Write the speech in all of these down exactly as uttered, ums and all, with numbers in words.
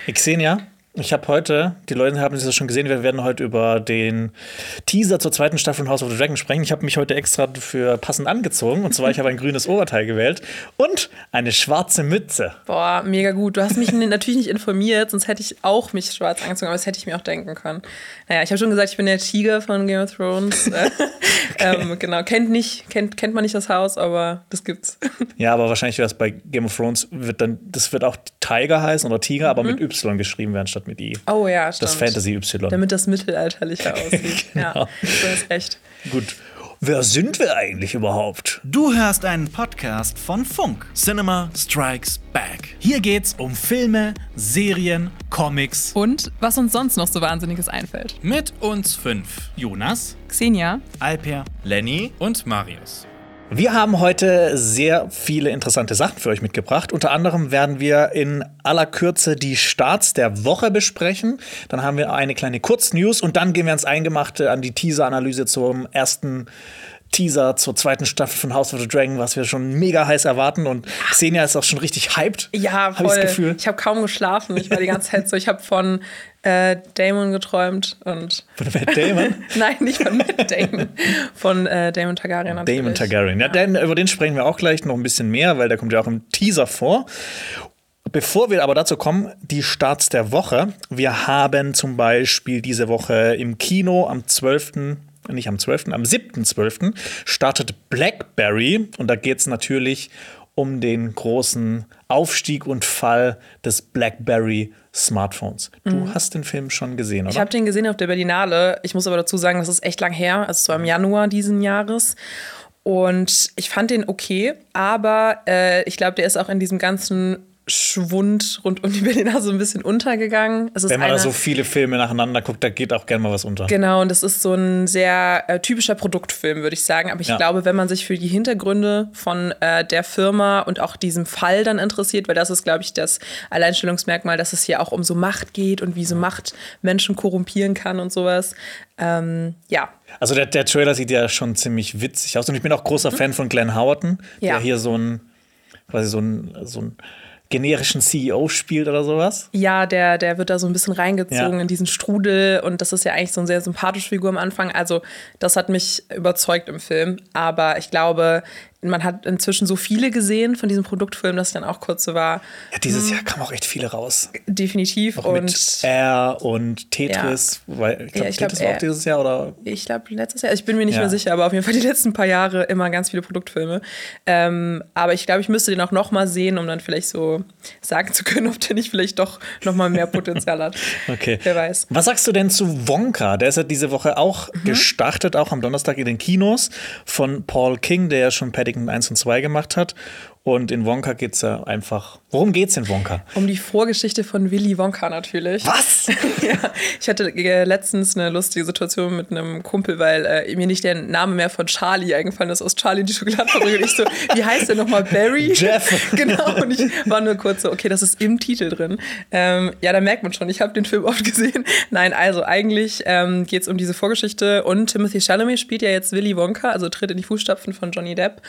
Xenia, ich habe heute, die Leute haben es schon gesehen, wir werden heute über den Teaser zur zweiten Staffel von House of the Dragon sprechen. Ich habe mich heute extra dafür passend angezogen. Und zwar, ich habe ein grünes Oberteil gewählt und eine schwarze Mütze. Boah, mega gut. Du hast mich natürlich nicht informiert, sonst hätte ich auch mich schwarz angezogen, aber das hätte ich mir auch denken können. Naja, ich habe schon gesagt, ich bin der Tiger von Game of Thrones. Okay. ähm, genau, kennt, nicht, kennt, kennt man nicht das Haus, aber das gibt's. Ja, aber wahrscheinlich wäre es bei Game of Thrones, wird dann, das wird auch Tiger heißen oder Tiger, aber mhm. mit Y geschrieben werden statt mit I. Oh ja, stimmt. Das Fantasy-Y. Damit das mittelalterlicher aussieht. Genau. Ja, du hast recht. Gut. Wer sind wir eigentlich überhaupt? Du hörst einen Podcast von Funk. Cinema Strikes Back. Hier geht's um Filme, Serien, Comics und was uns sonst noch so Wahnsinniges einfällt. Mit uns fünf. Jonas, Xenia, Alper, Lenny und Marius. Wir haben heute sehr viele interessante Sachen für euch mitgebracht. Unter anderem werden wir in aller Kürze die Starts der Woche besprechen. Dann haben wir eine kleine Kurznews und dann gehen wir ans Eingemachte, an die Teaser-Analyse zum ersten Teaser zur zweiten Staffel von House of the Dragon, was wir schon mega heiß erwarten. Und Xenia ist auch schon richtig hyped. Ja, voll. Hab ich das Gefühl. Ich habe kaum geschlafen. Ich war die ganze Zeit so, ich habe von äh, Daemon geträumt. Und von Matt Damon? Nein, nicht von Matt Damon. Von äh, Daemon Targaryen natürlich. Daemon Targaryen. Ja, ja. Den, über den sprechen wir auch gleich noch ein bisschen mehr, weil der kommt ja auch im Teaser vor. Bevor wir aber dazu kommen, die Starts der Woche. Wir haben zum Beispiel diese Woche im Kino am zwölften nicht am zwölften, am siebten zwölften startet Blackberry. Und da geht es natürlich um den großen Aufstieg und Fall des Blackberry-Smartphones. Du mhm. hast den Film schon gesehen, oder? Ich habe den gesehen auf der Berlinale. Ich muss aber dazu sagen, das ist echt lang her. Also es war im Januar diesen Jahres. Und ich fand den okay. Aber äh, ich glaube, der ist auch in diesem ganzen Schwund rund um die Berliner so ein bisschen untergegangen. Es ist Wenn man eine, da so viele Filme nacheinander guckt, da geht auch gerne mal was unter. Genau, und das ist so ein sehr äh, typischer Produktfilm, würde ich sagen. Aber ich ja. glaube, wenn man sich für die Hintergründe von äh, der Firma und auch diesem Fall dann interessiert, weil das ist, glaube ich, das Alleinstellungsmerkmal, dass es hier auch um so Macht geht und wie so Macht Menschen korrumpieren kann und sowas. Ähm, ja. Also der, der Trailer sieht ja schon ziemlich witzig aus. Und ich bin auch großer mhm. Fan von Glenn Howerton, ja. der hier so ein, quasi so ein, so ein generischen C E O spielt oder sowas. Ja, der, der wird da so ein bisschen reingezogen ja. in diesen Strudel und das ist ja eigentlich so eine sehr sympathische Figur am Anfang. Also das hat mich überzeugt im Film, aber ich glaube, man hat inzwischen so viele gesehen von diesem Produktfilm, dass ich dann auch kurz so war. Ja, dieses Jahr kamen auch echt viele raus. Definitiv. Auch und mit R und Tetris. Ja. Weil, ich glaube, ja, Tetris glaub, war auch dieses Jahr, oder? Ich glaube, letztes Jahr. Ich bin mir nicht ja. mehr sicher, aber auf jeden Fall die letzten paar Jahre immer ganz viele Produktfilme. Ähm, aber ich glaube, ich müsste den auch noch mal sehen, um dann vielleicht so sagen zu können, ob der nicht vielleicht doch noch mal mehr Potenzial hat. Okay. Wer weiß. Was sagst du denn zu Wonka? Der ist ja diese Woche auch mhm. gestartet, auch am Donnerstag in den Kinos, von Paul King, der ja schon Paddington eins und zwei gemacht hat. Und in Wonka geht es ja einfach. Worum geht's in Wonka? Um die Vorgeschichte von Willy Wonka natürlich. Was? Ja, ich hatte äh, letztens eine lustige Situation mit einem Kumpel, weil äh, mir nicht der Name mehr von Charlie eingefallen ist, aus Charlie die Schokoladenfabrik. Und ich so, wie heißt der nochmal? Barry? Jeff. Genau, und ich war nur kurz so, okay, das ist im Titel drin. Ähm, ja, da merkt man schon, ich habe den Film oft gesehen. Nein, also eigentlich ähm, geht es um diese Vorgeschichte und Timothy Chalamet spielt ja jetzt Willy Wonka, also tritt in die Fußstapfen von Johnny Depp.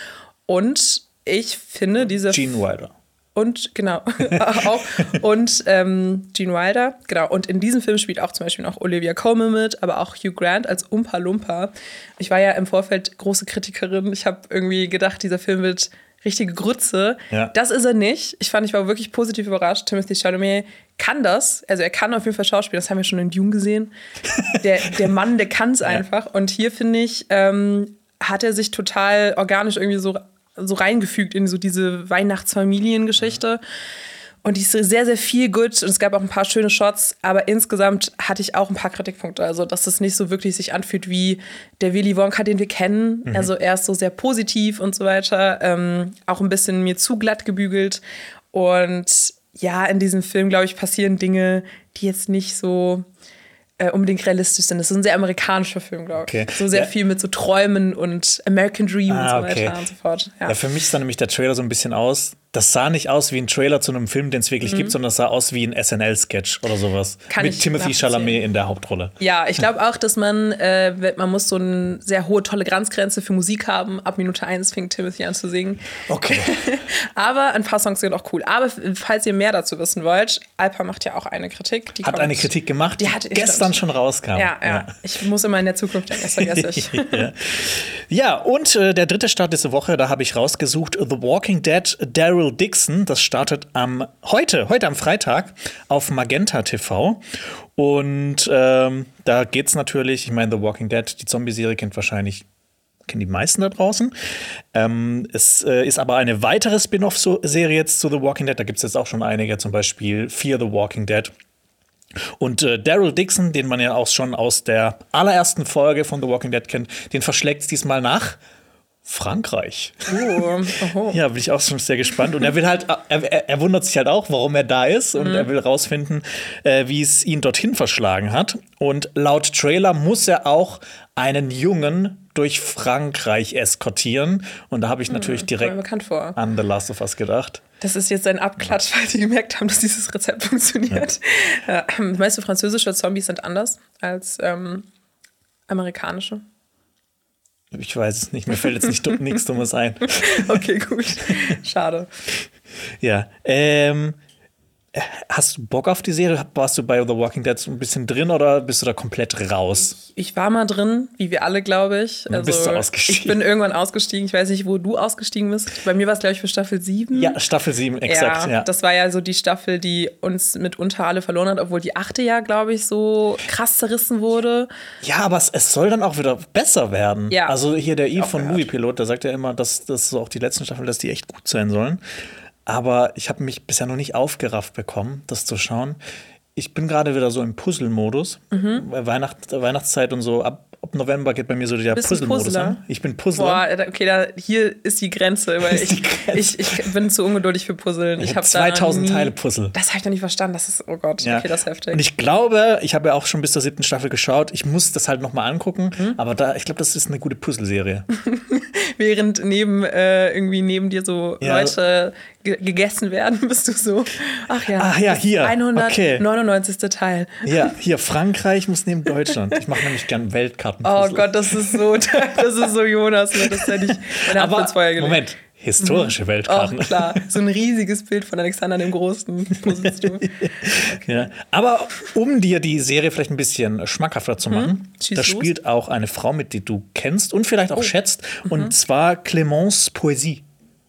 Und ich finde diese Gene Wilder. Und, genau, auch. Und ähm, Gene Wilder, genau. Und in diesem Film spielt auch zum Beispiel noch Olivia Colman mit, aber auch Hugh Grant als Oompa Loompa. Ich war ja im Vorfeld große Kritikerin. Ich habe irgendwie gedacht, dieser Film wird richtige Grütze. Ja. Das ist er nicht. Ich fand, ich war wirklich positiv überrascht. Timothy Chalamet kann das. Also er kann auf jeden Fall schauspielen. Das haben wir schon in Dune gesehen. Der, der Mann, der kann es einfach. Ja. Und hier, finde ich, ähm, hat er sich total organisch irgendwie so so reingefügt in so diese Weihnachtsfamiliengeschichte. Und die ist sehr, sehr viel gut. Und es gab auch ein paar schöne Shots. Aber insgesamt hatte ich auch ein paar Kritikpunkte. Also, dass es nicht so wirklich sich anfühlt wie der Willy Wonka, den wir kennen. Mhm. Also, er ist so sehr positiv und so weiter. Ähm, auch ein bisschen mir zu glatt gebügelt. Und ja, in diesem Film, glaube ich, passieren Dinge, die jetzt nicht so Äh, unbedingt realistisch sind. Das ist ein sehr amerikanischer Film, glaube ich. Okay. So sehr ja. viel mit so Träumen und American Dream ah, und so weiter okay. und so fort. Ja. Ja, für mich sah nämlich der Trailer so ein bisschen aus, das sah nicht aus wie ein Trailer zu einem Film, den es wirklich mhm. gibt, sondern das sah aus wie ein S N L-Sketch oder sowas. Kann mit ich Timothy Chalamet in der Hauptrolle. Ja, ich glaube auch, dass man, äh, man muss so eine sehr hohe Toleranzgrenze für Musik haben. Ab Minute eins fing Timothy an zu singen. Okay. Aber ein paar Songs sind auch cool. Aber falls ihr mehr dazu wissen wollt, Alpa macht ja auch eine Kritik. Die hat kommt, eine Kritik gemacht, die, die hat, gestern schon rauskam. Ja, ja, ja. Ich muss immer in der Zukunft denken, das vergesse ich. ja. ja, und äh, der dritte Start diese Woche, da habe ich rausgesucht, The Walking Dead, Daryl Dixon. Das startet am heute, heute am Freitag auf Magenta T V. Und ähm, da geht's natürlich, ich meine, The Walking Dead, die Zombie-Serie kennt wahrscheinlich, kennen die meisten da draußen. Ähm, es äh, ist aber eine weitere Spin-off-Serie jetzt zu The Walking Dead. Da gibt es jetzt auch schon einige, zum Beispiel Fear the Walking Dead. Und äh, Daryl Dixon, den man ja auch schon aus der allerersten Folge von The Walking Dead kennt, den verschlägt es diesmal nach Frankreich. Oh, oho. Ja, bin ich auch schon sehr gespannt. Und er will halt, er, er wundert sich halt auch, warum er da ist. Und mhm. er will rausfinden, äh, wie es ihn dorthin verschlagen hat. Und laut Trailer muss er auch einen Jungen durch Frankreich eskortieren. Und da habe ich natürlich mhm, direkt vor. an The Last of Us gedacht. Das ist jetzt ein Abklatsch, weil die gemerkt haben, dass dieses Rezept funktioniert. Ja. Äh, weißt du, französische Zombies sind anders als ähm, amerikanische? Ich weiß es nicht, mir fällt jetzt nicht nichts Dummes ein. Okay, gut. Schade. Ja, ähm, hast du Bock auf die Serie? Warst du bei The Walking Dead so ein bisschen drin oder bist du da komplett raus? Ich war mal drin, wie wir alle, glaube ich. Also, bist du ausgestiegen? Ich bin irgendwann ausgestiegen. Ich weiß nicht, wo du ausgestiegen bist. Bei mir war es, glaube ich, für Staffel sieben. Ja, Staffel sieben, exakt. Ja, ja, das war ja so die Staffel, die uns mitunter alle verloren hat, obwohl die achte ja, glaube ich, so krass zerrissen wurde. Ja, aber es, es soll dann auch wieder besser werden. Ja. Also hier der Yves von gehört. Movie Pilot, der sagt ja immer, dass das so auch die letzten Staffeln, dass die echt gut sein sollen. Aber ich habe mich bisher noch nicht aufgerafft bekommen, das zu schauen. Ich bin gerade wieder so im Puzzle-Modus. Mhm. Weihnacht, Weihnachtszeit und so. Ab, ab November geht bei mir so der Puzzle-Modus an. Ich bin Puzzler. Boah, okay, da, hier ist die Grenze. Weil ich, ich, ich bin zu ungeduldig für Puzzeln. Ich, ich habe zweitausend nie, Teile Puzzle. Das habe ich noch nicht verstanden. Das ist, oh Gott, ja. okay, das ist heftig. Und ich glaube, ich habe ja auch schon bis zur siebten Staffel geschaut. Ich muss das halt noch mal angucken. Mhm. Aber da, ich glaube, das ist eine gute Puzzle-Serie. Während neben, äh, irgendwie neben dir so ja. Leute ge- gegessen werden, bist du so, ach ja, ach ja hier, hundertneunundneunzigste Okay. Teil. Ja, hier, Frankreich muss neben Deutschland. Ich mache nämlich gern Weltkarten. Oh Gott, das ist so, das ist so Jonas, ne? Das hätte ich in der Aber, Hand vorher gelegt. Moment, historische mhm. Weltkarten. Oh, klar, so ein riesiges Bild von Alexander dem Großen. Okay. Ja. Aber um dir die Serie vielleicht ein bisschen schmackhafter zu machen, mhm. da spielt auch eine Frau mit, die du kennst und vielleicht auch oh. schätzt, und mhm. zwar Clémence Poésy.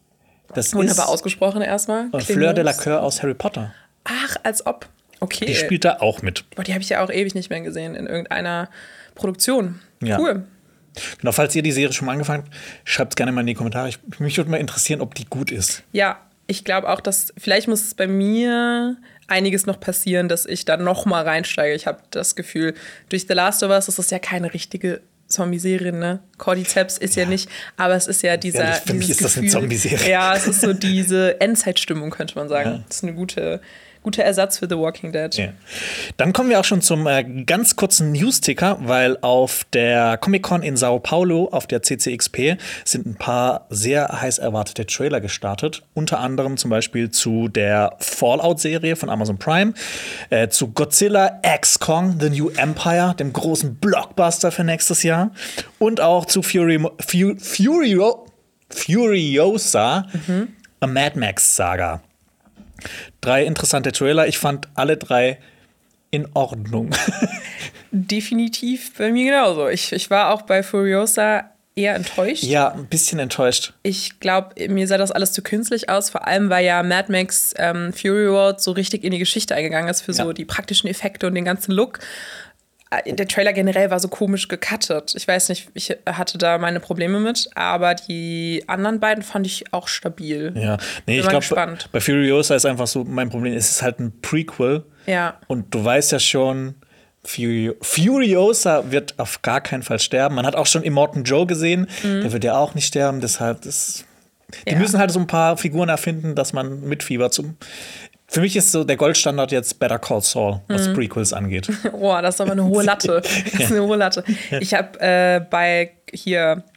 Das Wunderbar ist ausgesprochen erstmal. Fleur de la Coeur aus Harry Potter. Ach, als ob. Okay. Die spielt da auch mit. Boah, die habe ich ja auch ewig nicht mehr gesehen in irgendeiner Produktion. Ja. Cool. Genau, falls ihr die Serie schon mal angefangen habt, schreibt es gerne mal in die Kommentare. Ich, mich würde mal interessieren, ob die gut ist. Ja, ich glaube auch, dass vielleicht muss es bei mir einiges noch passieren, dass ich da noch mal reinsteige. Ich habe das Gefühl, durch The Last of Us ist es ja keine richtige Zombie-Serie, ne? Cordyceps ist ja. ja nicht, aber es ist ja dieser Ehrlich, für mich ist das Gefühl, eine Zombie-Serie. Ja, es ist so diese Endzeitstimmung, könnte man sagen. Ja. Das ist eine gute Guter Ersatz für The Walking Dead. Ja. Dann kommen wir auch schon zum äh, ganz kurzen News-Ticker, weil auf der Comic-Con in Sao Paulo, auf der C C X P, sind ein paar sehr heiß erwartete Trailer gestartet. Unter anderem zum Beispiel zu der Fallout-Serie von Amazon Prime, äh, zu Godzilla X Kong, The New Empire, dem großen Blockbuster für nächstes Jahr. Und auch zu Fury, Fu, Furio, Furiosa, mhm. A Mad Max-Saga. Drei interessante Trailer. Ich fand alle drei in Ordnung. Definitiv bei mir genauso. Ich, ich war auch bei Furiosa eher enttäuscht. Ja, ein bisschen enttäuscht. Ich glaube, mir sah das alles zu künstlich aus. Vor allem, weil ja Mad Max ähm, Fury Road so richtig in die Geschichte eingegangen ist für ja. so die praktischen Effekte und den ganzen Look. Der Trailer generell war so komisch gecuttet. Ich weiß nicht, ich hatte da meine Probleme mit, aber die anderen beiden fand ich auch stabil. Ja, nee, ich glaube, bei Furiosa ist einfach so mein Problem, es ist halt ein Prequel. Ja. Und du weißt ja schon, Furio- Furiosa wird auf gar keinen Fall sterben. Man hat auch schon Immortan Joe gesehen, mhm. der wird ja auch nicht sterben, deshalb ist. Die ja. müssen halt so ein paar Figuren erfinden, dass man mitfiebert zum. Für mich ist so der Goldstandard jetzt Better Call Saul, was mhm. Prequels angeht. Boah, das ist aber eine hohe Latte. Das ist eine hohe Latte. Ich habe äh, bei hier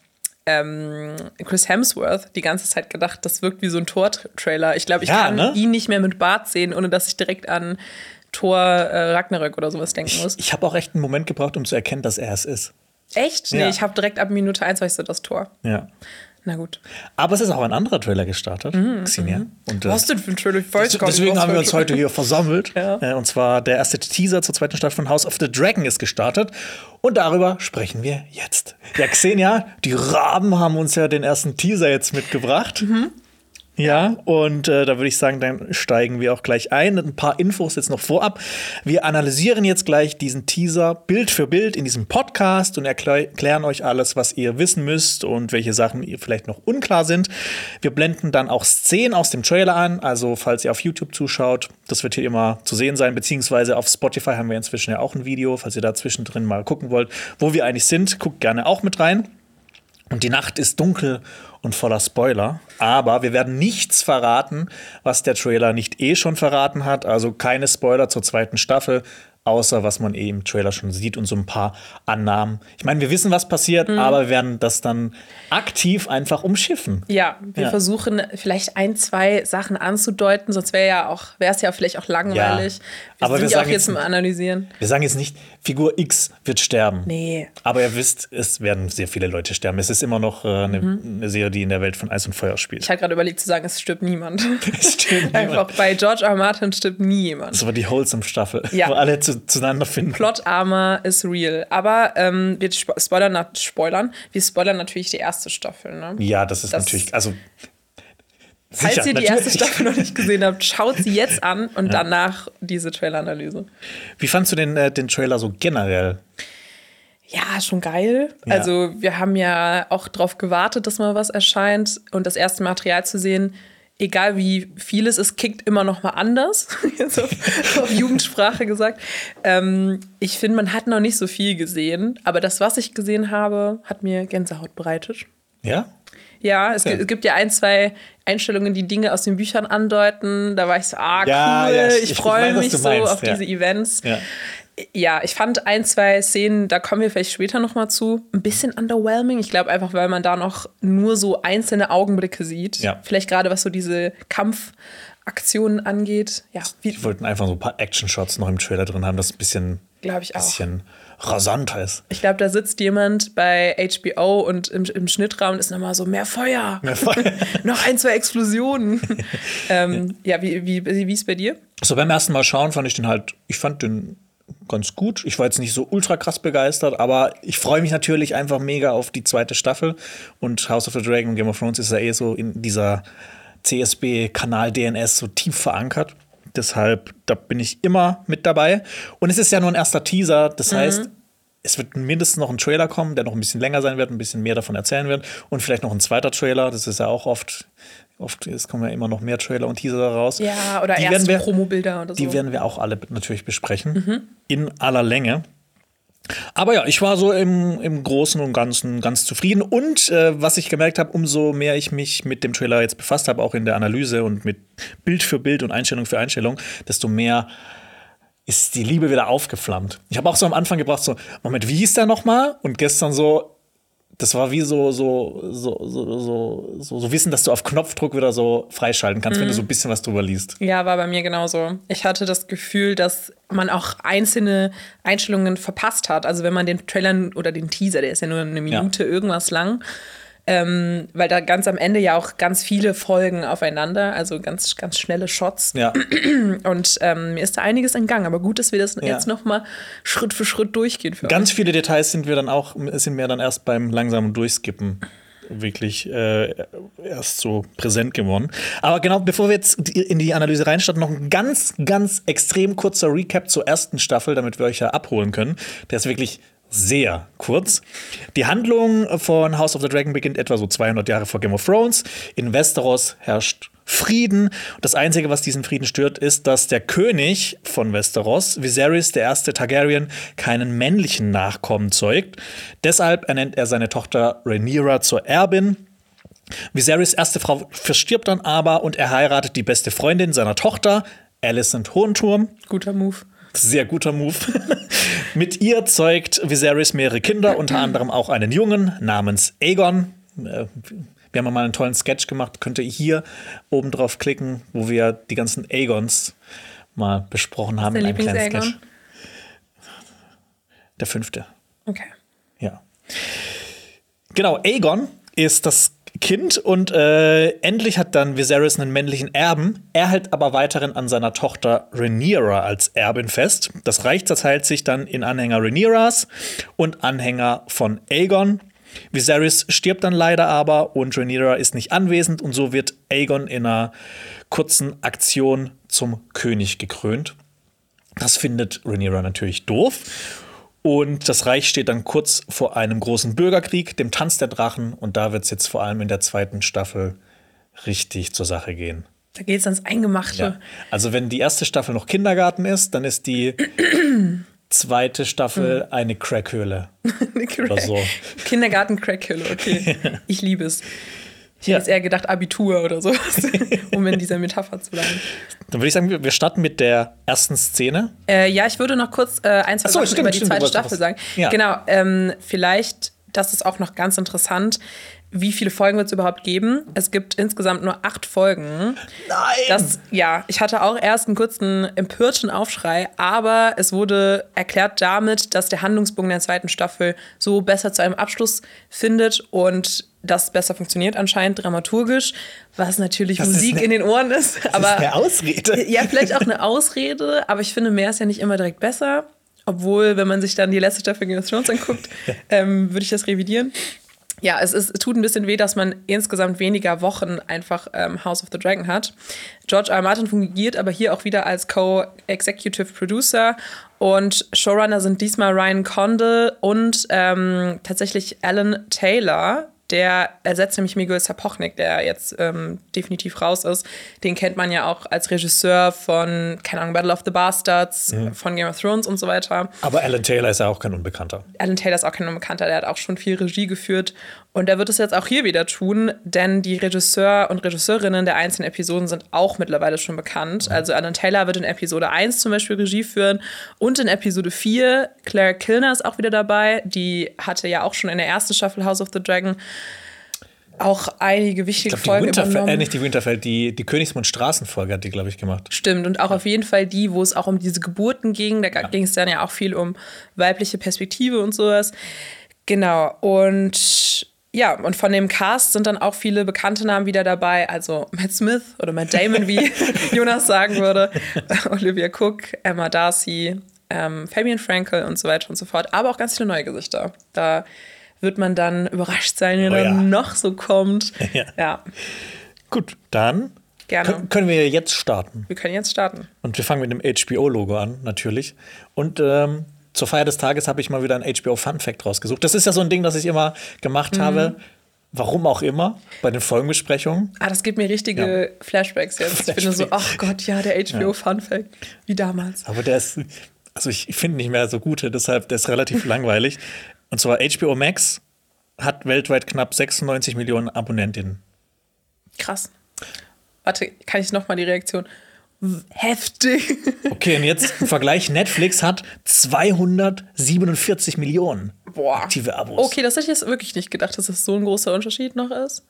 ähm, Chris Hemsworth die ganze Zeit gedacht, das wirkt wie so ein Thor-Trailer. Ich glaube, ich Ja, kann ne? ihn nicht mehr mit Bart sehen, ohne dass ich direkt an Thor äh, Ragnarök oder sowas denken muss. Ich, ich habe auch echt einen Moment gebraucht, um zu erkennen, dass er es ist. Echt? Nee, Ja. ich habe direkt ab Minute eins, weißt du, das Tor. Ja. Na gut. Aber es ist auch ein anderer Trailer gestartet, Xenia. Und, äh, Was denn für ein Trailer? Ich weiß des- gar nicht, deswegen was haben für wir ein uns Trailer. heute hier versammelt. Ja. Äh, Und zwar der erste Teaser zur zweiten Staffel von House of the Dragon ist gestartet. Und darüber sprechen wir jetzt. Ja, Xenia, die Raben haben uns ja den ersten Teaser jetzt mitgebracht. Mhm. Ja, und äh, da würde ich sagen, dann steigen wir auch gleich ein. Ein paar Infos jetzt noch vorab. Wir analysieren jetzt gleich diesen Teaser Bild für Bild in diesem Podcast und erklä- erklären euch alles, was ihr wissen müsst und welche Sachen ihr vielleicht noch unklar sind. Wir blenden dann auch Szenen aus dem Trailer an, also falls ihr auf YouTube zuschaut, das wird hier immer zu sehen sein, beziehungsweise auf Spotify haben wir inzwischen ja auch ein Video, falls ihr da zwischendrin mal gucken wollt, wo wir eigentlich sind, guckt gerne auch mit rein. Und die Nacht ist dunkel und voller Spoiler. Aber wir werden nichts verraten, was der Trailer nicht eh schon verraten hat. Also keine Spoiler zur zweiten Staffel, außer was man eh im Trailer schon sieht und so ein paar Annahmen. Ich meine, wir wissen, was passiert, aber wir werden das dann aktiv einfach umschiffen. Ja, wir Ja. versuchen vielleicht ein, zwei Sachen anzudeuten, sonst wäre ja auch, wäre es ja vielleicht auch langweilig. Ja. Wir Aber sind wir ja auch sagen jetzt jetzt- im Analysieren. Wir sagen jetzt nicht, Figur X wird sterben. Nee. Aber ihr wisst, es werden sehr viele Leute sterben. Es ist immer noch äh, eine, eine Serie, die in der Welt von Eis und Feuer spielt. Ich hatte gerade überlegt zu sagen, es stirbt niemand. Es stirbt Einfach niemand. bei George R. R. Martin stirbt nie jemand. Das war die Wholesome-Staffel, Ja. wo alle zu, zueinander finden. Plot Armor ist real. Aber ähm, wir spo- spoilern, na- spoilern. Wir spoilern natürlich die erste Staffel. Ne? Ja, das ist Das- natürlich, also Falls sicher, ihr die erste natürlich. Staffel noch nicht gesehen habt, schaut sie jetzt an und danach diese Trailer-Analyse. Wie fandst du den, äh, den Trailer so generell? Ja, schon geil. Ja. Also wir haben ja auch darauf gewartet, dass mal was erscheint und das erste Material zu sehen, egal wie viel es ist, kickt immer noch mal anders. Jetzt auf, auf Jugendsprache gesagt. Ähm, ich finde, man hat noch nicht so viel gesehen, aber das, was ich gesehen habe, hat mir Gänsehaut bereitet. Ja? Ja, es, Ja. Gibt, es gibt ja ein, zwei Einstellungen, die Dinge aus den Büchern andeuten. Da war ich so, ah, Ja, cool, ja, ich- ich, ich freue weiß, was mich du so meinst, auf ja. diese Events. Ja. Ja, ich fand ein, zwei Szenen, da kommen wir vielleicht später noch mal zu, ein bisschen underwhelming. Ich glaube einfach, weil man da noch nur so einzelne Augenblicke sieht. Ja. Vielleicht gerade, was so diese Kampfaktionen angeht. Ja, wie, Die wollten einfach so ein paar Action-Shots noch im Trailer drin haben, das ein bisschen, glaube ich auch. bisschen rasanter ist. Ich glaube, da sitzt jemand bei H B O und im, im Schnittraum ist nochmal so, mehr Feuer. Mehr Feuer. noch ein, zwei Explosionen. ähm, ja, wie, wie, wie ist es bei dir? So beim ersten Mal schauen fand ich den halt, ich fand den ganz gut. Ich war jetzt nicht so ultra krass begeistert, aber ich freue mich natürlich einfach mega auf die zweite Staffel. Und House of the Dragon und Game of Thrones ist ja eh so in dieser C S B-Kanal-D N S so tief verankert. Deshalb, da bin ich immer mit dabei. Und es ist ja nur ein erster Teaser. Das heißt, es wird mindestens noch ein Trailer kommen, der noch ein bisschen länger sein wird, ein bisschen mehr davon erzählen wird. Und vielleicht noch ein zweiter Trailer. Das ist ja auch oft, oft es kommen ja immer noch mehr Trailer und Teaser raus. Ja, oder Die werden erste wir- Promobilder oder so. Die werden wir auch alle natürlich besprechen. In aller Länge. Aber ja, ich war so im, im Großen und Ganzen ganz zufrieden. Und äh, was ich gemerkt habe, umso mehr ich mich mit dem Trailer jetzt befasst habe, auch in der Analyse und mit Bild für Bild und Einstellung für Einstellung, desto mehr ist die Liebe wieder aufgeflammt. Ich habe auch so am Anfang gebraucht, so, Moment, wie hieß der nochmal? Und gestern so, das war wie so, so, so, so, so, so, so wissen, dass du auf Knopfdruck wieder so freischalten kannst, wenn du so ein bisschen was drüber liest. Ja, war bei mir genauso. Ich hatte das Gefühl, dass man auch einzelne Einstellungen verpasst hat. Also wenn man den Trailer oder den Teaser, der ist ja nur eine Minute irgendwas lang, ähm, weil da ganz am Ende ja auch ganz viele Folgen aufeinander, also ganz, ganz schnelle Shots. Ja. Und ähm, mir ist da einiges entgangen. Aber gut, dass wir das Ja. jetzt noch mal Schritt für Schritt durchgehen für Ganz euch. viele Details sind wir dann auch, sind mir dann erst beim langsamen Durchskippen wirklich äh, erst so präsent geworden. Aber genau, bevor wir jetzt in die Analyse reinstarten, noch ein ganz, ganz extrem kurzer Recap zur ersten Staffel, damit wir euch ja abholen können. Der ist wirklich sehr kurz. Die Handlung von House of the Dragon beginnt etwa so zweihundert Jahre vor Game of Thrones. In Westeros herrscht Frieden. Das Einzige, was diesen Frieden stört, ist, dass der König von Westeros, Viserys, der erste Targaryen, keinen männlichen Nachkommen zeugt. Deshalb ernennt er seine Tochter Rhaenyra zur Erbin. Viserys erste Frau verstirbt dann aber und er heiratet die beste Freundin seiner Tochter, Alicent Hohenturm. Guter Move. Sehr guter Move. Mit ihr zeugt Viserys mehrere Kinder, unter anderem auch einen Jungen namens Aegon. äh, wir haben mal einen tollen Sketch gemacht, könnt ihr hier oben drauf klicken, wo wir die ganzen Aegons mal besprochen haben. Der in einem kleinen Lieblings-Aegon? Sketch. Der fünfte. Okay. Ja. Genau, Aegon ist das Kind und äh, endlich hat dann Viserys einen männlichen Erben. Er hält aber weiterhin an seiner Tochter Rhaenyra als Erbin fest. Das Reich zerteilt sich dann in Anhänger Rhaenyras und Anhänger von Aegon. Viserys stirbt dann leider aber und Rhaenyra ist nicht anwesend und so wird Aegon in einer kurzen Aktion zum König gekrönt. Das findet Rhaenyra natürlich doof. Und das Reich steht dann kurz vor einem großen Bürgerkrieg, dem Tanz der Drachen. Und da wird es jetzt vor allem in der zweiten Staffel richtig zur Sache gehen. Da geht es ans Eingemachte. Ja. Also wenn die erste Staffel noch Kindergarten ist, dann ist die zweite Staffel eine Crackhöhle. Eine Crack- Oder so. Kindergarten-Crackhöhle, okay. Ich liebe es. Ich Ja. hätte jetzt eher gedacht Abitur oder so, um in dieser Metapher zu bleiben. Dann würde ich sagen, wir starten mit der ersten Szene. Äh, ja, ich würde noch kurz äh, ein, zwei Ach so, Sachen stimmt, über die stimmt, du zweite wolltest Staffel was- sagen. Ja. Genau, ähm, vielleicht, das ist auch noch ganz interessant, wie viele Folgen wird es überhaupt geben? Es gibt insgesamt nur acht Folgen. Nein! Das, ja, ich hatte auch erst einen kurzen empörten Aufschrei, aber es wurde erklärt damit, dass der Handlungsbogen der zweiten Staffel so besser zu einem Abschluss findet und das besser funktioniert anscheinend dramaturgisch, was natürlich Das ist Musik eine- in den Ohren ist. das Aber ist eine Ausrede. ja, vielleicht auch eine Ausrede, aber ich finde, mehr ist ja nicht immer direkt besser. Obwohl, wenn man sich dann die letzte Staffel Game of Thrones anguckt, ähm, würde ich das revidieren. Ja, es, ist, es tut ein bisschen weh, dass man insgesamt weniger Wochen einfach ähm, House of the Dragon hat. George R. R. Martin fungiert aber hier auch wieder als Co-Executive Producer und Showrunner sind diesmal Ryan Condal und ähm, tatsächlich Alan Taylor. Der ersetzt nämlich Miguel Sapochnik, der jetzt ähm, definitiv raus ist. Den kennt man ja auch als Regisseur von, keine Ahnung, Battle of the Bastards, Mhm. von Game of Thrones und so weiter. Aber Alan Taylor ist ja auch kein Unbekannter. Alan Taylor ist auch kein Unbekannter, der hat auch schon viel Regie geführt. Und er wird es jetzt auch hier wieder tun, denn die Regisseur und Regisseurinnen der einzelnen Episoden sind auch mittlerweile schon bekannt. Also Alan Taylor wird in Episode eins zum Beispiel Regie führen und in Episode vier Claire Kilner ist auch wieder dabei. Die hatte ja auch schon in der ersten Staffel House of the Dragon auch einige wichtige Ich glaube, die Folgen Winterfell, übernommen. äh, nicht die Winterfell, die, die Königsmund Straßenfolge hat die, glaube ich, gemacht. Stimmt, und auch auf jeden Fall die, wo es auch um diese Geburten ging. Da Ja. ging es dann ja auch viel um weibliche Perspektive und sowas. Genau, und ja, und von dem Cast sind dann auch viele bekannte Namen wieder dabei. Also Matt Smith oder Matt Damon, wie Jonas sagen würde, Olivia Cook, Emma Darcy, ähm, Fabian Frankel und so weiter und so fort. Aber auch ganz viele neue Gesichter. Da wird man dann überrascht sein, wer Oh ja. dann noch so kommt. Ja. Ja, Gut, dann Gerne. kö- können wir jetzt starten. wir können jetzt starten. Und wir fangen mit dem H B O-Logo an, natürlich. Und ähm, zur Feier des Tages habe ich mal wieder ein H B O-Fun-Fact rausgesucht. Das ist ja so ein Ding, das ich immer gemacht habe. Warum auch immer, bei den Folgenbesprechungen. Ah, das gibt mir richtige Ja. Flashbacks jetzt. Ich bin so, Flashbacks. ach Gott, ja, der H B O-Fun-Fact, wie damals. Aber der ist, also ich finde nicht mehr so gut, deshalb, der ist relativ langweilig. Und zwar H B O Max hat weltweit knapp sechsundneunzig Millionen Abonnentinnen. Krass. Warte, kann ich noch mal die Reaktion? W- Heftig. Okay, und jetzt im Vergleich, Netflix hat zweihundertsiebenundvierzig Millionen Boah. aktive Abos. Okay, das hätte ich jetzt wirklich nicht gedacht, dass das so ein großer Unterschied noch ist.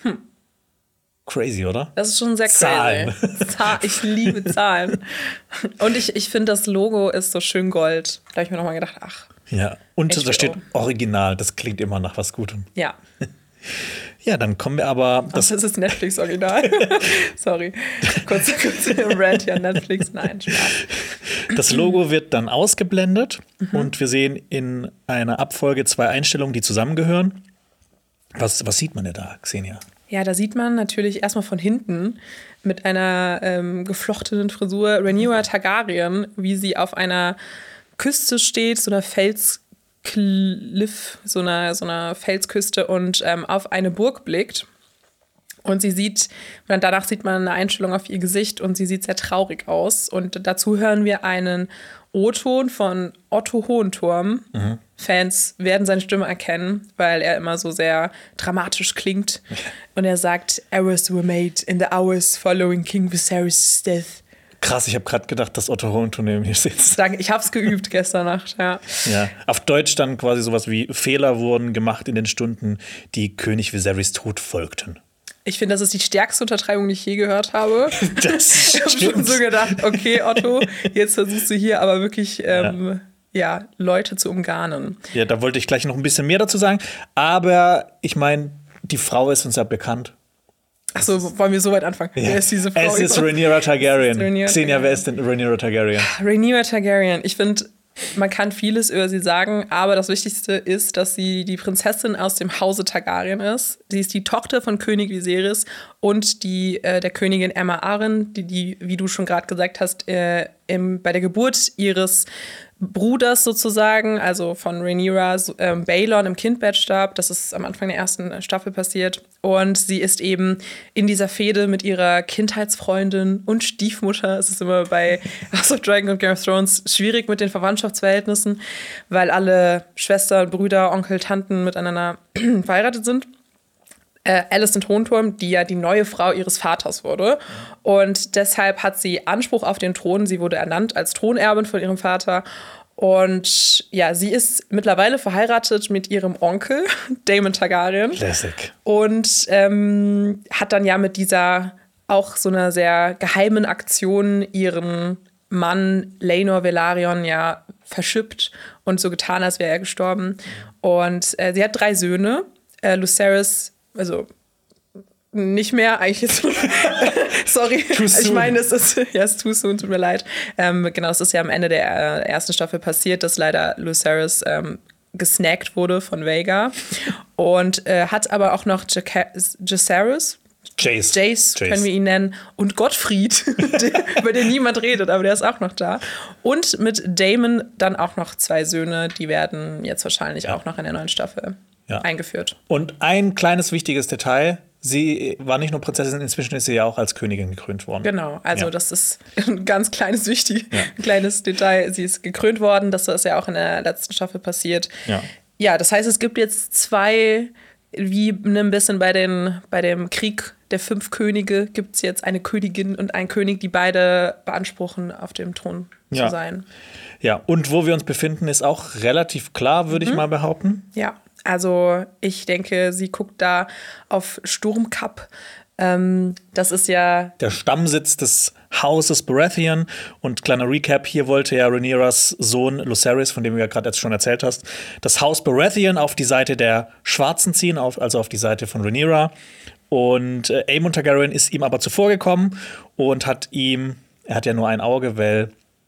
Crazy, oder? Das ist schon sehr crazy. Zahlen. Zahl- Ich liebe Zahlen. Und ich, ich finde, das Logo ist so schön gold. Da habe ich mir noch mal gedacht, ach, Ja, und H B O. da steht Original, das klingt immer nach was Gutem. ja. Ja, dann kommen wir aber. Das, Das, das ist Netflix-Original. Sorry. Kurz, kurz Rant hier an Netflix. Nein, Spaß. das Logo wird dann ausgeblendet Mhm. und wir sehen in einer Abfolge zwei Einstellungen, die zusammengehören. Was, was sieht man denn da, Xenia? Ja, da sieht man natürlich erstmal von hinten mit einer ähm, geflochtenen Frisur Rhaenyra Targaryen, wie sie auf einer Küste steht, so einer Felskliff, so einer, so einer Felsküste und ähm, auf eine Burg blickt. Und sie sieht, und danach sieht man eine Einstellung auf ihr Gesicht und sie sieht sehr traurig aus. Und dazu hören wir einen O-Ton von Otto Hohenturm. Fans werden seine Stimme erkennen, weil er immer so sehr dramatisch klingt. Und er sagt, Errors were made in the hours following King Viserys' death. Krass, ich habe gerade gedacht, dass Otto Hohenthurm neben mir sitzt. Danke, ich habe es geübt gestern Nacht, ja. Ja, auf Deutsch dann quasi sowas wie Fehler wurden gemacht in den Stunden, die König Viserys Tod folgten. Ich finde, das ist die stärkste Untertreibung, die ich je gehört habe. Das ich habe schon so gedacht, okay, Otto, jetzt versuchst du hier aber wirklich ähm, ja. ja, Leute zu umgarnen. Ja, da wollte ich gleich noch ein bisschen mehr dazu sagen. Aber ich meine, die Frau ist uns ja bekannt. Achso, wollen wir so weit anfangen? Ja. Wer ist diese Frau? Es ist Rhaenyra Targaryen. Rhaenyra Xenia, wer ist denn Rhaenyra Targaryen? Rhaenyra Targaryen. Ich finde, man kann vieles über sie sagen, aber das Wichtigste ist, dass sie die Prinzessin aus dem Hause Targaryen ist. Sie ist die Tochter von König Viserys und die äh, der Königin Aemma Arryn, die, die, wie du schon gerade gesagt hast, äh, im, bei der Geburt ihres Bruders sozusagen, also von Rhaenyra, ähm, Baelon im Kindbett starb. Das ist am Anfang der ersten Staffel passiert. Und sie ist eben in dieser Fehde mit ihrer Kindheitsfreundin und Stiefmutter. Es ist immer bei House of Dragon und Game of Thrones schwierig mit den Verwandtschaftsverhältnissen, weil alle Schwestern, Brüder, Onkel, Tanten miteinander verheiratet sind. Äh, Alicent Hohenthurm, die ja die neue Frau ihres Vaters wurde. Und deshalb hat sie Anspruch auf den Thron. Sie wurde ernannt als Thronerbin von ihrem Vater. Und ja, sie ist mittlerweile verheiratet mit ihrem Onkel, Daemon Targaryen. Classic. Und ähm, hat dann ja mit dieser auch so einer sehr geheimen Aktion ihren Mann Laenor Velaryon ja verschippt und so getan, als wäre er gestorben. Und äh, sie hat drei Söhne. Äh, Lucerys, also nicht mehr, eigentlich ist sorry, ich meine, es ist ja, es ist too soon, tut mir leid. Ähm, genau, es ist ja am Ende der äh, ersten Staffel passiert, dass leider Lucerys ähm, gesnackt wurde von Vhagar und äh, hat aber auch noch Jacaerys, Jace. Jace, Jace können wir ihn nennen, und Gottfried, der, über den niemand redet, aber der ist auch noch da. Und mit Daemon dann auch noch zwei Söhne, die werden jetzt wahrscheinlich ja. auch noch in der neuen Staffel ja. eingeführt. Und ein kleines wichtiges Detail: Sie war nicht nur Prinzessin, inzwischen ist sie ja auch als Königin gekrönt worden. Genau, also ja. das ist ein ganz kleines, wichtig, ja. kleines Detail. Sie ist gekrönt worden, das ist ja auch in der letzten Staffel passiert. Ja, ja, das heißt, es gibt jetzt zwei, wie ein bisschen bei, den, bei dem Krieg der fünf Könige, gibt es jetzt eine Königin und einen König, die beide beanspruchen, auf dem Thron ja. zu sein. Ja, und wo wir uns befinden, ist auch relativ klar, würde mhm. ich mal behaupten. Ja. Also ich denke, sie guckt da auf Sturmcup. Ähm, das ist ja der Stammsitz des Hauses Baratheon. Und kleiner Recap, hier wollte ja Rhaenyras Sohn Lucerys, von dem du ja gerade jetzt schon erzählt hast, das Haus Baratheon auf die Seite der Schwarzen ziehen, auf, also auf die Seite von Rhaenyra. Und äh, Aemon Targaryen ist ihm aber zuvorgekommen und hat ihm, er hat ja nur ein Auge, weil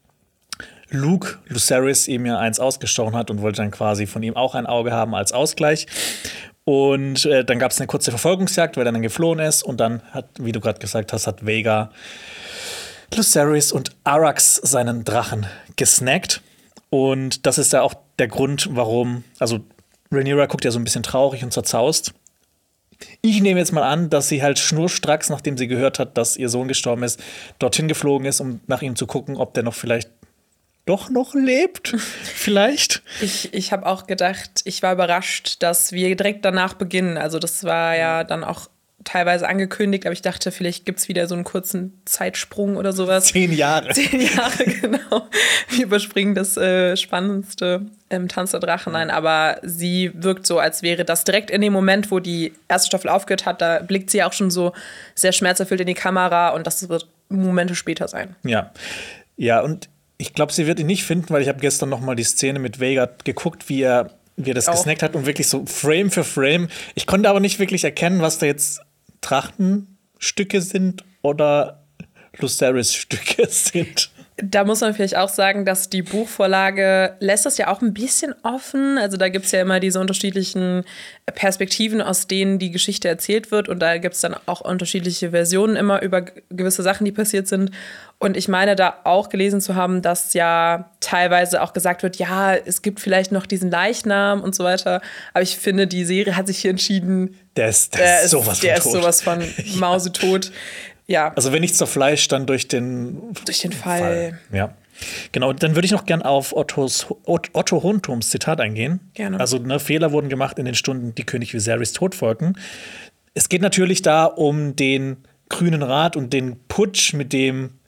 Luke Lucerys ihm ja eins ausgestochen hat und wollte dann quasi von ihm auch ein Auge haben als Ausgleich. Und äh, dann gab es eine kurze Verfolgungsjagd, weil er dann geflohen ist. Und dann hat, wie du gerade gesagt hast, hat Vhagar Lucerys und Arrax seinen Drachen gesnackt. Und das ist ja auch der Grund, warum, also Rhaenyra guckt ja so ein bisschen traurig und zerzaust. Ich nehme jetzt mal an, dass sie halt schnurstracks, nachdem sie gehört hat, dass ihr Sohn gestorben ist, dorthin geflogen ist, um nach ihm zu gucken, ob der noch vielleicht doch noch lebt, vielleicht. Ich, ich habe auch gedacht, ich war überrascht, dass wir direkt danach beginnen. Also das war ja dann auch teilweise angekündigt, aber ich dachte, vielleicht gibt es wieder so einen kurzen Zeitsprung oder sowas. Zehn Jahre. Zehn Jahre, genau. Wir überspringen das äh, Spannendste im Tanz der Drachen. Nein, aber sie wirkt so, als wäre das direkt in dem Moment, wo die erste Staffel aufgehört hat, da blickt sie auch schon so sehr schmerzerfüllt in die Kamera und das wird Momente später sein. Ja, ja, und ich glaube, sie wird ihn nicht finden, weil ich habe gestern noch mal die Szene mit Vhagar geguckt, wie er, wie er das gesnackt hat und wirklich so Frame für Frame. Ich konnte aber nicht wirklich erkennen, was da jetzt Drachenstücke sind oder Lucerys-Stücke sind. Da muss man vielleicht auch sagen, dass die Buchvorlage lässt das ja auch ein bisschen offen. Also da gibt es ja immer diese unterschiedlichen Perspektiven, aus denen die Geschichte erzählt wird. Und da gibt es dann auch unterschiedliche Versionen immer über gewisse Sachen, die passiert sind. Und ich meine da auch gelesen zu haben, dass ja teilweise auch gesagt wird, ja, es gibt vielleicht noch diesen Leichnam und so weiter. Aber ich finde, die Serie hat sich hier entschieden, der ist, der ist sowas der von ist tot. sowas von mausetot. Ja. Also wenn nicht zerfleischt, dann durch den Durch den Fall. Fall. Ja. Genau, dann würde ich noch gern auf Ottos, Otto Hohenthurms Zitat eingehen. Gerne. Also ne, Fehler wurden gemacht in den Stunden, die König Viserys Tod folgten. Es geht natürlich da um den Grünen Rat und den Putsch, mit dem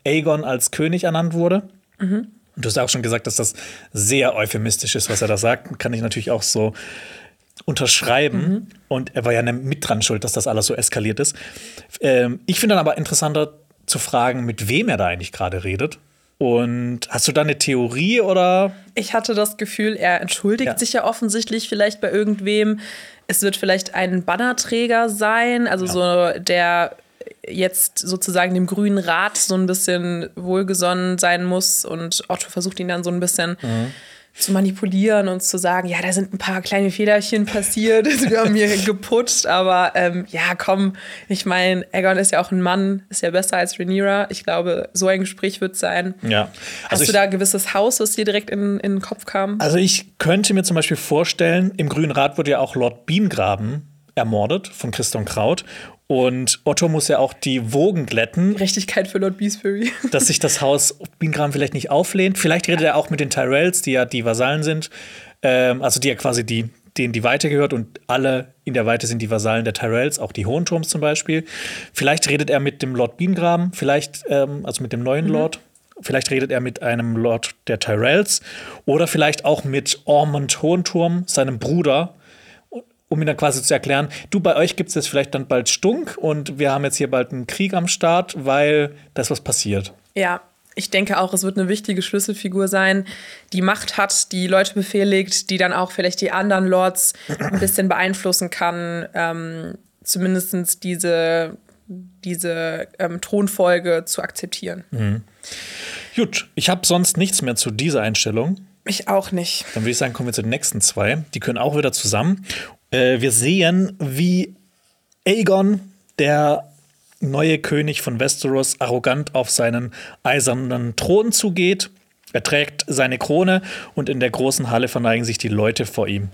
Aegon als König ernannt wurde. Mhm. Und du hast auch schon gesagt, dass das sehr euphemistisch ist, was er da sagt. Kann ich natürlich auch so unterschreiben. Mhm. Und er war ja mit dran schuld, dass das alles so eskaliert ist. Ähm, ich finde dann aber interessanter zu fragen, mit wem er da eigentlich gerade redet. Und hast du da eine Theorie oder? Ich hatte das Gefühl, er entschuldigt ja. sich ja offensichtlich vielleicht bei irgendwem. Es wird vielleicht ein Bannerträger sein, also ja. so der jetzt sozusagen dem Grünen Rat so ein bisschen wohlgesonnen sein muss. Und Otto versucht ihn dann so ein bisschen mhm. zu manipulieren und zu sagen, ja, da sind ein paar kleine Fehlerchen passiert, wir haben hier geputzt, aber ähm, ja, komm, ich meine, Aegon ist ja auch ein Mann, ist ja besser als Rhaenyra. Ich glaube, so ein Gespräch wird sein. Ja. Also Hast du da ein gewisses Haus, was dir direkt in, in den Kopf kam? Also ich könnte mir zum Beispiel vorstellen, im Grünen Rat wurde ja auch Lord Biengraben ermordet von Christon Kraut. Und Otto muss ja auch die Wogen glätten. Gerechtigkeit für Lord Beesbury. Dass sich das Haus Biengraben vielleicht nicht auflehnt. Vielleicht redet er auch mit den Tyrells, die ja die Vasallen sind. Ähm, also die ja quasi die, denen die Weite gehört. Und alle in der Weite sind die Vasallen der Tyrells, auch die Hohenturms zum Beispiel. Vielleicht redet er mit dem Lord Biengraben, vielleicht, ähm, also mit dem neuen mhm. Lord. Vielleicht redet er mit einem Lord der Tyrells. Oder vielleicht auch mit Ormond Hohenturm, seinem Bruder. Um ihn dann quasi zu erklären, du, bei euch gibt es jetzt vielleicht dann bald Stunk und wir haben jetzt hier bald einen Krieg am Start, weil da ist was passiert. Ja, ich denke auch, es wird eine wichtige Schlüsselfigur sein, die Macht hat, die Leute befehligt, die dann auch vielleicht die anderen Lords ein bisschen beeinflussen kann, ähm, zumindest diese, diese ähm, Thronfolge zu akzeptieren. Mhm. Gut, ich habe sonst nichts mehr zu dieser Einstellung. Ich auch nicht. Dann würde ich sagen, kommen wir zu den nächsten zwei. Die können auch wieder zusammen. Äh, wir sehen, wie Aegon, der neue König von Westeros, arrogant auf seinen eisernen Thron zugeht. Er trägt seine Krone und in der großen Halle verneigen sich die Leute vor ihm.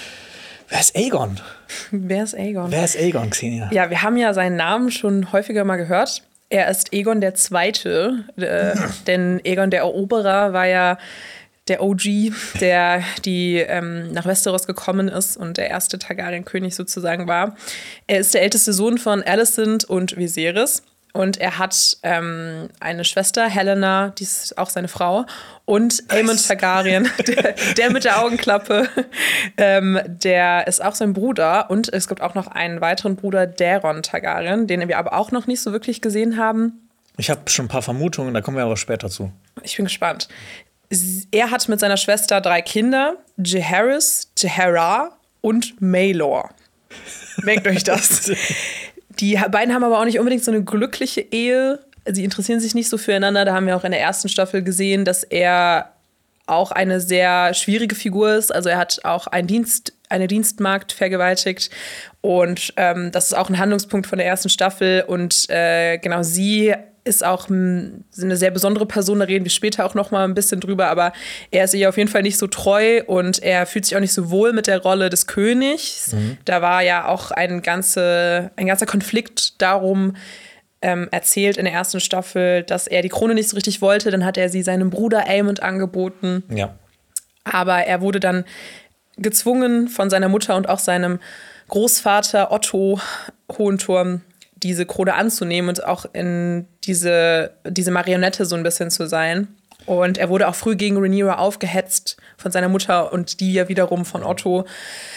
Wer ist Aegon? Wer ist Aegon? Wer ist Aegon, Xenia? Ja, wir haben ja seinen Namen schon häufiger mal gehört. Er ist Aegon der Zweite, äh, denn Aegon der Eroberer war ja der O G, der die ähm, nach Westeros gekommen ist und der erste Targaryen-König sozusagen war. Er ist der älteste Sohn von Alicent und Viserys. Und er hat ähm, eine Schwester, Helena, die ist auch seine Frau. Und Aemon Targaryen, der, der mit der Augenklappe, ähm, der ist auch sein Bruder. Und es gibt auch noch einen weiteren Bruder, Daeron Targaryen, den wir aber auch noch nicht so wirklich gesehen haben. Ich habe schon ein paar Vermutungen, da kommen wir aber später zu. Ich bin gespannt. Er hat mit seiner Schwester drei Kinder, Jaehaerys, Jaehaera und Maelor. Merkt euch das. Die beiden haben aber auch nicht unbedingt so eine glückliche Ehe. Sie interessieren sich nicht so füreinander. Da haben wir auch in der ersten Staffel gesehen, dass er auch eine sehr schwierige Figur ist. Also er hat auch einen Dienst, eine Dienstmagd vergewaltigt. Und ähm, das ist auch ein Handlungspunkt von der ersten Staffel. Und äh, genau, sie ist auch eine sehr besondere Person, da reden wir später auch noch mal ein bisschen drüber, aber er ist ihr auf jeden Fall nicht so treu und er fühlt sich auch nicht so wohl mit der Rolle des Königs. Mhm. Da war ja auch ein, ganze, ein ganzer Konflikt darum ähm, erzählt in der ersten Staffel, dass er die Krone nicht so richtig wollte. Dann hat er sie seinem Bruder Aemond angeboten. Ja. Aber er wurde dann gezwungen von seiner Mutter und auch seinem Großvater Otto Hohenturm, diese Krone anzunehmen und auch in diese, diese Marionette so ein bisschen zu sein. Und er wurde auch früh gegen Rhaenyra aufgehetzt von seiner Mutter und die ja wiederum von Otto.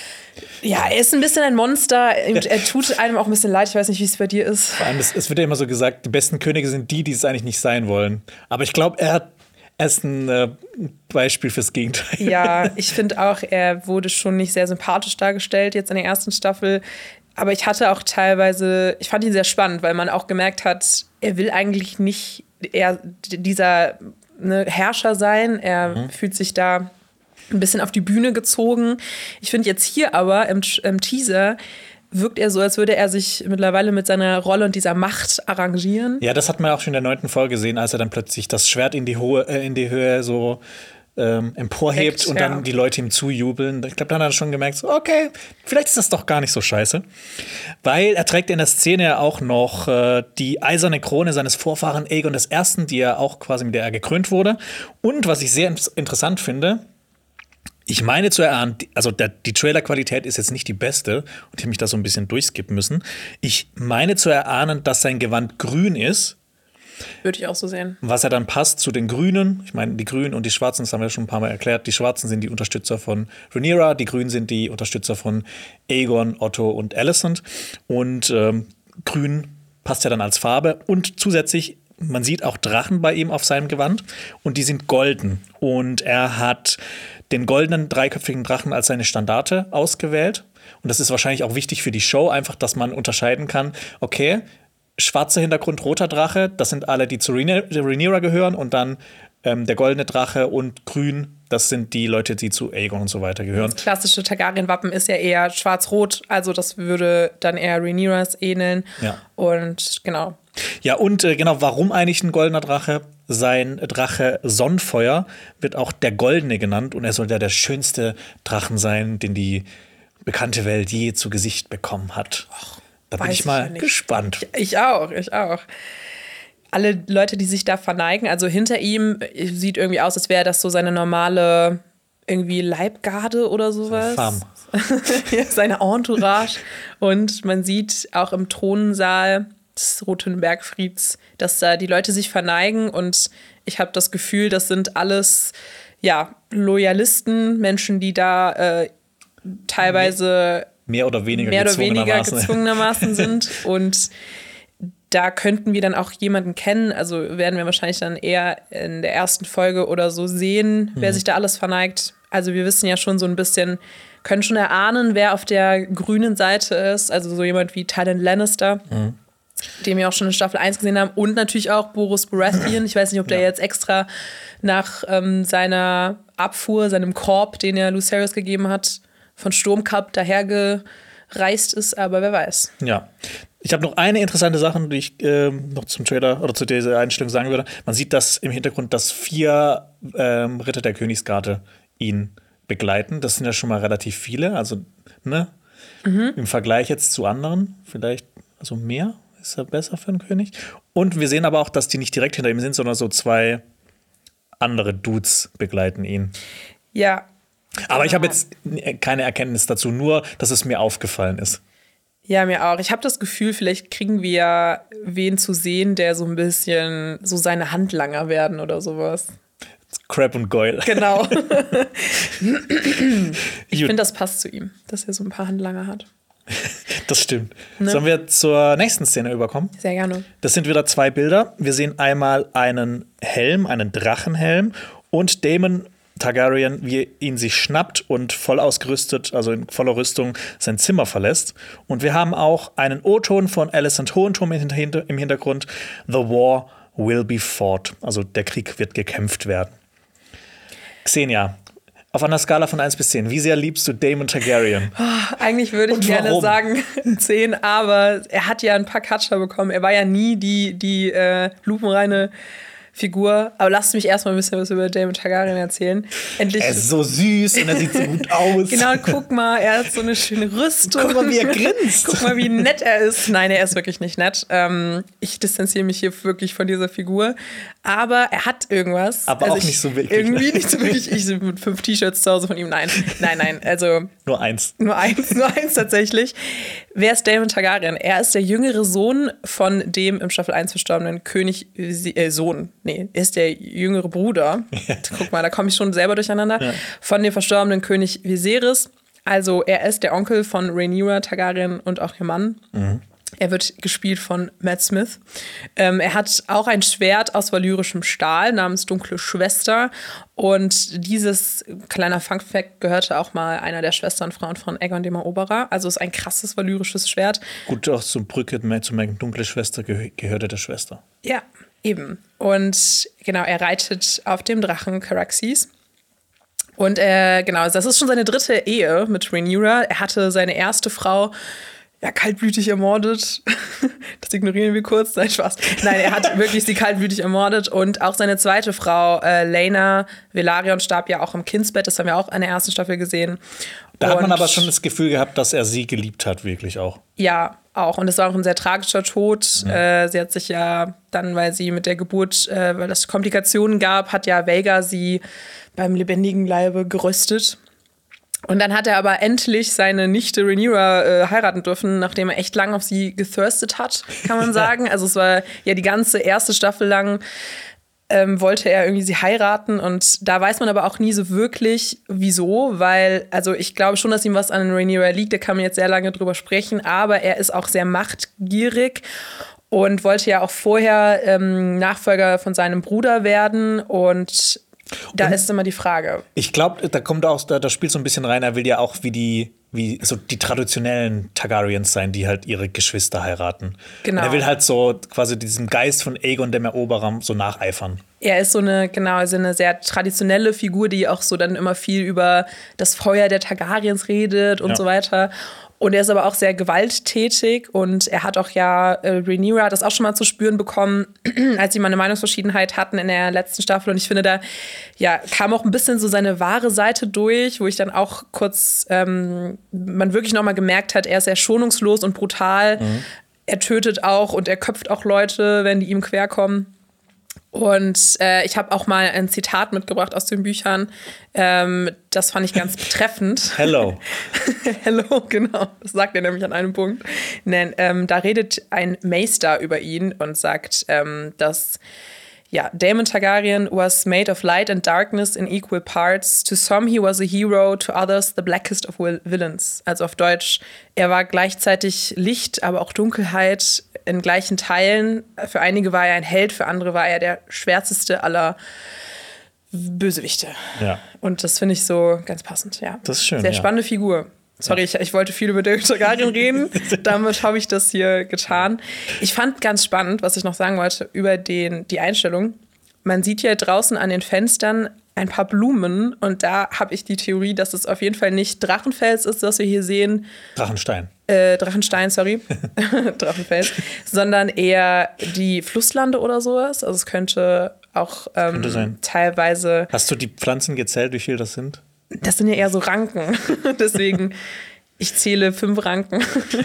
Ja, er ist ein bisschen ein Monster. Er tut einem auch ein bisschen leid. Ich weiß nicht, wie es bei dir ist. Vor allem, es, es wird ja immer so gesagt, die besten Könige sind die, die es eigentlich nicht sein wollen. Aber ich glaube, er hat Er ist ein äh, Beispiel fürs Gegenteil. Ja, ich finde auch, er wurde schon nicht sehr sympathisch dargestellt jetzt in der ersten Staffel. Aber ich hatte auch teilweise, ich fand ihn sehr spannend, weil man auch gemerkt hat, er will eigentlich nicht eher dieser ne, Herrscher sein. Er mhm. fühlt sich da ein bisschen auf die Bühne gezogen. Ich finde jetzt hier aber im, im Teaser wirkt er so, als würde er sich mittlerweile mit seiner Rolle und dieser Macht arrangieren. Ja, das hat man auch schon in der neunten Folge gesehen, als er dann plötzlich das Schwert in die, Hohe, äh, in die Höhe so ähm, emporhebt Perfekt, und dann ja. die Leute ihm zujubeln. Ich glaube, dann hat er schon gemerkt, so, okay, vielleicht ist das doch gar nicht so scheiße. Weil er trägt in der Szene auch noch äh, die eiserne Krone seines Vorfahren Aegon des Ersten, die er auch quasi mit der er gekrönt wurde. Und was ich sehr interessant finde, ich meine zu erahnen, also der, die Trailer-Qualität ist jetzt nicht die beste und ich habe mich da so ein bisschen durchskippen müssen. Ich meine zu erahnen, dass sein Gewand grün ist Würde ich auch so sehen. Was ja dann passt zu den Grünen. Ich meine, die Grünen und die Schwarzen, das haben wir schon ein paar Mal erklärt. Die Schwarzen sind die Unterstützer von Rhaenyra, die Grünen sind die Unterstützer von Aegon, Otto und Alicent. Und ähm, Grün passt ja dann als Farbe. Und zusätzlich, man sieht auch Drachen bei ihm auf seinem Gewand. Und die sind golden. Und er hat den goldenen dreiköpfigen Drachen als seine Standarte ausgewählt. Und das ist wahrscheinlich auch wichtig für die Show, einfach, dass man unterscheiden kann, okay, schwarzer Hintergrund, roter Drache, das sind alle, die zu Rhaenyra gehören. Und dann ähm, der goldene Drache und grün, das sind die Leute, die zu Aegon und so weiter gehören. Das klassische Targaryen-Wappen ist ja eher schwarz-rot, also das würde dann eher Rhaenyras ähneln. Ja. Und genau. Ja, und äh, genau, warum eigentlich ein goldener Drache? Sein Drache Sonnenfeuer wird auch der Goldene genannt und er soll ja der schönste Drachen sein, den die bekannte Welt je zu Gesicht bekommen hat. Och, da bin ich mal ich gespannt. Ich, ich auch, ich auch. Alle Leute, die sich da verneigen, also hinter ihm sieht irgendwie aus, als wäre das so seine normale irgendwie Leibgarde oder sowas. Farm. Ja, seine Entourage. Und man sieht auch im Thronsaal des Roten Bergfrieds, dass da die Leute sich verneigen und ich habe das Gefühl, das sind alles ja, Loyalisten, Menschen, die da äh, teilweise mehr oder weniger, mehr oder weniger gezwungenermaßen, gezwungenermaßen sind und da könnten wir dann auch jemanden kennen, also werden wir wahrscheinlich dann eher in der ersten Folge oder so sehen, mhm. wer sich da alles verneigt. Also wir wissen ja schon so ein bisschen, können schon erahnen, wer auf der grünen Seite ist, also so jemand wie Tyrion Lannister, mhm. den wir auch schon in Staffel eins gesehen haben und natürlich auch Boros Baratheon. Ich weiß nicht, ob der ja. jetzt extra nach ähm, seiner Abfuhr, seinem Korb, den er Lucerys gegeben hat, von Sturmcup dahergereist ist, aber wer weiß. Ja. Ich habe noch eine interessante Sache, die ich äh, noch zum Trailer oder zu dieser Einstellung sagen würde. Man sieht, dass im Hintergrund, dass vier ähm, Ritter der Königsgarde ihn begleiten. Das sind ja schon mal relativ viele. Also, ne? Mhm. Im Vergleich jetzt zu anderen, vielleicht also mehr, ist er besser für einen König. Und wir sehen aber auch, dass die nicht direkt hinter ihm sind, sondern so zwei andere Dudes begleiten ihn. Ja. Aber ich habe jetzt keine Erkenntnis dazu, nur, dass es mir aufgefallen ist. Ja, mir auch. Ich habe das Gefühl, vielleicht kriegen wir wen zu sehen, der so ein bisschen so seine Handlanger werden oder sowas. Crab und Goyle. Genau. Ich finde, das passt zu ihm, dass er so ein paar Handlanger hat. Das stimmt. Ne? Sollen wir zur nächsten Szene überkommen? Sehr gerne. Das sind wieder zwei Bilder. Wir sehen einmal einen Helm, einen Drachenhelm und Daemon Targaryen, wie er ihn sich schnappt und voll ausgerüstet, also in voller Rüstung, sein Zimmer verlässt. Und wir haben auch einen O-Ton von Alicent Hohenturm im Hintergrund. The war will be fought. Also der Krieg wird gekämpft werden. Xenia, auf einer Skala von eins bis zehn, wie sehr liebst du Daemon Targaryen? Oh, eigentlich würde ich gerne sagen zehn, aber er hat ja ein paar Katscher bekommen. Er war ja nie die, die äh, lupenreine Figur. Aber lasst mich erstmal ein bisschen was über Daemon Targaryen erzählen. Endlich. Er ist so süß und er sieht so gut aus. Genau, guck mal, er hat so eine schöne Rüstung. Guck mal, wie er grinst. Guck mal, wie nett er ist. Nein, er ist wirklich nicht nett. Ähm, ich distanziere mich hier wirklich von dieser Figur. Aber er hat irgendwas. Aber also auch ich, nicht so wirklich. Irgendwie nicht so wirklich. Ich bin mit fünf T-Shirts zu Hause von ihm. Nein, nein, nein. Also nur eins. Nur eins, nur eins tatsächlich. Wer ist Daemon Targaryen? Er ist der jüngere Sohn von dem im Staffel eins verstorbenen König, äh, Sohn. Nee, er ist der jüngere Bruder. Ja. Guck mal, da komme ich schon selber durcheinander. Ja. Von dem verstorbenen König Viserys. Also er ist der Onkel von Rhaenyra Targaryen und auch ihr Mann. Mhm. Er wird gespielt von Matt Smith. Ähm, er hat auch ein Schwert aus valyrischem Stahl namens Dunkle Schwester. Und dieses, kleiner Fun-Fact, gehörte auch mal einer der Schwesternfrauen von Aegon dem Eroberer. Also ist ein krasses valyrisches Schwert. Gut, auch zum Brücke zu merken, Dunkle Schwester geh- gehörte der Schwester. Ja, eben. Und genau, er reitet auf dem Drachen Caraxes. Und äh, genau, das ist schon seine dritte Ehe mit Rhaenyra. Er hatte seine erste Frau ja, kaltblütig ermordet. Das ignorieren wir kurz. Nein, Spaß. Nein, er hat wirklich sie kaltblütig ermordet. Und auch seine zweite Frau, äh, Laena Velaryon, starb ja auch im Kindsbett. Das haben wir auch in der ersten Staffel gesehen. Da und hat man aber schon das Gefühl gehabt, dass er sie geliebt hat, wirklich auch. Ja, auch. Und es war auch ein sehr tragischer Tod. Ja. Äh, sie hat sich ja dann, weil sie mit der Geburt, äh, weil es Komplikationen gab, hat ja Vhagar sie beim lebendigen Leibe geröstet. Und dann hat er aber endlich seine Nichte Rhaenyra äh, heiraten dürfen, nachdem er echt lang auf sie gethirstet hat, kann man sagen. Also es war ja die ganze erste Staffel lang ähm, wollte er irgendwie sie heiraten. Und da weiß man aber auch nie so wirklich, wieso. Weil, also ich glaube schon, dass ihm was an Rhaenyra liegt. Da kann man jetzt sehr lange drüber sprechen. Aber er ist auch sehr machtgierig und wollte ja auch vorher ähm, Nachfolger von seinem Bruder werden. Und da und ist immer die Frage. Ich glaube, da kommt auch, da, da spielt so ein bisschen rein, er will ja auch wie die, wie so die traditionellen Targaryens sein, die halt ihre Geschwister heiraten. Genau. Und er will halt so quasi diesen Geist von Aegon dem Eroberer so nacheifern. Er ist so eine, genau, also eine sehr traditionelle Figur, die auch so dann immer viel über das Feuer der Targaryens redet und ja. so weiter. Und er ist aber auch sehr gewalttätig und er hat auch ja, äh, Rhaenyra hat das auch schon mal zu spüren bekommen, als sie mal eine Meinungsverschiedenheit hatten in der letzten Staffel. Und ich finde, da ja, kam auch ein bisschen so seine wahre Seite durch, wo ich dann auch kurz, ähm, man wirklich noch mal gemerkt hat, er ist sehr schonungslos und brutal. Mhm. Er tötet auch und er köpft auch Leute, wenn die ihm querkommen. Und äh, ich habe auch mal ein Zitat mitgebracht aus den Büchern. Ähm, das fand ich ganz betreffend. Hello. Hello, genau. Das sagt er nämlich an einem Punkt. Nein, ähm, da redet ein Maester über ihn und sagt, ähm, dass ja, Daemon Targaryen was made of light and darkness in equal parts. To some he was a hero, to others the blackest of will- villains. Also auf Deutsch, er war gleichzeitig Licht, aber auch Dunkelheit in gleichen Teilen. Für einige war er ein Held, für andere war er der schwärzeste aller Bösewichte. Ja. Und das finde ich so ganz passend, ja. Das ist schön, Sehr ja. spannende Figur. Sorry, ich, ich wollte viel über Daemon Targaryen reden. Damit habe ich das hier getan. Ich fand ganz spannend, was ich noch sagen wollte, über den, die Einstellung. Man sieht ja draußen an den Fenstern ein paar Blumen. Und da habe ich die Theorie, dass es auf jeden Fall nicht Drachenfels ist, das wir hier sehen. Drachenstein. Äh, Drachenstein, sorry. Drachenfels. Sondern eher die Flusslande oder sowas. Also es könnte auch ähm, könnte sein. Teilweise. Hast du die Pflanzen gezählt, wie viel das sind? Das sind ja eher so Ranken. Deswegen, ich zähle fünf Ranken.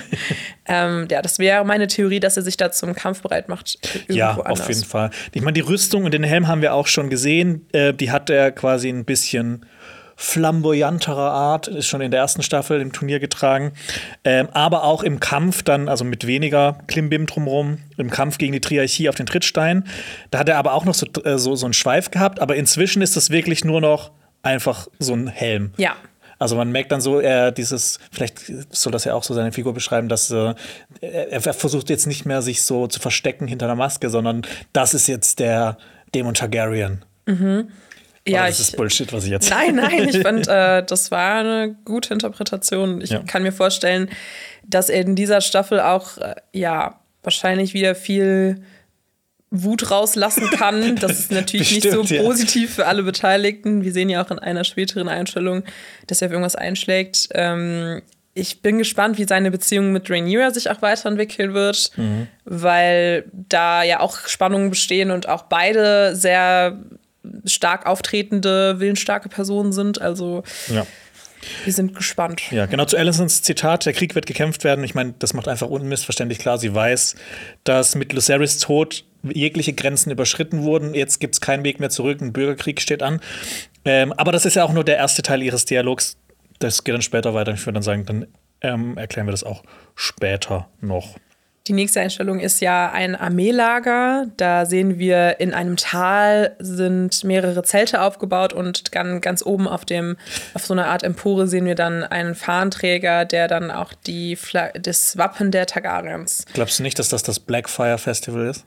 ähm, ja, das wäre meine Theorie, dass er sich da zum Kampf bereit macht. Ja, anders. auf jeden Fall. Ich meine, die Rüstung und den Helm haben wir auch schon gesehen. Äh, die hat er quasi ein bisschen flamboyanterer Art, ist schon in der ersten Staffel im Turnier getragen. Ähm, aber auch im Kampf dann, also mit weniger Klimbim drumherum, im Kampf gegen die Triarchie auf den Trittstein. Da hat er aber auch noch so, äh, so, so einen Schweif gehabt. Aber inzwischen ist das wirklich nur noch einfach so ein Helm. Ja. Also man merkt dann so, er dieses, vielleicht soll das ja auch so seine Figur beschreiben, dass äh, er, er versucht jetzt nicht mehr, sich so zu verstecken hinter der Maske, sondern das ist jetzt der Daemon Targaryen. Mhm. Ja, Oder das ich, ist Bullshit, was ich jetzt Nein, nein, ich fand, äh, das war eine gute Interpretation. Ich ja. kann mir vorstellen, dass er in dieser Staffel auch, äh, ja, wahrscheinlich wieder viel Wut rauslassen kann. Das ist natürlich Bestimmt, nicht so ja. positiv für alle Beteiligten. Wir sehen ja auch in einer späteren Einstellung, dass er auf irgendwas einschlägt. Ähm, ich bin gespannt, wie seine Beziehung mit Rhaenyra sich auch weiterentwickeln wird, mhm. weil da ja auch Spannungen bestehen und auch beide sehr stark auftretende, willensstarke Personen sind. Also ja. wir sind gespannt. Ja, genau, zu Alicents Zitat, der Krieg wird gekämpft werden. Ich meine, das macht einfach unmissverständlich klar. Sie weiß, dass mit Lucerys Tod jegliche Grenzen überschritten wurden. Jetzt gibt es keinen Weg mehr zurück. Ein Bürgerkrieg steht an. Ähm, aber das ist ja auch nur der erste Teil ihres Dialogs. Das geht dann später weiter. Ich würde dann sagen, dann ähm, erklären wir das auch später noch. Die nächste Einstellung ist ja ein Armeelager. Da sehen wir, in einem Tal sind mehrere Zelte aufgebaut und ganz, ganz oben auf dem, auf so einer Art Empore sehen wir dann einen Fahnenträger, der dann auch die Fla- das Wappen der Targaryens. Glaubst du nicht, dass das das Blackfire Festival ist?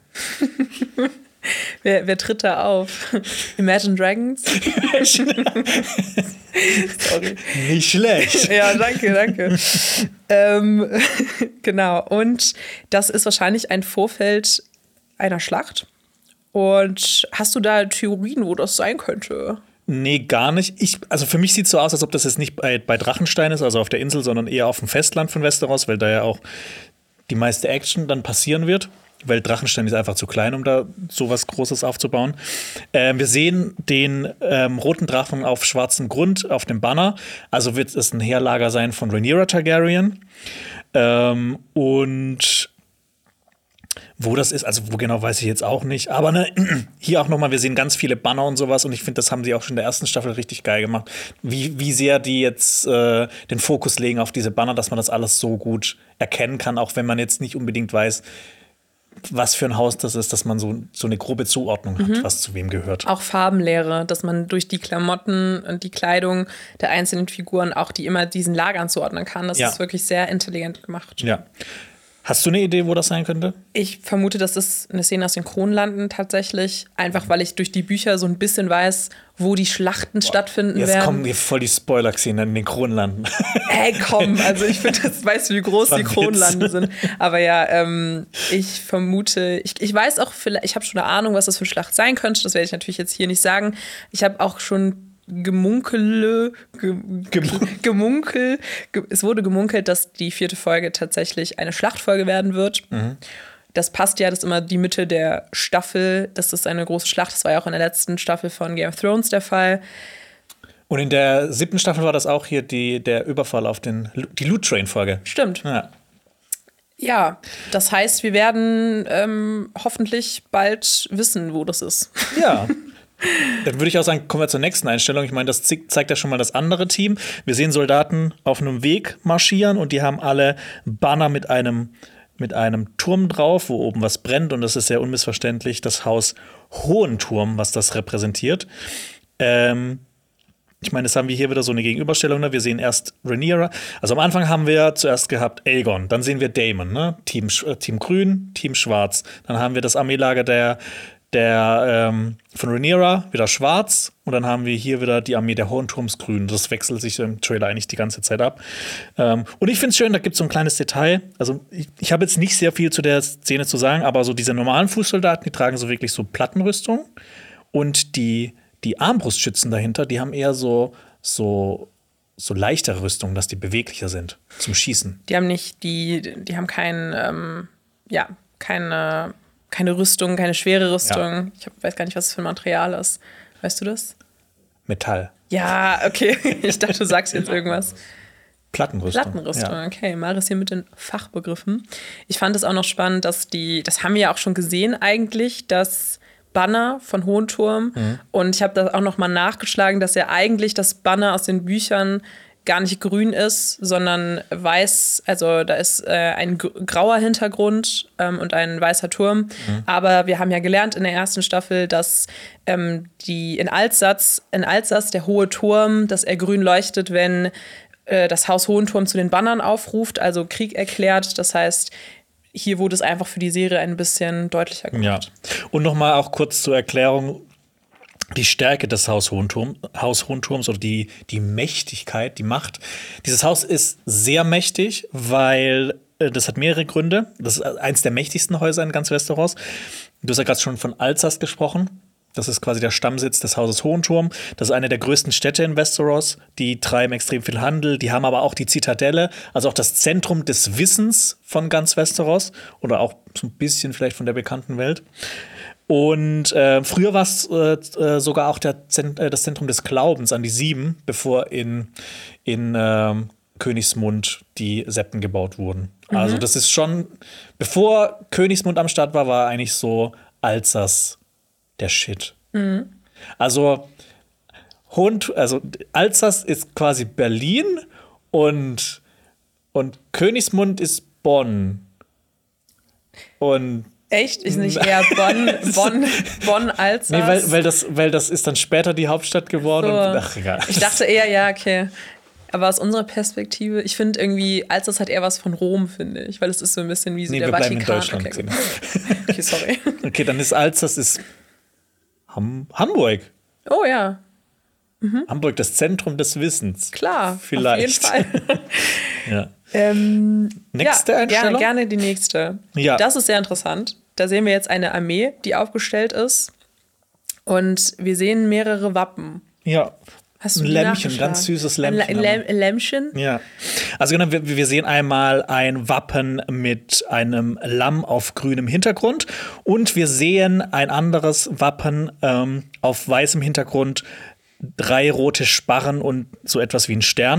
wer, wer tritt da auf? Imagine Dragons? Sorry. Nicht schlecht. Ja, danke, danke. ähm, genau, und das ist wahrscheinlich ein Vorfeld einer Schlacht. Und hast du da Theorien, wo das sein könnte? Nee, gar nicht. Ich, also für mich sieht es so aus, als ob das jetzt nicht bei, bei Drachenstein ist, also auf der Insel, sondern eher auf dem Festland von Westeros, weil da ja auch die meiste Action dann passieren wird. Weil Drachenstein ist einfach zu klein, um da sowas Großes aufzubauen. Ähm, wir sehen den ähm, roten Drachen auf schwarzem Grund auf dem Banner. Also wird es ein Heerlager sein von Rhaenyra Targaryen. Ähm, und Wo das ist, also wo genau, weiß ich jetzt auch nicht. Aber ne, hier auch nochmal, wir sehen ganz viele Banner und sowas. Und ich finde, das haben sie auch schon in der ersten Staffel richtig geil gemacht. Wie, wie sehr die jetzt äh, den Fokus legen auf diese Banner, dass man das alles so gut erkennen kann, auch wenn man jetzt nicht unbedingt weiß, was für ein Haus das ist, dass man so, so eine grobe Zuordnung hat, mhm. was zu wem gehört. Auch Farbenlehre, dass man durch die Klamotten und die Kleidung der einzelnen Figuren auch die immer diesen Lagern zuordnen kann. Das ja. ist wirklich sehr intelligent gemacht. Ja. Hast du eine Idee, wo das sein könnte? Ich vermute, das ist eine Szene aus den Kronlanden tatsächlich. Einfach, weil ich durch die Bücher so ein bisschen weiß, wo die Schlachten Boah, stattfinden jetzt werden. Jetzt kommen hier voll die Spoiler-Szenen in den Kronlanden. Ey, komm, also ich finde, das weißt du, wie groß die Kronlande sind. Aber ja, ähm, ich vermute, ich, ich weiß auch, ich habe schon eine Ahnung, was das für eine Schlacht sein könnte. Das werde ich natürlich jetzt hier nicht sagen. Ich habe auch schon Gemunkele, ge, Gem- Gemunkel, ge, es wurde gemunkelt, dass die vierte Folge tatsächlich eine Schlachtfolge werden wird. Mhm. Das passt ja, das ist immer die Mitte der Staffel, das ist eine große Schlacht. Das war ja auch in der letzten Staffel von Game of Thrones der Fall. Und in der siebten Staffel war das auch hier die, der Überfall auf den, die Loot Train-Folge. Stimmt. Ja. Ja, das heißt, wir werden ähm, hoffentlich bald wissen, wo das ist. Ja. Dann würde ich auch sagen, kommen wir zur nächsten Einstellung. Ich meine, das zeigt ja schon mal das andere Team. Wir sehen Soldaten auf einem Weg marschieren und die haben alle Banner mit einem, mit einem Turm drauf, wo oben was brennt. Und das ist sehr unmissverständlich das Haus Hohenturm, was das repräsentiert. Ähm, ich meine, das haben wir hier wieder so eine Gegenüberstellung. Ne? Wir sehen erst Rhaenyra. Also am Anfang haben wir zuerst gehabt Aegon. Dann sehen wir Daemon, ne? Team, äh, Team Grün, Team Schwarz. Dann haben wir das Armeelager der Der ähm, von Rhaenyra wieder schwarz und dann haben wir hier wieder die Armee der Hohenturms grün. Das wechselt sich im Trailer eigentlich die ganze Zeit ab. Ähm, und ich finde es schön, da gibt es so ein kleines Detail. Also ich, ich habe jetzt nicht sehr viel zu der Szene zu sagen, aber so diese normalen Fußsoldaten, die tragen so wirklich so Plattenrüstung und die, die Armbrustschützen dahinter, die haben eher so, so, so leichtere Rüstungen, dass die beweglicher sind zum Schießen. Die haben nicht, die, die haben kein, ähm, ja, keine Keine Rüstung, keine schwere Rüstung. Ja. Ich weiß gar nicht, was das für ein Material ist. Weißt du das? Metall. Ja, okay. Ich dachte, du sagst jetzt irgendwas. Plattenrüstung. Plattenrüstung, ja. Okay. Maris hier mit den Fachbegriffen. Ich fand es auch noch spannend, dass die, das haben wir ja auch schon gesehen eigentlich, das Banner von Hohenturm. Mhm. Und ich habe da auch noch mal nachgeschlagen, dass ja eigentlich das Banner aus den Büchern gar nicht grün ist, sondern weiß, also da ist äh, ein grauer Hintergrund ähm, und ein weißer Turm. Mhm. Aber wir haben ja gelernt in der ersten Staffel, dass ähm, die in Altsatz, in Altsatz der hohe Turm, dass er grün leuchtet, wenn äh, das Haus Hohenturm zu den Bannern aufruft, also Krieg erklärt. Das heißt, hier wurde es einfach für die Serie ein bisschen deutlicher gemacht. Ja. Und nochmal auch kurz zur Erklärung, die Stärke des Haus Hohenturm, Haus Hohenturms oder die, die Mächtigkeit, die Macht. Dieses Haus ist sehr mächtig, weil äh, das hat mehrere Gründe. Das ist eins der mächtigsten Häuser in ganz Westeros. Du hast ja gerade schon von Alsace gesprochen. Das ist quasi der Stammsitz des Hauses Hohenturm. Das ist eine der größten Städte in Westeros. Die treiben extrem viel Handel. Die haben aber auch die Zitadelle, also auch das Zentrum des Wissens von ganz Westeros oder auch so ein bisschen vielleicht von der bekannten Welt. Und äh, früher war es äh, sogar auch der Zent- äh, das Zentrum des Glaubens an die Sieben, bevor in, in äh, Königsmund die Septen gebaut wurden. Mhm. Also das ist schon, bevor Königsmund am Start war, war eigentlich so Alsace der Shit. Mhm. Also, Hund, also Alsace ist quasi Berlin und, und Königsmund ist Bonn. Und Echt? Ist nicht eher Bonn, Bonn, Bonn Alsace? Nee, weil, weil, das, weil das ist dann später die Hauptstadt geworden. So. Und, ach, egal. Ich dachte eher, ja, okay. Aber aus unserer Perspektive, ich finde irgendwie, Alsace hat eher was von Rom, finde ich. Weil es ist so ein bisschen wie so nee, der wir Vatikan. Bleiben in Deutschland. Okay, okay, sorry. Okay, dann ist Alsace ist Ham- Hamburg. Oh ja. Mhm. Hamburg, das Zentrum des Wissens. Klar, vielleicht. auf jeden Fall. Ja. Ähm, nächste ja, Einstellung? Gerne, gerne die nächste. Ja. Das ist sehr interessant. Da sehen wir jetzt eine Armee, die aufgestellt ist. Und wir sehen mehrere Wappen. Ja. Hast du ein die Lämmchen, ganz süßes Lämmchen. Ein Lämm- Lämmchen? Ja. Also genau, wir, wir sehen einmal ein Wappen mit einem Lamm auf grünem Hintergrund und wir sehen ein anderes Wappen ähm, auf weißem Hintergrund, drei rote Sparren und so etwas wie ein Stern.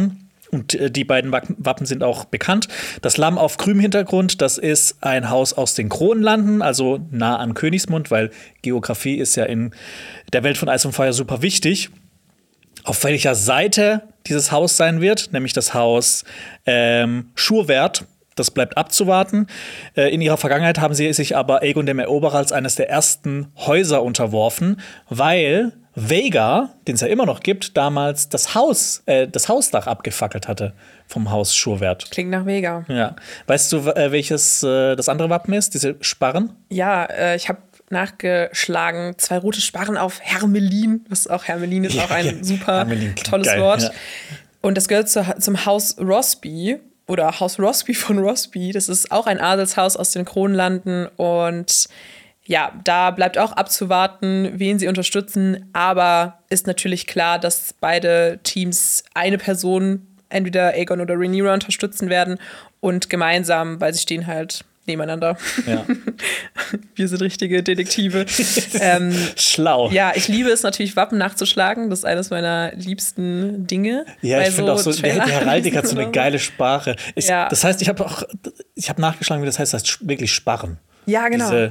Und äh, die beiden Wappen sind auch bekannt. Das Lamm auf grünem Hintergrund, das ist ein Haus aus den Kronlanden, also nah an Königsmund, weil Geografie ist ja in der Welt von Eis und Feuer super wichtig. Auf welcher Seite dieses Haus sein wird, nämlich das Haus ähm, Schurwert. Das bleibt abzuwarten. Äh, in ihrer Vergangenheit haben sie sich aber Aegon dem Eroberer als eines der ersten Häuser unterworfen, weil Vhagar, den es ja immer noch gibt, damals das Haus, äh, das Hausdach abgefackelt hatte vom Haus Schurwert. Klingt nach Vhagar. Ja. Weißt du, äh, welches äh, das andere Wappen ist? Diese Sparren? Ja, äh, ich habe nachgeschlagen, zwei rote Sparren auf Hermelin, was auch Hermelin ist, Ja, auch ein ja. super Hermelin klingt tolles geil, Wort. ja. Und das gehört zu, zum Haus Rosby oder Haus Rosby von Rosby. Das ist auch ein Adelshaus aus den Kronlanden und ja, da bleibt auch abzuwarten, wen sie unterstützen, aber ist natürlich klar, dass beide Teams eine Person, entweder Aegon oder Rhaenyra, unterstützen werden und gemeinsam, weil sie stehen halt nebeneinander. Ja. Wir sind richtige Detektive. ähm, Schlau. ja, ich liebe es natürlich, Wappen nachzuschlagen. Das ist eines meiner liebsten Dinge. Ja, ich Bei finde auch so, der, der Heraldik hat so eine oder geile Sprache. Ich, Ja. Das heißt, ich habe auch, ich habe nachgeschlagen, wie das heißt, das heißt wirklich Sparren. Ja, genau. Diese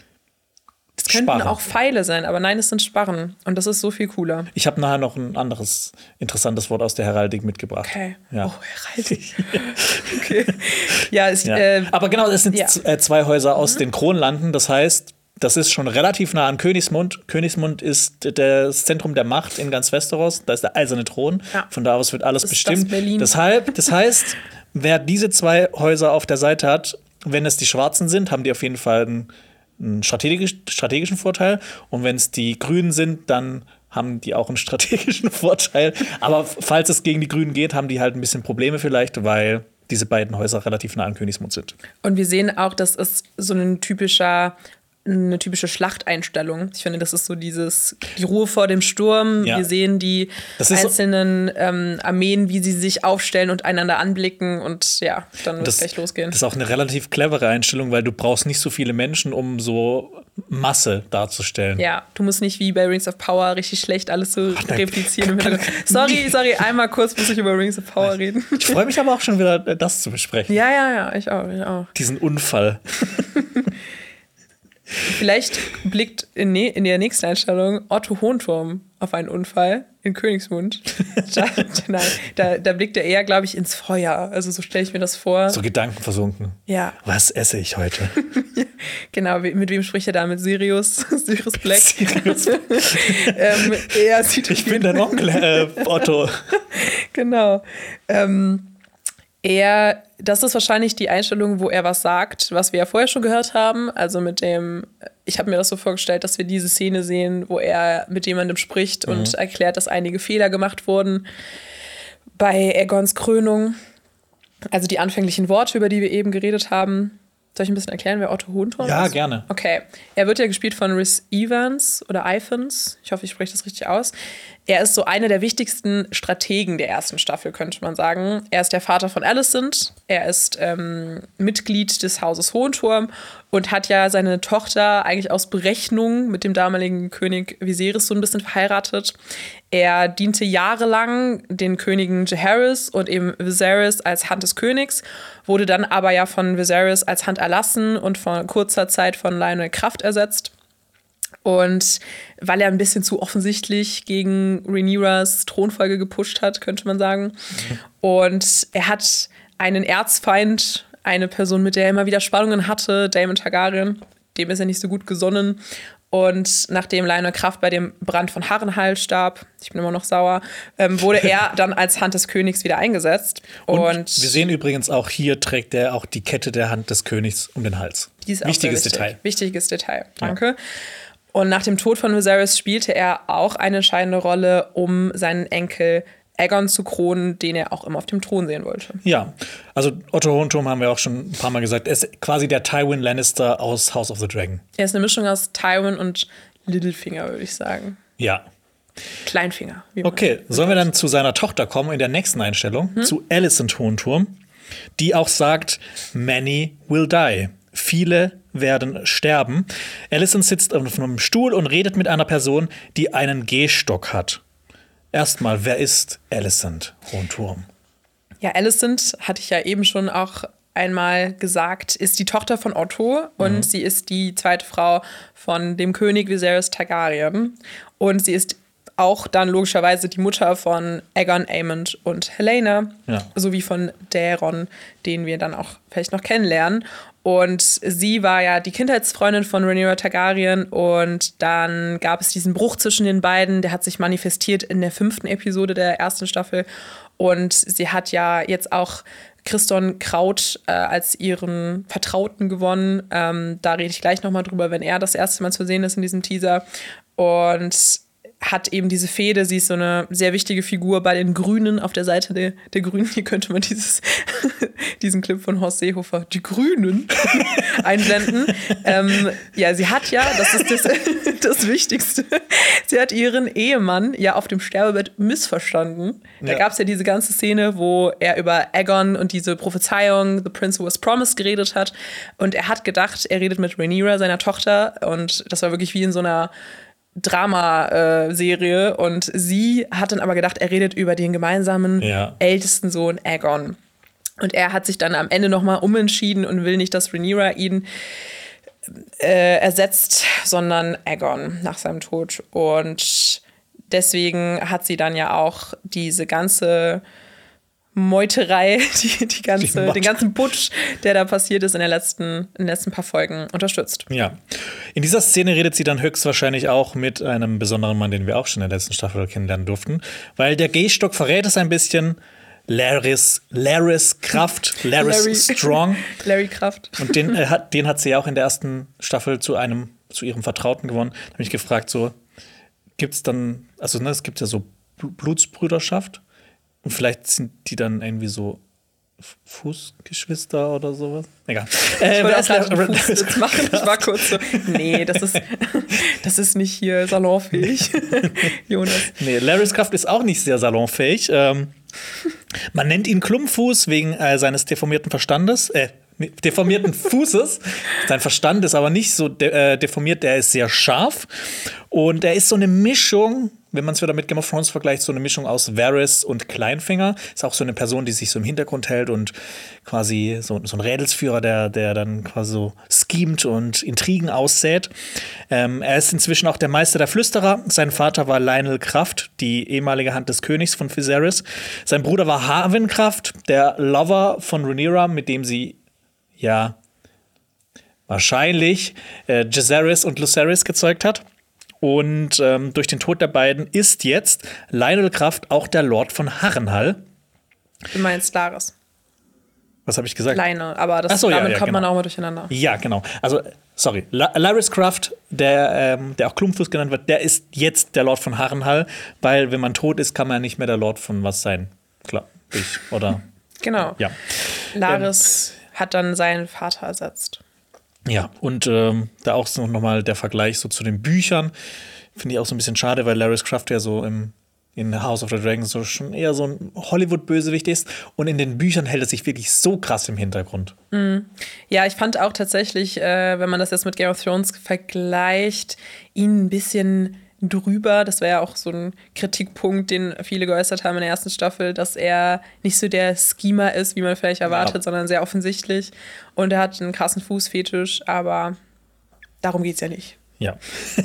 Es könnten Sparren. auch Pfeile sein, aber nein, es sind Sparren. Und das ist so viel cooler. Ich habe nachher noch ein anderes interessantes Wort aus der Heraldik mitgebracht. Okay. Ja. Oh, Heraldik. Okay. Ja, ich, Ja. äh, Aber genau, es sind ja. z- äh, zwei Häuser aus den Kronlanden. Das heißt, das ist schon relativ nah an Königsmund. Königsmund ist das Zentrum der Macht in ganz Westeros. Da ist der eiserne Thron. Ja. Von da aus wird alles Das ist das bestimmt. Berlin. Deshalb, das heißt, wer diese zwei Häuser auf der Seite hat, wenn es die Schwarzen sind, haben die auf jeden Fall einen, einen strategisch, strategischen Vorteil. Und wenn es die Grünen sind, dann haben die auch einen strategischen Vorteil. Aber falls es gegen die Grünen geht, haben die halt ein bisschen Probleme vielleicht, weil diese beiden Häuser relativ nah an Königsmund sind. Und wir sehen auch, das ist so ein typischer, eine typische Schlachteinstellung. Ich finde, das ist so dieses, die Ruhe vor dem Sturm. Ja. Wir sehen die Das ist so- einzelnen ähm, Armeen, wie sie sich aufstellen und einander anblicken. Und ja, dann wird es Das, gleich losgehen. das ist auch eine relativ clevere Einstellung, weil du brauchst nicht so viele Menschen, um so Masse darzustellen. Ja, du musst nicht wie bei Rings of Power richtig schlecht alles so nein. replizieren. Im Hintergrund. Sorry, sorry, einmal kurz muss ich über Rings of Power reden. Ich freue mich aber auch schon wieder, das zu besprechen. Ja, ja, ja, ich auch, ich auch. Diesen Unfall. Vielleicht blickt in, ne in der nächsten Einstellung Otto Hohenturm auf einen Unfall in Königsmund. da, nein, da, da blickt er eher, glaube ich, ins Feuer. Also so stelle ich mir das vor. So gedankenversunken. Ja, Was esse ich heute? genau. Wie- Mit wem spricht er da? Mit Sirius? Sirius Black? Sirius. ähm, er sieht Ich bin dein Onkel, äh, Otto. Genau. Ähm, er, das ist wahrscheinlich die Einstellung, wo er was sagt, was wir ja vorher schon gehört haben. Also mit dem, ich habe mir das so vorgestellt, dass wir diese Szene sehen, wo er mit jemandem spricht und erklärt, dass einige Fehler gemacht wurden bei Aegons Krönung. Also die anfänglichen Worte, über die wir eben geredet haben. Soll ich ein bisschen erklären, wer Otto Hohenturm Ja, ist? gerne. Okay. Er wird ja gespielt von Rhys Evans oder Ifans. Ich hoffe, ich spreche das richtig aus. Er ist so einer der wichtigsten Strategen der ersten Staffel, könnte man sagen. Er ist der Vater von Alicent. Er ist ähm, Mitglied des Hauses Hohenturm und hat ja seine Tochter eigentlich aus Berechnung mit dem damaligen König Viserys so ein bisschen verheiratet. Er diente jahrelang den Königen Jaehaerys und eben Viserys als Hand des Königs, wurde dann aber ja von Viserys als Hand erlassen und vor kurzer Zeit von Lionel Kraft ersetzt. Und weil er ein bisschen zu offensichtlich gegen Rhaenyras Thronfolge gepusht hat, könnte man sagen. Mhm. Und er hat einen Erzfeind, eine Person, mit der er immer wieder Spannungen hatte, Daemon Targaryen. Dem ist er nicht so gut gesonnen. Und nachdem Lionel Kraft bei dem Brand von Harrenhal starb, ich bin immer noch sauer, ähm, wurde er dann als Hand des Königs wieder eingesetzt. Und, Und, wir sehen übrigens auch, hier trägt er auch die Kette der Hand des Königs um den Hals. Die ist auch Wichtiges sehr wichtig. Detail. Wichtiges Detail, danke. Und nach dem Tod von Viserys spielte er auch eine entscheidende Rolle, um seinen Enkel Aegon zu kronen, den er auch immer auf dem Thron sehen wollte. Ja, also Otto Hohenturm haben wir auch schon ein paar Mal gesagt. Er ist quasi der Tywin Lannister aus House of the Dragon. Er ist eine Mischung aus Tywin und Littlefinger, würde ich sagen. Ja. Kleinfinger. Wie man Okay, sollen wir dann zu seiner Tochter kommen in der nächsten Einstellung, hm? zu Alicent Hohenturm, die auch sagt, many will die. Viele werden sterben. Alicent sitzt auf einem Stuhl und redet mit einer Person, die einen Gehstock hat. Erstmal, wer ist Alicent Hohenturm? Ja, Alicent, hatte ich ja eben schon auch einmal gesagt, ist die Tochter von Otto und mhm. sie ist die zweite Frau von dem König Viserys Targaryen. Und sie ist auch dann logischerweise die Mutter von Aegon, Aemond und Helena, ja. sowie von Daeron, den wir dann auch vielleicht noch kennenlernen. Und sie war ja die Kindheitsfreundin von Rhaenyra Targaryen und dann gab es diesen Bruch zwischen den beiden, der hat sich manifestiert in der fünften Episode der ersten Staffel und sie hat ja jetzt auch Criston Kraut äh, als ihren Vertrauten gewonnen. Ähm, da rede ich gleich nochmal drüber, wenn er das erste Mal zu sehen ist in diesem Teaser. Und hat eben diese Fehde, sie ist so eine sehr wichtige Figur bei den Grünen, auf der Seite der, der Grünen. Hier könnte man dieses, diesen Clip von Horst Seehofer, die Grünen, einblenden. Ähm, ja, sie hat ja, das ist das, das Wichtigste, sie hat ihren Ehemann ja auf dem Sterbebett missverstanden. Da ja. gab es ja diese ganze Szene, wo er über Aegon und diese Prophezeiung, The Prince Who Was Promised, geredet hat. Und er hat gedacht, er redet mit Rhaenyra, seiner Tochter. Und das war wirklich wie in so einer Drama-Serie äh, und sie hat dann aber gedacht, er redet über den gemeinsamen ja. ältesten Sohn Aegon. Und er hat sich dann am Ende nochmal umentschieden und will nicht, dass Rhaenyra ihn äh, ersetzt, sondern Aegon nach seinem Tod. Und deswegen hat sie dann ja auch diese ganze Meuterei, die, die ganze, den ganzen Putsch, der da passiert ist in, der letzten, in den letzten paar Folgen, unterstützt. Ja. In dieser Szene redet sie dann höchstwahrscheinlich auch mit einem besonderen Mann, den wir auch schon in der letzten Staffel kennenlernen durften. Weil der Gehstock verrät es ein bisschen. Larrys, Larrys Kraft, Larrys Larry. Strong. Larry Kraft. Und den, äh, hat, den hat sie ja auch in der ersten Staffel zu einem, zu ihrem Vertrauten gewonnen. Da habe ich gefragt, so, gibt's dann, also ne, es gibt ja so Blutsbrüderschaft. Und vielleicht sind die dann irgendwie so Fußgeschwister oder sowas. Egal. Äh, ich wollte auch gerade einen Fußwitz machen. Ich war kurz so, nee, das ist, das ist nicht hier salonfähig. Jonas. Nee, Larrys Kraft ist auch nicht sehr salonfähig. Ähm, man nennt ihn Klumpfuß wegen äh, seines deformierten Verstandes. Äh, deformierten Fußes. Sein Verstand ist aber nicht so de- äh, deformiert, der ist sehr scharf. Und er ist so eine Mischung, wenn man es wieder mit Game of Thrones vergleicht, so eine Mischung aus Varys und Kleinfinger. Ist auch so eine Person, die sich so im Hintergrund hält und quasi so, so ein Rädelsführer, der, der dann quasi so schemt und Intrigen aussät. Ähm, er ist inzwischen auch der Meister der Flüsterer. Sein Vater war Lionel Kraft, die ehemalige Hand des Königs von Viserys. Sein Bruder war Harwin Kraft, der Lover von Rhaenyra, mit dem sie ja wahrscheinlich äh, Jaehaerys und Lucerys gezeugt hat. Und ähm, durch den Tod der beiden ist jetzt Lionel Kraft auch der Lord von Harrenhal. Du meinst Larys. Was habe ich gesagt? Lionel, aber das, so, damit ja, ja, kommt genau. man auch mal durcheinander. Ja, genau. Also, sorry. La- Larys Kraft, der, ähm, der auch Klumpfuß genannt wird, der ist jetzt der Lord von Harrenhal, weil wenn man tot ist, kann man ja nicht mehr der Lord von was sein. Klar, ich, oder? Genau. Ja. Larys ähm, hat dann seinen Vater ersetzt. Ja, und ähm, da auch so nochmal der Vergleich so zu den Büchern. Finde ich auch so ein bisschen schade, weil Larys Kraft ja so im, in House of the Dragon so schon eher so ein Hollywood-Bösewicht ist. Und in den Büchern hält er sich wirklich so krass im Hintergrund. Mhm. Ja, ich fand auch tatsächlich, äh, wenn man das jetzt mit Game of Thrones vergleicht, ihn ein bisschen drüber. Das wäre ja auch so ein Kritikpunkt, den viele geäußert haben in der ersten Staffel, dass er nicht so der Schemer ist, wie man vielleicht erwartet, ja. sondern sehr offensichtlich. Und er hat einen krassen Fußfetisch, aber darum geht's ja nicht. Ja.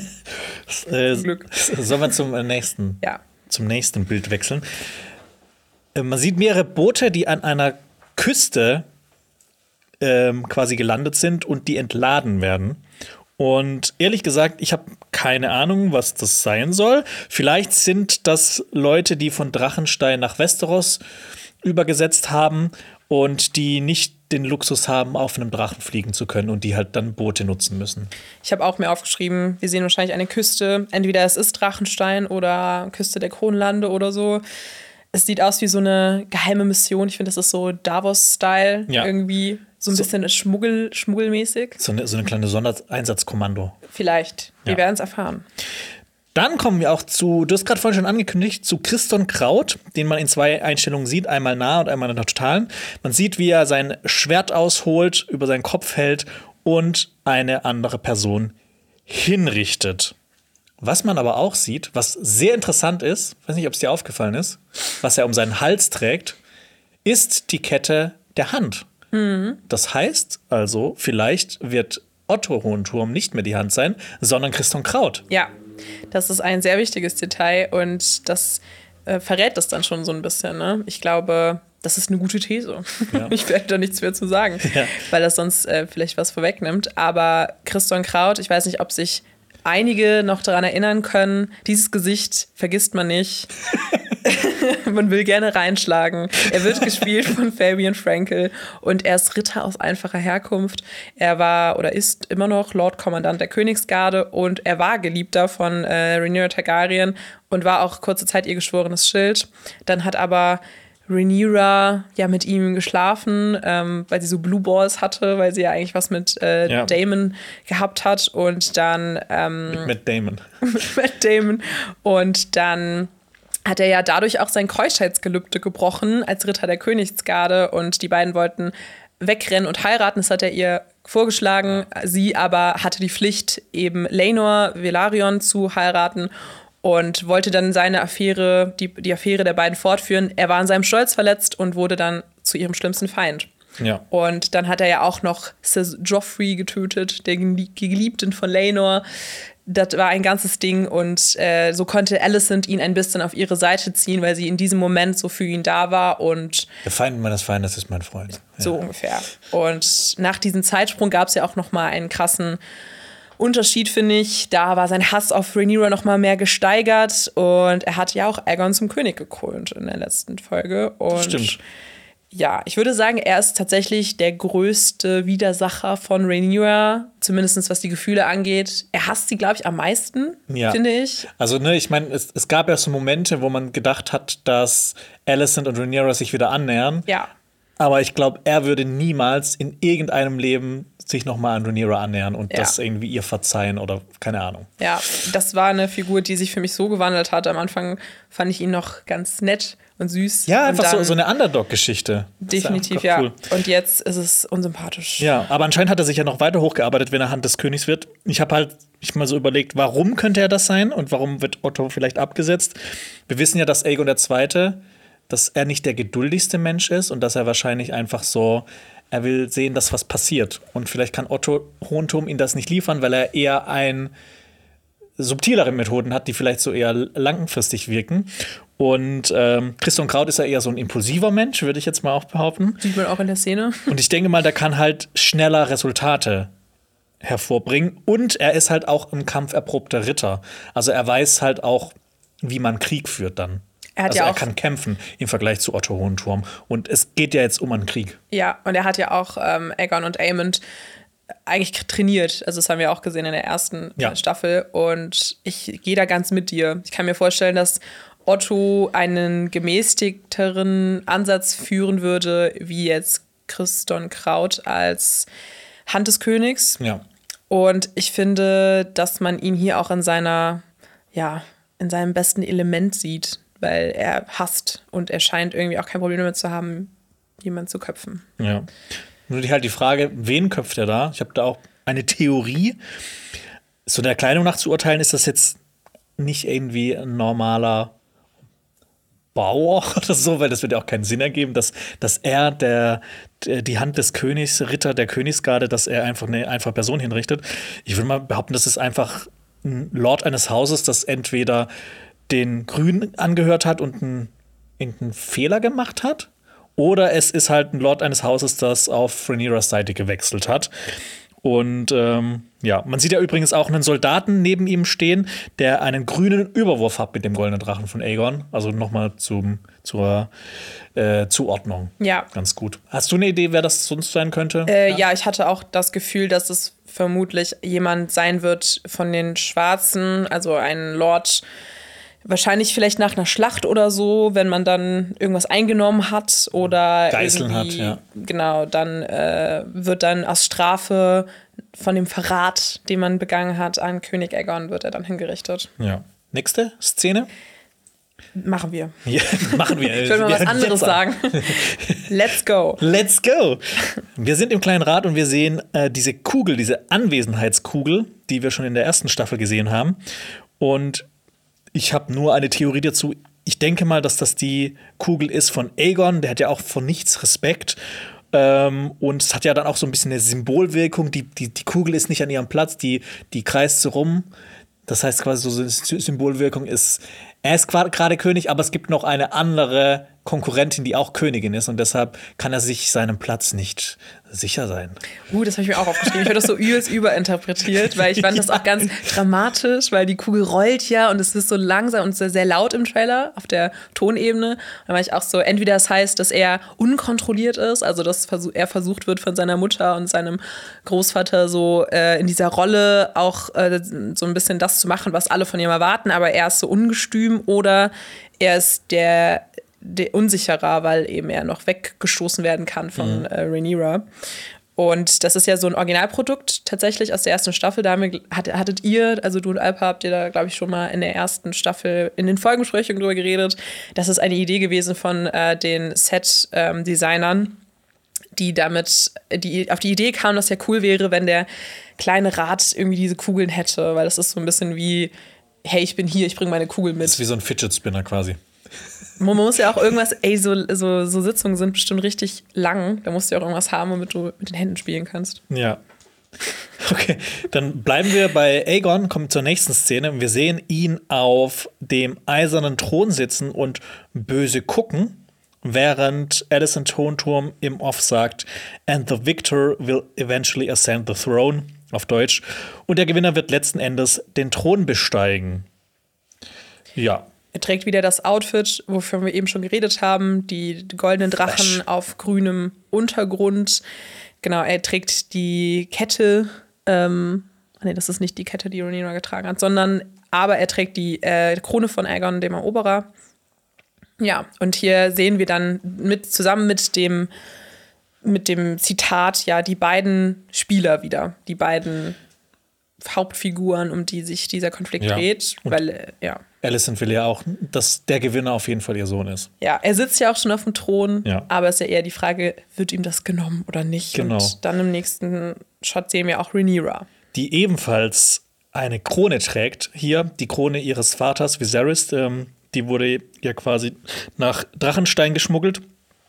äh, Zum Glück. Sollen wir zum nächsten, ja. zum nächsten Bild wechseln? Äh, man sieht mehrere Boote, die an einer Küste ähm, quasi gelandet sind und die entladen werden. Und ehrlich gesagt, ich habe keine Ahnung, was das sein soll. Vielleicht sind das Leute, die von Drachenstein nach Westeros übergesetzt haben und die nicht den Luxus haben, auf einem Drachen fliegen zu können und die halt dann Boote nutzen müssen. Ich habe auch mir aufgeschrieben, wir sehen wahrscheinlich eine Küste. Entweder es ist Drachenstein oder Küste der Kronlande oder so. Es sieht aus wie so eine geheime Mission. Ich finde, das ist so Davos-Style ja. irgendwie. So ein bisschen Schmuggel, schmuggelmäßig. So eine, so eine kleine Sondereinsatzkommando. Vielleicht. Wir ja. werden es erfahren. Dann kommen wir auch zu, du hast gerade vorhin schon angekündigt, zu Criston Kraut, den man in zwei Einstellungen sieht, einmal nah und einmal in der totalen. Man sieht, wie er sein Schwert ausholt, über seinen Kopf hält und eine andere Person hinrichtet. Was man aber auch sieht, was sehr interessant ist, weiß nicht, ob es dir aufgefallen ist, was er um seinen Hals trägt, ist die Kette der Hand. Mhm. Das heißt also, vielleicht wird Otto Hohenturm nicht mehr die Hand sein, sondern Christian Kraut. Ja, das ist ein sehr wichtiges Detail und das äh, verrät das dann schon so ein bisschen. Ne? Ich glaube, das ist eine gute These. Ja. Ich werde da nichts mehr zu sagen, ja. weil das sonst äh, vielleicht was vorwegnimmt. Aber Christian Kraut, ich weiß nicht, ob sich einige noch daran erinnern können, dieses Gesicht vergisst man nicht. Man will gerne reinschlagen. Er wird gespielt von Fabian Frankel und er ist Ritter aus einfacher Herkunft. Er war oder ist immer noch Lord Kommandant der Königsgarde und er war Geliebter von äh, Rhaenyra Targaryen und war auch kurze Zeit ihr geschworenes Schild. Dann hat aber Rhaenyra ja mit ihm geschlafen, ähm, weil sie so Blue Balls hatte, weil sie ja eigentlich was mit äh, ja. Daemon gehabt hat und dann ähm, mit Matt Damon. mit Matt Damon und dann hat er ja dadurch auch sein Keuschheitsgelübde gebrochen als Ritter der Königsgarde und die beiden wollten wegrennen und heiraten. Das hat er ihr vorgeschlagen. Sie aber hatte die Pflicht, eben Laenor Velaryon zu heiraten und wollte dann seine Affäre, die, die Affäre der beiden fortführen. Er war an seinem Stolz verletzt und wurde dann zu ihrem schlimmsten Feind. Ja. Und dann hat er ja auch noch Sir Joffrey getötet, der Geliebten von Laenor. Das war ein ganzes Ding und äh, so konnte Alicent ihn ein bisschen auf ihre Seite ziehen, weil sie in diesem Moment so für ihn da war und der Feind meines Feindes ist mein Freund. So ja. ungefähr. Und nach diesem Zeitsprung gab es ja auch noch mal einen krassen Unterschied, finde ich. Da war sein Hass auf Rhaenyra noch mal mehr gesteigert und er hat ja auch Aegon zum König gekrönt in der letzten Folge. Und stimmt. Ja, ich würde sagen, er ist tatsächlich der größte Widersacher von Rhaenyra, zumindest was die Gefühle angeht. Er hasst sie, glaube ich, am meisten, ja. finde ich. Also, ne, ich meine, es, es gab ja so Momente, wo man gedacht hat, dass Alicent und Rhaenyra sich wieder annähern. Ja. Aber ich glaube, er würde niemals in irgendeinem Leben sich noch mal an Rhaenyra annähern und ja. das irgendwie ihr verzeihen oder keine Ahnung. Ja, das war eine Figur, die sich für mich so gewandelt hat. Am Anfang fand ich ihn noch ganz nett und süß. Ja, einfach so, so eine Underdog-Geschichte. Definitiv, ja. Cool. Und jetzt ist es unsympathisch. Ja, aber anscheinend hat er sich ja noch weiter hochgearbeitet, wenn er Hand des Königs wird. Ich habe halt mich mal so überlegt, warum könnte er das sein und warum wird Otto vielleicht abgesetzt? Wir wissen ja, dass Aegon der Zweite, dass er nicht der geduldigste Mensch ist und dass er wahrscheinlich einfach so, er will sehen, dass was passiert. Und vielleicht kann Otto Hohenturm ihn das nicht liefern, weil er eher ein subtilere Methoden hat, die vielleicht so eher langfristig wirken. Und ähm, Christian Kraut ist ja eher so ein impulsiver Mensch, würde ich jetzt mal auch behaupten. Sieht man auch in der Szene. Und ich denke mal, der kann halt schneller Resultate hervorbringen. Und er ist halt auch im Kampf erprobter Ritter. Also er weiß halt auch, wie man Krieg führt dann. Er, hat also ja er auch kann kämpfen im Vergleich zu Otto Hohenturm. Und es geht ja jetzt um einen Krieg. Ja, und er hat ja auch ähm, Aegon und Aemond eigentlich trainiert. Also das haben wir auch gesehen in der ersten ja. Staffel. Und ich gehe da ganz mit dir. Ich kann mir vorstellen, dass Otto einen gemäßigteren Ansatz führen würde, wie jetzt Christian Kraut als Hand des Königs. Ja. Und ich finde, dass man ihn hier auch in seiner, ja, in seinem besten Element sieht, weil er hasst und er scheint irgendwie auch kein Problem damit zu haben, jemanden zu köpfen. Ja. Nur halt die Frage, wen köpft er da? Ich habe da auch eine Theorie. So der Kleidung nach zu urteilen, ist das jetzt nicht irgendwie ein normaler Bauer oder so, weil das wird ja auch keinen Sinn ergeben, dass, dass er der, der die Hand des Königs, Ritter der Königsgarde, dass er einfach eine einfache Person hinrichtet. Ich würde mal behaupten, das ist einfach ein Lord eines Hauses, das entweder den Grünen angehört hat und einen, irgendeinen Fehler gemacht hat, oder es ist halt ein Lord eines Hauses, das auf Rhaenyras Seite gewechselt hat. Und ähm, ja, man sieht ja übrigens auch einen Soldaten neben ihm stehen, der einen grünen Überwurf hat mit dem goldenen Drachen von Aegon. Also nochmal zum, zur äh, Zuordnung. Ja. Ganz gut. Hast du eine Idee, wer das sonst sein könnte? Äh, ja. ja, ich hatte auch das Gefühl, dass es vermutlich jemand sein wird von den Schwarzen, also ein Lord. Wahrscheinlich vielleicht nach einer Schlacht oder so, wenn man dann irgendwas eingenommen hat oder Geiseln hat, ja. Genau, dann äh, wird dann als Strafe von dem Verrat, den man begangen hat an König Aegon, wird er dann hingerichtet. Ja. Nächste Szene? Machen wir. Ja, machen wir. Ich würde mal was anderes sagen. Let's go. Let's go. Wir sind im kleinen Rat und wir sehen äh, diese Kugel, diese Anwesenheitskugel, die wir schon in der ersten Staffel gesehen haben. Und ich habe nur eine Theorie dazu. ich denke mal, dass das die Kugel ist von Aegon. Der hat ja auch vor nichts Respekt. Ähm, und es hat ja dann auch so ein bisschen eine Symbolwirkung. Die, die, die Kugel ist nicht an ihrem Platz, die, die kreist so rum. Das heißt quasi, so eine Symbolwirkung ist, er ist gerade König, aber es gibt noch eine andere Konkurrentin, die auch Königin ist. Und deshalb kann er sich seinem Platz nicht sicher sein. Uh, das habe ich mir auch aufgeschrieben. Ich habe das so übelst überinterpretiert, weil ich fand das auch ganz dramatisch, weil die Kugel rollt ja und es ist so langsam und sehr, sehr laut im Trailer auf der Tonebene. Da war ich auch so, entweder das heißt, dass er unkontrolliert ist, also dass er versucht wird von seiner Mutter und seinem Großvater so äh, in dieser Rolle auch äh, so ein bisschen das zu machen, was alle von ihm erwarten, aber er ist so ungestüm oder er ist der Der unsicherer, weil eben er noch weggestoßen werden kann von mhm. äh, Rhaenyra. Und das ist ja so ein Originalprodukt tatsächlich aus der ersten Staffel. Da haben wir, hattet, hattet ihr, also du und Alpa, habt ihr da, glaube ich, schon mal in der ersten Staffel in den Folgenbesprechungen drüber geredet. Das ist eine Idee gewesen von äh, den Set-Designern, ähm, die damit die auf die Idee kamen, dass ja cool wäre, wenn der kleine Rat irgendwie diese Kugeln hätte, weil das ist so ein bisschen wie, hey, ich bin hier, ich bringe meine Kugel mit. Das ist wie so ein Fidget Spinner quasi. Man muss ja auch irgendwas, ey, so, so, so Sitzungen sind bestimmt richtig lang. Da musst du ja auch irgendwas haben, womit du mit den Händen spielen kannst. Ja. Okay, dann bleiben wir bei Aegon, kommen zur nächsten Szene. Wir sehen ihn auf dem eisernen Thron sitzen und böse gucken, während Alicent Tonturm im Off sagt, and the victor will eventually ascend the throne, auf Deutsch. Und der Gewinner wird letzten Endes den Thron besteigen. Ja. Er trägt wieder das Outfit, wovon wir eben schon geredet haben, die goldenen Drachen Flash. auf grünem Untergrund. Genau, er trägt die Kette, ähm, nee, das ist nicht die Kette, die Rhaenyra getragen hat, sondern, aber er trägt die äh, Krone von Aegon, dem Eroberer. Ja, und hier sehen wir dann mit, zusammen mit dem, mit dem Zitat, ja, die beiden Spieler wieder, die beiden Hauptfiguren, um die sich dieser Konflikt Ja. dreht, Und weil, äh, ja. Alicent will ja auch, dass der Gewinner auf jeden Fall ihr Sohn ist. Ja, er sitzt ja auch schon auf dem Thron, Ja. aber es ist ja eher die Frage, wird ihm das genommen oder nicht? Genau. Und dann im nächsten Shot sehen wir auch Rhaenyra. Die ebenfalls eine Krone trägt. Hier die Krone ihres Vaters, Viserys. Ähm, die wurde ja quasi nach Drachenstein geschmuggelt.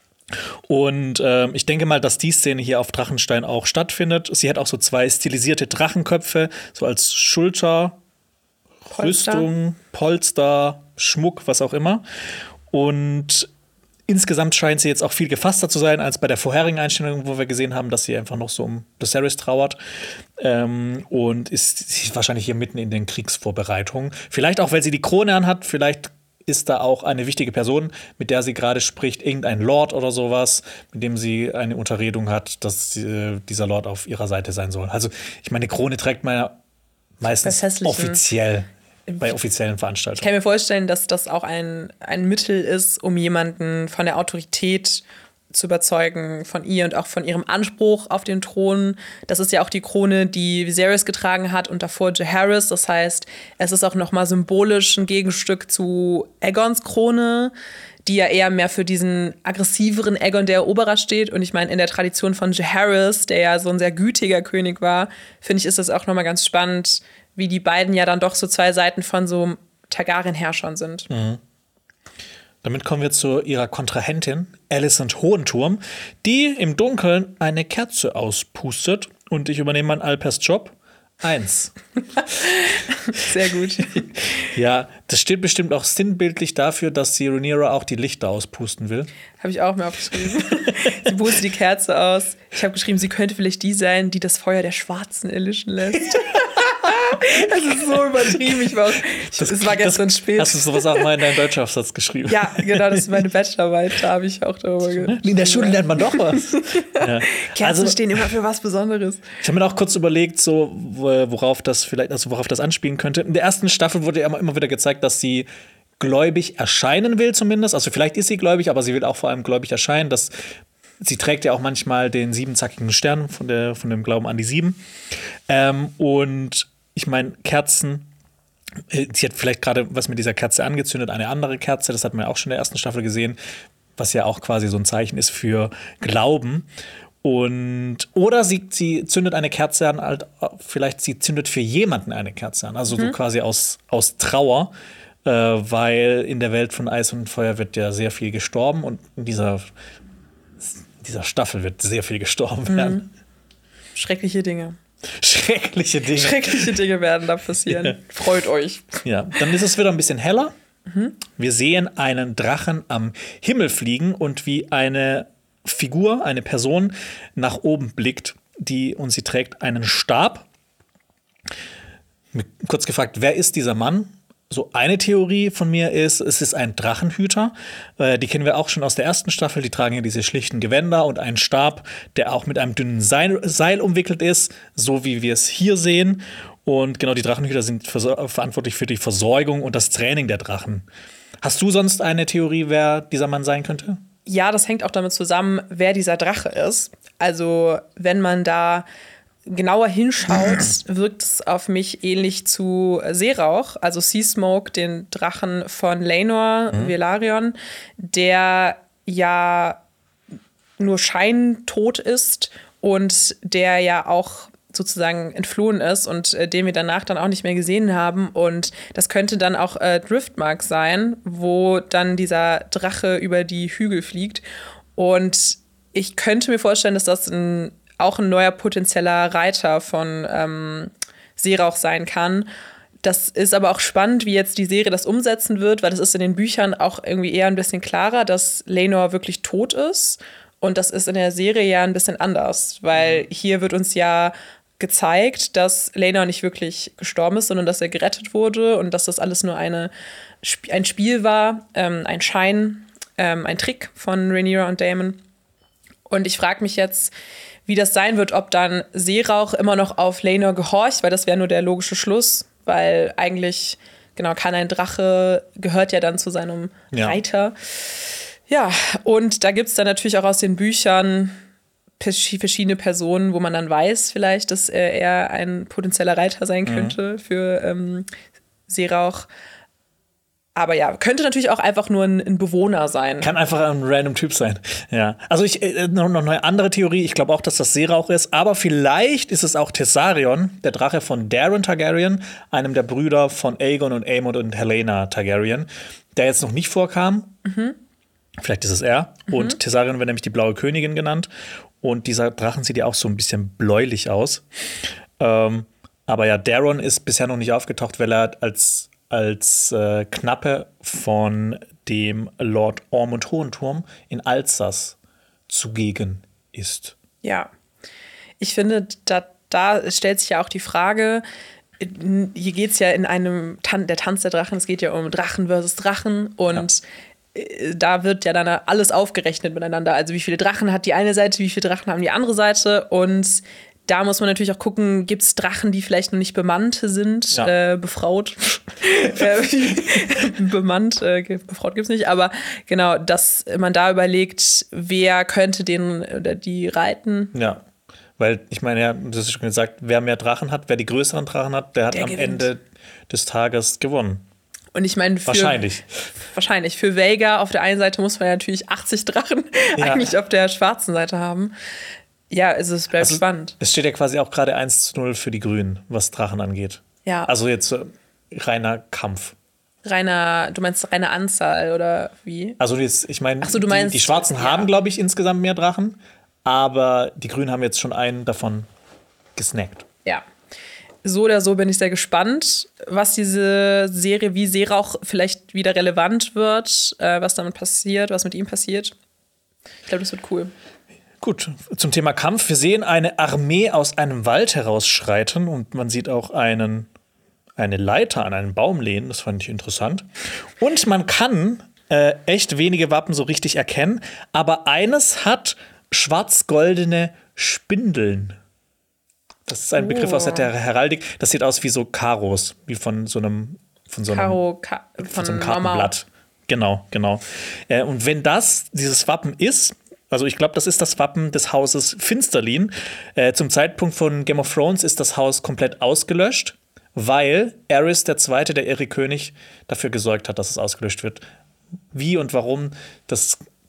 Und ähm, ich denke mal, dass die Szene hier auf Drachenstein auch stattfindet. Sie hat auch so zwei stilisierte Drachenköpfe, so als Schulter, Polster. Rüstung, Polster, Schmuck, was auch immer. Und insgesamt scheint sie jetzt auch viel gefasster zu sein als bei der vorherigen Einstellung, wo wir gesehen haben, dass sie einfach noch so um Viserys trauert. Ähm, und ist, sie ist wahrscheinlich hier mitten in den Kriegsvorbereitungen. Vielleicht auch, weil sie die Krone anhat, vielleicht ist da auch eine wichtige Person, mit der sie gerade spricht, irgendein Lord oder sowas, mit dem sie eine Unterredung hat, dass äh, dieser Lord auf ihrer Seite sein soll. Also, ich meine, Krone trägt man ja meistens Bei festlichen- offiziell bei offiziellen Ich Veranstaltungen. kann mir vorstellen, dass das auch ein, ein Mittel ist, um jemanden von der Autorität zu überzeugen, von ihr und auch von ihrem Anspruch auf den Thron. Das ist ja auch die Krone, die Viserys getragen hat und davor Jaehaerys. Das heißt, es ist auch noch mal symbolisch ein Gegenstück zu Aegons Krone, die ja eher mehr für diesen aggressiveren Aegon der Eroberer steht. Und ich meine, in der Tradition von Jaehaerys, der ja so ein sehr gütiger König war, finde ich, ist das auch noch mal ganz spannend, wie die beiden ja dann doch so zwei Seiten von so Targaryen-Herrschern sind. Mhm. Damit kommen wir zu ihrer Kontrahentin, Alicent Hohenturm, die im Dunkeln eine Kerze auspustet. Und ich übernehme meinen Alpers Job. Eins. Sehr gut. Ja, das steht bestimmt auch sinnbildlich dafür, dass die Rhaenyra auch die Lichter auspusten will. Habe ich auch mir aufgeschrieben. Sie pustet die Kerze aus. Ich habe geschrieben, sie könnte vielleicht die sein, die das Feuer der Schwarzen erlischen lässt. Das ist so übertrieben. Ich war auch, ich, Das- es war gestern das, spät. Hast du sowas auch mal in deinem Deutschaufsatz geschrieben? Ja, genau, das ist meine Bachelorarbeit. Da habe ich auch darüber geredet. In der Schule lernt man doch was. Ja. Kerzen Also, stehen immer für was Besonderes. ich habe mir auch kurz überlegt, so, wo- worauf das vielleicht, also worauf das anspielen könnte. In der ersten Staffel wurde ja immer, immer wieder gezeigt, dass sie gläubig erscheinen will, zumindest. Also vielleicht ist sie gläubig, aber sie will auch vor allem gläubig erscheinen. Das, sie trägt ja auch manchmal den siebenzackigen Stern von, der, von dem Glauben an die Sieben. Ähm, und ich meine, Kerzen. äh, Sie hat vielleicht gerade was mit dieser Kerze angezündet, eine andere Kerze, das hat man ja auch schon in der ersten Staffel gesehen, was ja auch quasi so ein Zeichen ist für Glauben. Und oder sie, sie zündet eine Kerze an, halt, vielleicht sie zündet für jemanden eine Kerze an, also so quasi aus, aus Trauer. äh, weil in der Welt von Eis und Feuer wird ja sehr viel gestorben und in dieser, dieser Staffel wird sehr viel gestorben werden. Mhm. Schreckliche Dinge. Schreckliche Dinge. Schreckliche Dinge werden da passieren. Ja. Freut euch. Ja, dann ist es wieder ein bisschen heller. Mhm. Wir sehen einen Drachen am Himmel fliegen und wie eine Figur, eine Person nach oben blickt, die und sie trägt einen Stab. Kurz gefragt, wer ist dieser Mann? So eine Theorie von mir ist, es ist ein Drachenhüter. Äh, die kennen wir auch schon aus der ersten Staffel. Die tragen ja diese schlichten Gewänder und einen Stab, der auch mit einem dünnen Seil, Seil umwickelt ist, so wie wir es hier sehen. Und genau, die Drachenhüter sind ver- verantwortlich für die Versorgung und das Training der Drachen. Hast du sonst eine Theorie, wer dieser Mann sein könnte? Ja, das hängt auch damit zusammen, wer dieser Drache ist. Also, wenn man da genauer hinschaut, wirkt es auf mich ähnlich zu Seerauch, also Sea Smoke, den Drachen von Laenor mhm. Velaryon, der ja nur scheintot ist und der ja auch sozusagen entflohen ist und äh, den wir danach dann auch nicht mehr gesehen haben. Und das könnte dann auch äh, Driftmark sein, wo dann dieser Drache über die Hügel fliegt. Und ich könnte mir vorstellen, dass das ein auch ein neuer potenzieller Reiter von ähm, Seerauch sein kann. Das ist aber auch spannend, wie jetzt die Serie das umsetzen wird, weil das ist in den Büchern auch irgendwie eher ein bisschen klarer, dass Laenor wirklich tot ist. Und das ist in der Serie ja ein bisschen anders, weil hier wird uns ja gezeigt, dass Laenor nicht wirklich gestorben ist, sondern dass er gerettet wurde und dass das alles nur eine, ein Spiel war, ähm, ein Schein, ähm, ein Trick von Rhaenyra und Daemon. Und ich frage mich jetzt, wie das sein wird, ob dann Seerauch immer noch auf Laenor gehorcht, weil das wäre nur der logische Schluss, weil eigentlich, genau, kann ein Drache, gehört ja dann zu seinem ja. Reiter. Ja, und da gibt es dann natürlich auch aus den Büchern verschiedene Personen, wo man dann weiß vielleicht, dass er ein potenzieller Reiter sein könnte mhm. für ähm, Seerauch. Aber ja, könnte natürlich auch einfach nur ein, ein Bewohner sein. Kann einfach ein random Typ sein. Ja. Also ich äh, noch, noch eine andere Theorie. Ich glaube auch, dass das Seerauch ist. Aber vielleicht ist es auch Tessarion, der Drache von Daemon Targaryen, einem der Brüder von Aegon und Aemond und Helena Targaryen, der jetzt noch nicht vorkam. Mhm. Vielleicht ist es er. Mhm. Und Tessarion wird nämlich die Blaue Königin genannt. Und dieser Drachen sieht ja auch so ein bisschen bläulich aus. Ähm, aber ja, Daeron ist bisher noch nicht aufgetaucht, weil er als als äh, Knappe von dem Lord Ormond Hohenturm in Alsace zugegen ist. Ja, ich finde, da, da stellt sich ja auch die Frage, hier geht es ja in einem, Tan- der Tanz der Drachen, es geht ja um Drachen versus Drachen und ja. da wird ja dann alles aufgerechnet miteinander. Also wie viele Drachen hat die eine Seite, wie viele Drachen haben die andere Seite und da muss man natürlich auch gucken, gibt es Drachen, die vielleicht noch nicht bemannt sind, ja. äh, befraut. bemannt, äh, befraut gibt es nicht, aber genau, dass man da überlegt, wer könnte den oder die reiten. Ja, weil ich meine, ja, du hast schon gesagt, wer mehr Drachen hat, wer die größeren Drachen hat, der hat der am gewinnt. Ende des Tages gewonnen. Und ich meine, für, wahrscheinlich. Wahrscheinlich. Für Vhagar auf der einen Seite muss man ja natürlich achtzig Drachen ja. eigentlich auf der schwarzen Seite haben. Ja, also es bleibt also, spannend. Es steht ja quasi auch gerade eins zu null für die Grünen, was Drachen angeht. Ja. Also jetzt äh, reiner Kampf. Reiner, du meinst reine Anzahl oder wie? Also jetzt, ich meine, so, die, die Schwarzen ja. haben, glaube ich, insgesamt mehr Drachen, aber die Grünen haben jetzt schon einen davon gesnackt. Ja. So oder so bin ich sehr gespannt, was diese Serie wie Seerauch vielleicht wieder relevant wird, äh, was damit passiert, was mit ihm passiert. Ich glaube, das wird cool. Gut, zum Thema Kampf. Wir sehen eine Armee aus einem Wald herausschreiten und man sieht auch einen, eine Leiter an einen Baum lehnen. Das fand ich interessant. Und man kann äh, echt wenige Wappen so richtig erkennen, aber eines hat schwarz-goldene Spindeln. Das ist ein oh. Begriff aus der Heraldik. Das sieht aus wie so Karos, wie von so einem, von so einem, Karo, Ka- von von so einem Kartenblatt. Genau, genau. Äh, und wenn das dieses Wappen ist, also ich glaube, das ist das Wappen des Hauses Finsterlin. Äh, zum Zeitpunkt von Game of Thrones ist das Haus komplett ausgelöscht, weil Aerys der Zweite, der Ehrenkönig, dafür gesorgt hat, dass es ausgelöscht wird. Wie und warum, das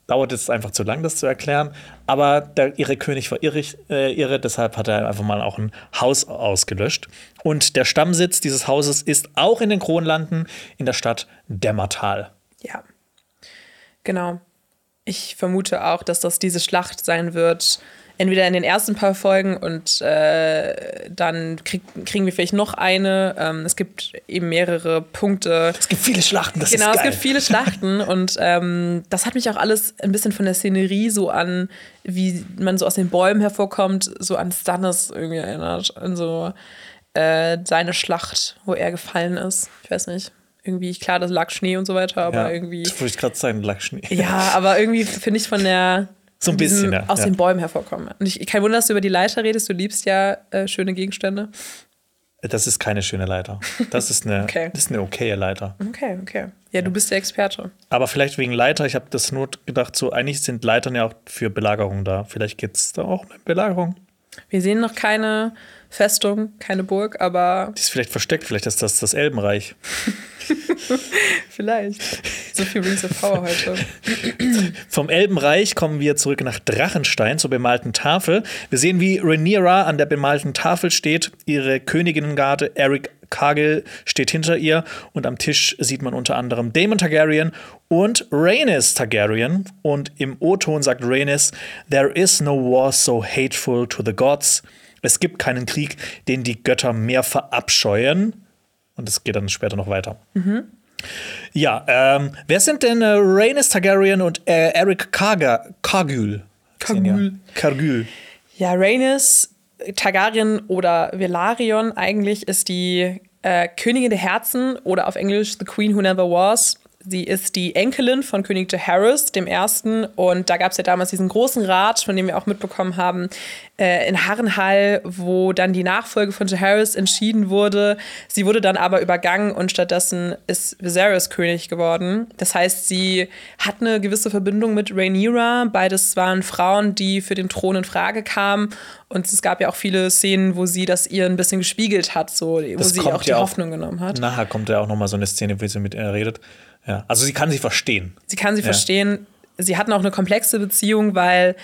dauert jetzt einfach zu lang, das zu erklären. Aber der irre König war irre, äh, irre, deshalb hat er einfach mal auch ein Haus ausgelöscht. Und der Stammsitz dieses Hauses ist auch in den Kronlanden in der Stadt Dämmertal. Ja, genau. Ich vermute auch, dass das diese Schlacht sein wird, entweder in den ersten paar Folgen und äh, dann krieg, kriegen wir vielleicht noch eine. Ähm, es gibt eben mehrere Punkte. Es gibt viele Schlachten, das genau, ist geil. Genau, es gibt viele Schlachten und ähm, das hat mich auch alles ein bisschen von der Szenerie so an, wie man so aus den Bäumen hervorkommt, so an Stannis irgendwie erinnert. An so äh, seine Schlacht, wo er gefallen ist. Ich weiß nicht. Irgendwie, klar, das lag Schnee und so weiter, aber ja, irgendwie. Das wollte ich gerade sagen, lag Schnee. Ja, aber irgendwie finde ich von der. So ein bisschen, ja. Aus ja. den Bäumen hervorkommen. Und ich, kein Wunder, dass du über die Leiter redest. Du liebst ja äh, schöne Gegenstände. Das ist keine schöne Leiter. Das ist eine, okay. das ist eine okaye Leiter. Okay, okay. Ja, du bist der Experte. Aber vielleicht wegen Leiter. Ich habe das nur gedacht, so eigentlich sind Leitern ja auch für Belagerung da. Vielleicht geht es da auch um eine Belagerung. Wir sehen noch keine Festung, keine Burg, aber. Die ist vielleicht versteckt. Vielleicht ist das das Elbenreich. Vielleicht. So viel Rings of Power heute. Vom Elbenreich kommen wir zurück nach Drachenstein zur bemalten Tafel. Wir sehen, wie Rhaenyra an der bemalten Tafel steht. Ihre Königinnengarde Eric Cargill steht hinter ihr. Und am Tisch sieht man unter anderem Daemon Targaryen und Rhaenys Targaryen. Und im O-Ton sagt Rhaenys: There is no war so hateful to the gods. Es gibt keinen Krieg, den die Götter mehr verabscheuen. Und es geht dann später noch weiter. Mhm. Ja, ähm, wer sind denn äh, Rhaenys Targaryen und äh, Eric Carga- Cargyll? Cargyll. Cargyll. Ja, Rhaenys Targaryen oder Velaryon eigentlich ist die äh, Königin der Herzen oder auf Englisch The Queen Who Never Was. Sie ist die Enkelin von König Jaehaerys, dem Ersten. Und da gab es ja damals diesen großen Rat, von dem wir auch mitbekommen haben, äh, in Harrenhal, wo dann die Nachfolge von Jaehaerys entschieden wurde. Sie wurde dann aber übergangen und stattdessen ist Viserys König geworden. Das heißt, sie hat eine gewisse Verbindung mit Rhaenyra. Beides waren Frauen, die für den Thron in Frage kamen. Und es gab ja auch viele Szenen, wo sie das ihr ein bisschen gespiegelt hat, so, wo das sie auch die ja Hoffnung genommen hat. Nachher kommt ja auch noch mal so eine Szene, wo sie mit ihr redet. Ja, also sie kann sie verstehen. Sie kann sie ja. verstehen. Sie hatten auch eine komplexe Beziehung, weil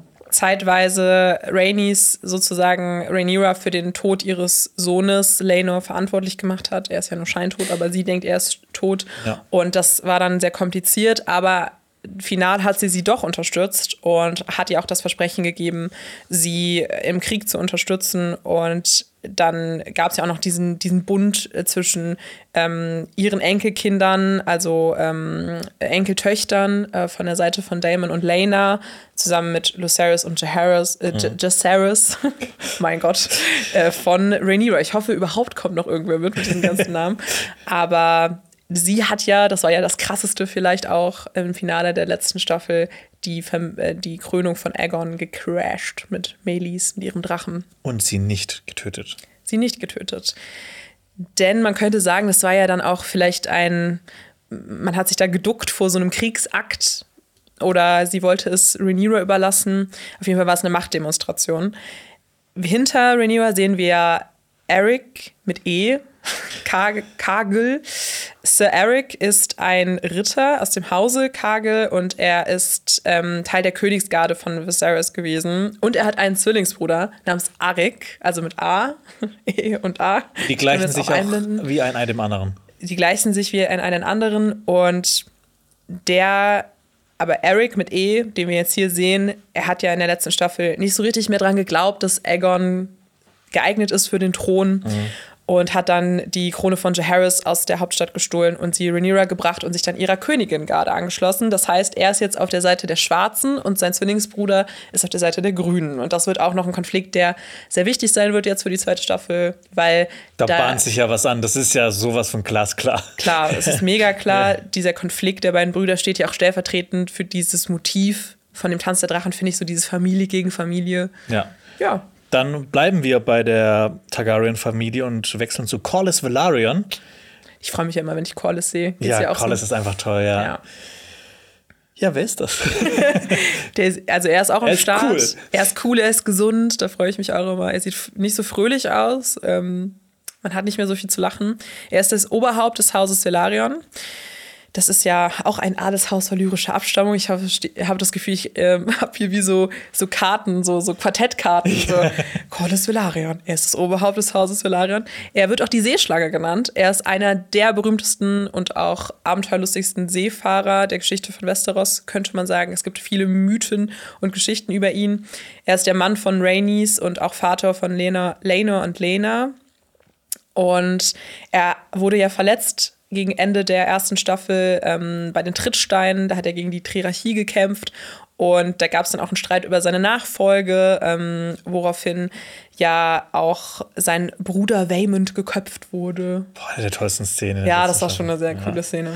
zeitweise Rhaenys sozusagen Rhaenyra für den Tod ihres Sohnes Laenor verantwortlich gemacht hat. Er ist ja nur scheintot, aber sie denkt, er ist tot. Ja. Und das war dann sehr kompliziert, aber final hat sie sie doch unterstützt und hat ihr auch das Versprechen gegeben, sie im Krieg zu unterstützen. Und dann gab es ja auch noch diesen, diesen Bund zwischen ähm, ihren Enkelkindern, also ähm, Enkeltöchtern äh, von der Seite von Daemon und Laena, zusammen mit Lucerys und Jaehaerys, äh, mhm. Jaehaerys, mein Gott, äh, von Rhaenyra. Ich hoffe, überhaupt kommt noch irgendwer mit mit diesem ganzen Namen. Aber sie hat ja, das war ja das Krasseste vielleicht auch im Finale der letzten Staffel, die, äh, die Krönung von Aegon gecrashed mit Meleys, mit ihrem Drachen. Und sie nicht getötet. Sie nicht getötet. Denn man könnte sagen, das war ja dann auch vielleicht ein, man hat sich da geduckt vor so einem Kriegsakt oder sie wollte es Rhaenyra überlassen. Auf jeden Fall war es eine Machtdemonstration. Hinter Rhaenyra sehen wir Eric mit E, Cargill. Sir Eric ist ein Ritter aus dem Hause Cargill und er ist ähm, Teil der Königsgarde von Viserys gewesen. Und er hat einen Zwillingsbruder namens Arik, also mit A, E und A. Die gleichen sich auch, auch wie ein einem anderen. Die gleichen sich wie ein einen anderen und der, aber Eric mit E, den wir jetzt hier sehen, er hat ja in der letzten Staffel nicht so richtig mehr dran geglaubt, dass Aegon geeignet ist für den Thron. Mhm. Und hat dann die Krone von Jaehaerys aus der Hauptstadt gestohlen und sie Rhaenyra gebracht und sich dann ihrer Königin-Garde angeschlossen. Das heißt, er ist jetzt auf der Seite der Schwarzen und sein Zwillingsbruder ist auf der Seite der Grünen. Und das wird auch noch ein Konflikt, der sehr wichtig sein wird jetzt für die zweite Staffel, weil da, da bahnt sich ja was an. Das ist ja sowas von glasklar. Klar, es ist mega klar. Dieser Konflikt der beiden Brüder steht ja auch stellvertretend für dieses Motiv von dem Tanz der Drachen, finde ich, so dieses Familie gegen Familie. Ja. Ja. Dann bleiben wir bei der Targaryen-Familie und wechseln zu Corlys Velaryon. Ich freue mich ja immer, wenn ich Corlys sehe. Ja, ja Corlys so. Ist einfach toll, ja. Ja, ja wer ist das? Der ist, also er ist auch am er ist Start. Cool. Er ist cool, er ist gesund, da freue ich mich auch immer. Er sieht nicht so fröhlich aus. Ähm, man hat nicht mehr so viel zu lachen. Er ist das Oberhaupt des Hauses Velaryon. Das ist ja auch ein Adelshaus von lyrischer Abstammung. Ich habe hab das Gefühl, ich äh, habe hier wie so, so Karten, so, so Quartettkarten. So. Corlys Velaryon, er ist das Oberhaupt des Hauses Velaryon. Er wird auch die Seeschlange genannt. Er ist einer der berühmtesten und auch abenteuerlustigsten Seefahrer der Geschichte von Westeros, könnte man sagen. Es gibt viele Mythen und Geschichten über ihn. Er ist der Mann von Rhaenys und auch Vater von Lena, Laenor und Lena. Und er wurde ja verletzt gegen Ende der ersten Staffel ähm, bei den Trittsteinen. Da hat er gegen die Trierarchie gekämpft. Und da gab es dann auch einen Streit über seine Nachfolge, ähm, woraufhin ja auch sein Bruder Waymond geköpft wurde. Boah, eine der tollsten Szenen. Ja, das war schon eine sehr coole ja. Szene.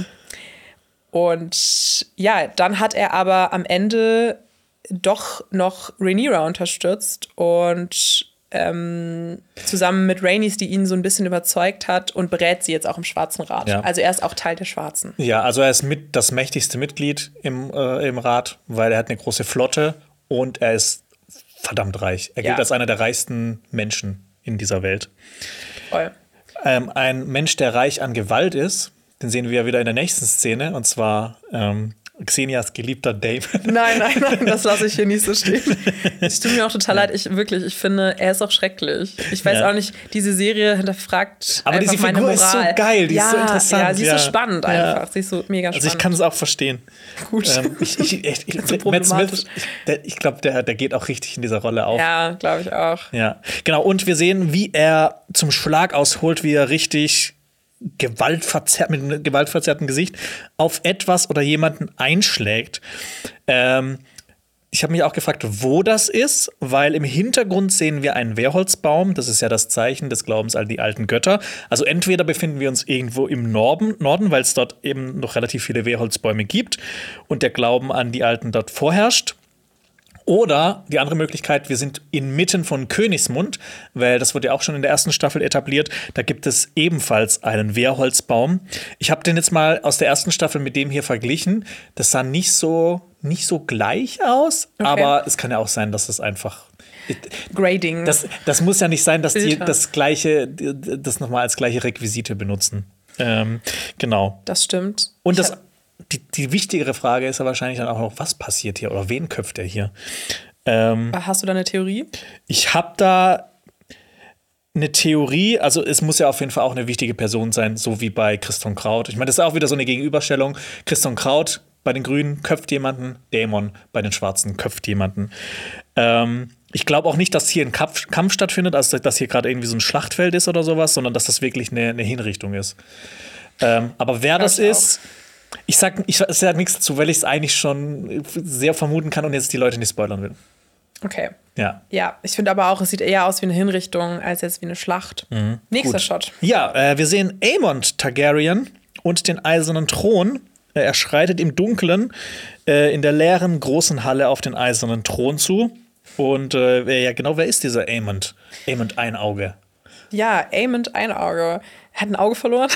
Und ja, dann hat er aber am Ende doch noch Rhaenyra unterstützt und Ähm, zusammen mit Rhaenys, die ihn so ein bisschen überzeugt hat und berät sie jetzt auch im Schwarzen Rat. Ja. Also er ist auch Teil der Schwarzen. Ja, also er ist mit das mächtigste Mitglied im, äh, im Rat, weil er hat eine große Flotte und er ist verdammt reich. Er gilt ja. als einer der reichsten Menschen in dieser Welt. Voll. Ähm, ein Mensch, der reich an Gewalt ist, den sehen wir ja wieder in der nächsten Szene, und zwar ähm, Xenias geliebter Daemon. Nein, nein, nein, das lasse ich hier nicht so stehen. Es tut mir auch total leid. Ich wirklich, ich finde, er ist auch schrecklich. Ich weiß ja. auch nicht, diese Serie hinterfragt aber einfach diese meine Figur Moral. ist so geil, die ja, ist so interessant. Ja, sie ist ja. so spannend ja. einfach. Sie ist so mega spannend. Also ich kann es auch verstehen. Gut. Ähm, ich ich, ich, ich, so Matt Smith, ich, ich glaube, der, der geht auch richtig in dieser Rolle auf. Ja, glaube ich auch. Ja, genau. Und wir sehen, wie er zum Schlag ausholt, wie er richtig gewaltverzerrt, mit einem gewaltverzerrten Gesicht auf etwas oder jemanden einschlägt. Ähm, ich habe mich auch gefragt, wo das ist, weil im Hintergrund sehen wir einen Wehrholzbaum. Das ist ja das Zeichen des Glaubens an die alten Götter. Also entweder befinden wir uns irgendwo im Norden, Norden, weil es dort eben noch relativ viele Wehrholzbäume gibt und der Glauben an die Alten dort vorherrscht. Oder die andere Möglichkeit, wir sind inmitten von Königsmund, weil das wurde ja auch schon in der ersten Staffel etabliert. Da gibt es ebenfalls einen Wehrholzbaum. Ich habe den jetzt mal aus der ersten Staffel mit dem hier verglichen. Das sah nicht so, nicht so gleich aus, okay. aber es kann ja auch sein, dass es einfach Grading. Das, das muss ja nicht sein, dass Filter. die das gleiche, das nochmal als gleiche Requisite benutzen. Ähm, genau. Das stimmt. Und das Die, die wichtigere Frage ist ja wahrscheinlich dann auch noch, was passiert hier oder wen köpft er hier? Ähm, Hast du da eine Theorie? Ich habe da eine Theorie, also es muss ja auf jeden Fall auch eine wichtige Person sein, so wie bei Christon Kraut. Ich meine, das ist auch wieder so eine Gegenüberstellung. Christon Kraut bei den Grünen köpft jemanden, Daemon bei den Schwarzen köpft jemanden. Ähm, ich glaube auch nicht, dass hier ein Kampf, Kampf stattfindet, also dass hier gerade irgendwie so ein Schlachtfeld ist oder sowas, sondern dass das wirklich eine, eine Hinrichtung ist. Ähm, aber wer das ist, ich sag, ich sag nichts dazu, weil ich es eigentlich schon sehr vermuten kann und jetzt die Leute nicht spoilern will. Okay. Ja. Ja, ich finde aber auch, es sieht eher aus wie eine Hinrichtung als jetzt wie eine Schlacht. Mhm. Nächster Gut. Shot. Ja, äh, wir sehen Aemond Targaryen und den Eisernen Thron. Er schreitet im Dunkeln äh, in der leeren großen Halle auf den Eisernen Thron zu. Und äh, ja, genau, wer ist dieser Aemond? Aemond Einauge. Ja, Aemond Einauge. Er hat ein Auge verloren.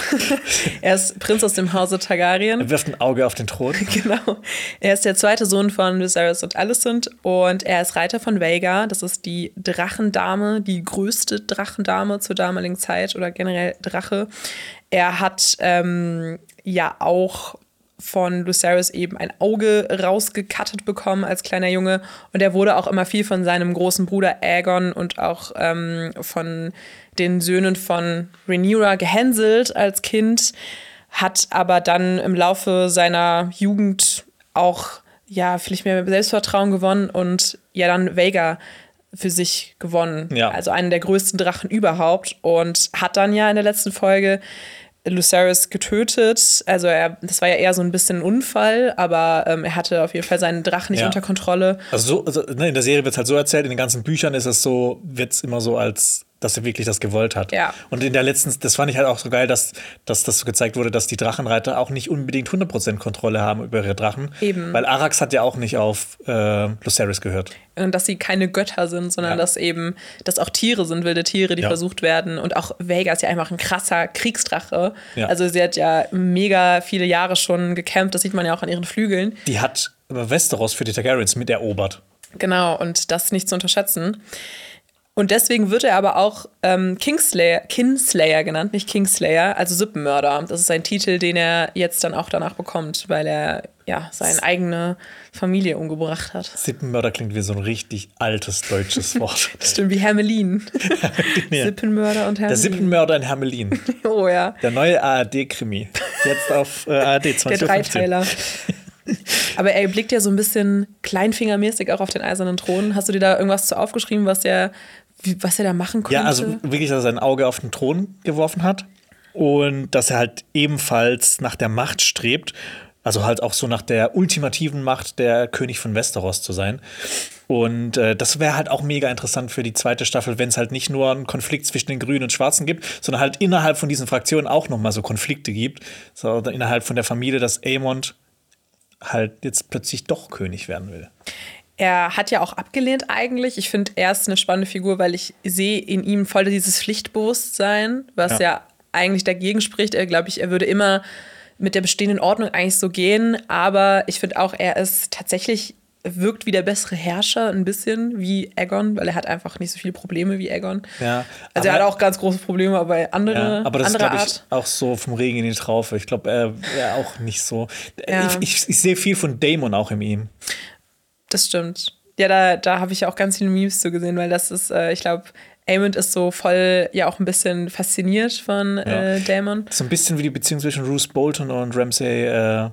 Er ist Prinz aus dem Hause Targaryen. Er wirft ein Auge auf den Thron. Genau. Er ist der zweite Sohn von Viserys und Alicent und er ist Reiter von Vhagar. Das ist die Drachendame, die größte Drachendame zur damaligen Zeit oder generell Drache. Er hat ähm, ja auch von Lucerys eben ein Auge rausgekattet bekommen als kleiner Junge. Und er wurde auch immer viel von seinem großen Bruder Aegon und auch ähm, von den Söhnen von Rhaenyra gehänselt als Kind, hat aber dann im Laufe seiner Jugend auch ja vielleicht mehr Selbstvertrauen gewonnen und ja dann Vhagar für sich gewonnen. Ja. Also einen der größten Drachen überhaupt und hat dann ja in der letzten Folge Lucerys getötet. Also er, das war ja eher so ein bisschen ein Unfall, aber ähm, er hatte auf jeden Fall seinen Drachen nicht ja. unter Kontrolle. Also, so, also ne, in der Serie wird es halt so erzählt, in den ganzen Büchern ist es so, wird es immer so als dass er wirklich das gewollt hat. Ja. Und in der letzten, das fand ich halt auch so geil, dass, dass das so gezeigt wurde, dass die Drachenreiter auch nicht unbedingt hundert Prozent Kontrolle haben über ihre Drachen. Eben. Weil Arrax hat ja auch nicht auf äh, Lucerys gehört. Und dass sie keine Götter sind, sondern ja. dass eben, dass auch Tiere sind, wilde Tiere, die ja. versucht werden. Und auch Vhagar ist ja einfach ein krasser Kriegsdrache. Ja. Also sie hat ja mega viele Jahre schon gekämpft, das sieht man ja auch an ihren Flügeln. Die hat Westeros für die Targaryens mit erobert. Genau, und das nicht zu unterschätzen. Und deswegen wird er aber auch ähm, Kingslayer, Kinslayer genannt, nicht Kingslayer, also Sippenmörder. Das ist ein Titel, den er jetzt dann auch danach bekommt, weil er ja seine eigene Familie umgebracht hat. Sippenmörder klingt wie so ein richtig altes deutsches Wort. Das stimmt, wie Hermelin. Ja. Sippenmörder und Hermelin. Der Sippenmörder in Hermelin. Oh ja. Der neue A R D-Krimi. Jetzt auf äh, A R D zwanzig fünfzehn. Der Dreiteiler. Aber er blickt ja so ein bisschen kleinfingermäßig auch auf den eisernen Thron. Hast du dir da irgendwas zu aufgeschrieben, was er, wie, was er da machen könnte? Ja, also wirklich, dass er sein Auge auf den Thron geworfen hat und dass er halt ebenfalls nach der Macht strebt. Also halt auch so nach der ultimativen Macht, der König von Westeros zu sein. Und äh, das wäre halt auch mega interessant für die zweite Staffel, wenn es halt nicht nur einen Konflikt zwischen den Grünen und Schwarzen gibt, sondern halt innerhalb von diesen Fraktionen auch noch mal so Konflikte gibt. So innerhalb von der Familie, dass Aemond halt jetzt plötzlich doch König werden will. Er hat ja auch abgelehnt eigentlich. Ich finde, er ist eine spannende Figur, weil ich sehe in ihm voll dieses Pflichtbewusstsein, was ja, ja eigentlich dagegen spricht. Er glaube ich, er würde immer mit der bestehenden Ordnung eigentlich so gehen. Aber ich finde auch, er ist tatsächlich, wirkt wie der bessere Herrscher ein bisschen wie Aegon, weil er hat einfach nicht so viele Probleme wie Aegon. Ja, also er hat auch ganz große Probleme, aber andere, ja, aber das andere ist, glaube Art. ich, auch so vom Regen in die Traufe. Ich glaube, er wäre auch nicht so. Ja. Ich, ich, ich sehe viel von Daemon auch in ihm. Das stimmt. Ja, da, da habe ich ja auch ganz viele Memes zu gesehen, weil das ist, äh, ich glaube, Aemond ist so voll ja auch ein bisschen fasziniert von ja. äh, Daemon. So ein bisschen wie die Beziehung zwischen Roose Bolton und Ramsay äh,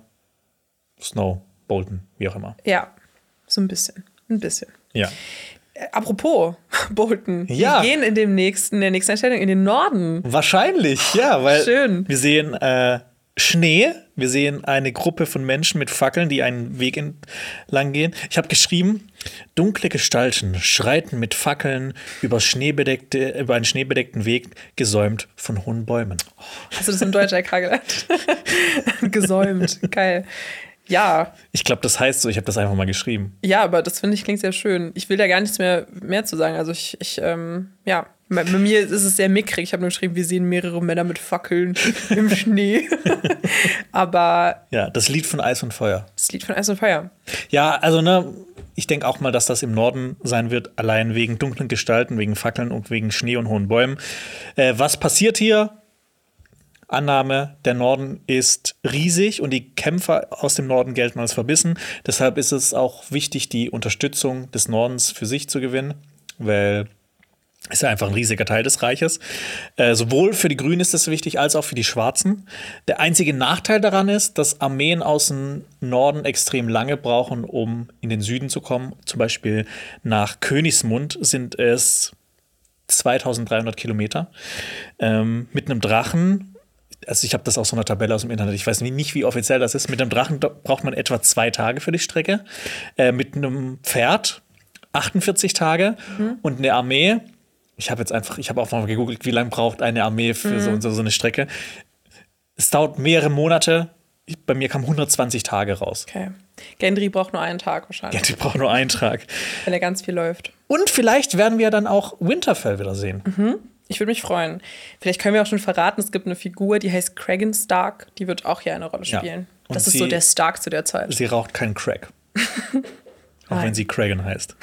Snow Bolton, wie auch immer. Ja, so ein bisschen. Ein bisschen. Ja. Äh, apropos Bolton, Ja. wir gehen in, dem nächsten, in der nächsten Einstellung in den Norden. Wahrscheinlich, ja, weil Schön. wir sehen äh, Schnee, wir sehen eine Gruppe von Menschen mit Fackeln, die einen Weg entlang gehen. Ich habe geschrieben, dunkle Gestalten schreiten mit Fackeln über, schneebedeckte, über einen schneebedeckten Weg, gesäumt von hohen Bäumen. Hast du das im Deutsch L K gelernt? Gesäumt, geil. Ja. Ich glaube, das heißt so, ich habe das einfach mal geschrieben. Ja, aber das finde ich klingt sehr schön. Ich will da gar nichts mehr, mehr zu sagen. Also ich, ich ähm, ja, bei, bei mir ist es sehr mickrig. Ich habe nur geschrieben, wir sehen mehrere Männer mit Fackeln im Schnee. Aber Ja, das Lied von Eis und Feuer. das Lied von Eis und Feuer. Ja, also ne, ich denke auch mal, dass das im Norden sein wird, allein wegen dunklen Gestalten, wegen Fackeln und wegen Schnee und hohen Bäumen. Äh, was passiert hier? Annahme, der Norden ist riesig und die Kämpfer aus dem Norden gelten als verbissen. Deshalb ist es auch wichtig, die Unterstützung des Nordens für sich zu gewinnen, weil es ist ja einfach ein riesiger Teil des Reiches. Äh, sowohl für die Grünen ist das wichtig, als auch für die Schwarzen. Der einzige Nachteil daran ist, dass Armeen aus dem Norden extrem lange brauchen, um in den Süden zu kommen. Zum Beispiel nach Königsmund sind es zweitausenddreihundert Kilometer. Ähm, mit einem Drachen, also ich habe das aus so einer Tabelle aus dem Internet, ich weiß nicht, wie offiziell das ist. Mit einem Drachen braucht man etwa zwei Tage für die Strecke. Äh, mit einem Pferd achtundvierzig Tage. Mhm. Und eine Armee, ich habe jetzt einfach, ich habe auch mal gegoogelt, wie lange braucht eine Armee für mhm. so, so eine Strecke. Es dauert mehrere Monate. Ich, bei mir kamen hundertzwanzig Tage raus. Okay. Gendry braucht nur einen Tag wahrscheinlich. Gendry braucht nur einen Tag. Weil er ganz viel läuft. Und vielleicht werden wir dann auch Winterfell wieder sehen. Mhm. Ich würde mich freuen. Vielleicht können wir auch schon verraten, es gibt eine Figur, die heißt Cregan Stark. Die wird auch hier eine Rolle spielen. Ja. Das ist sie, so der Stark zu der Zeit. Sie raucht keinen Crack. Auch wenn sie Cregan heißt.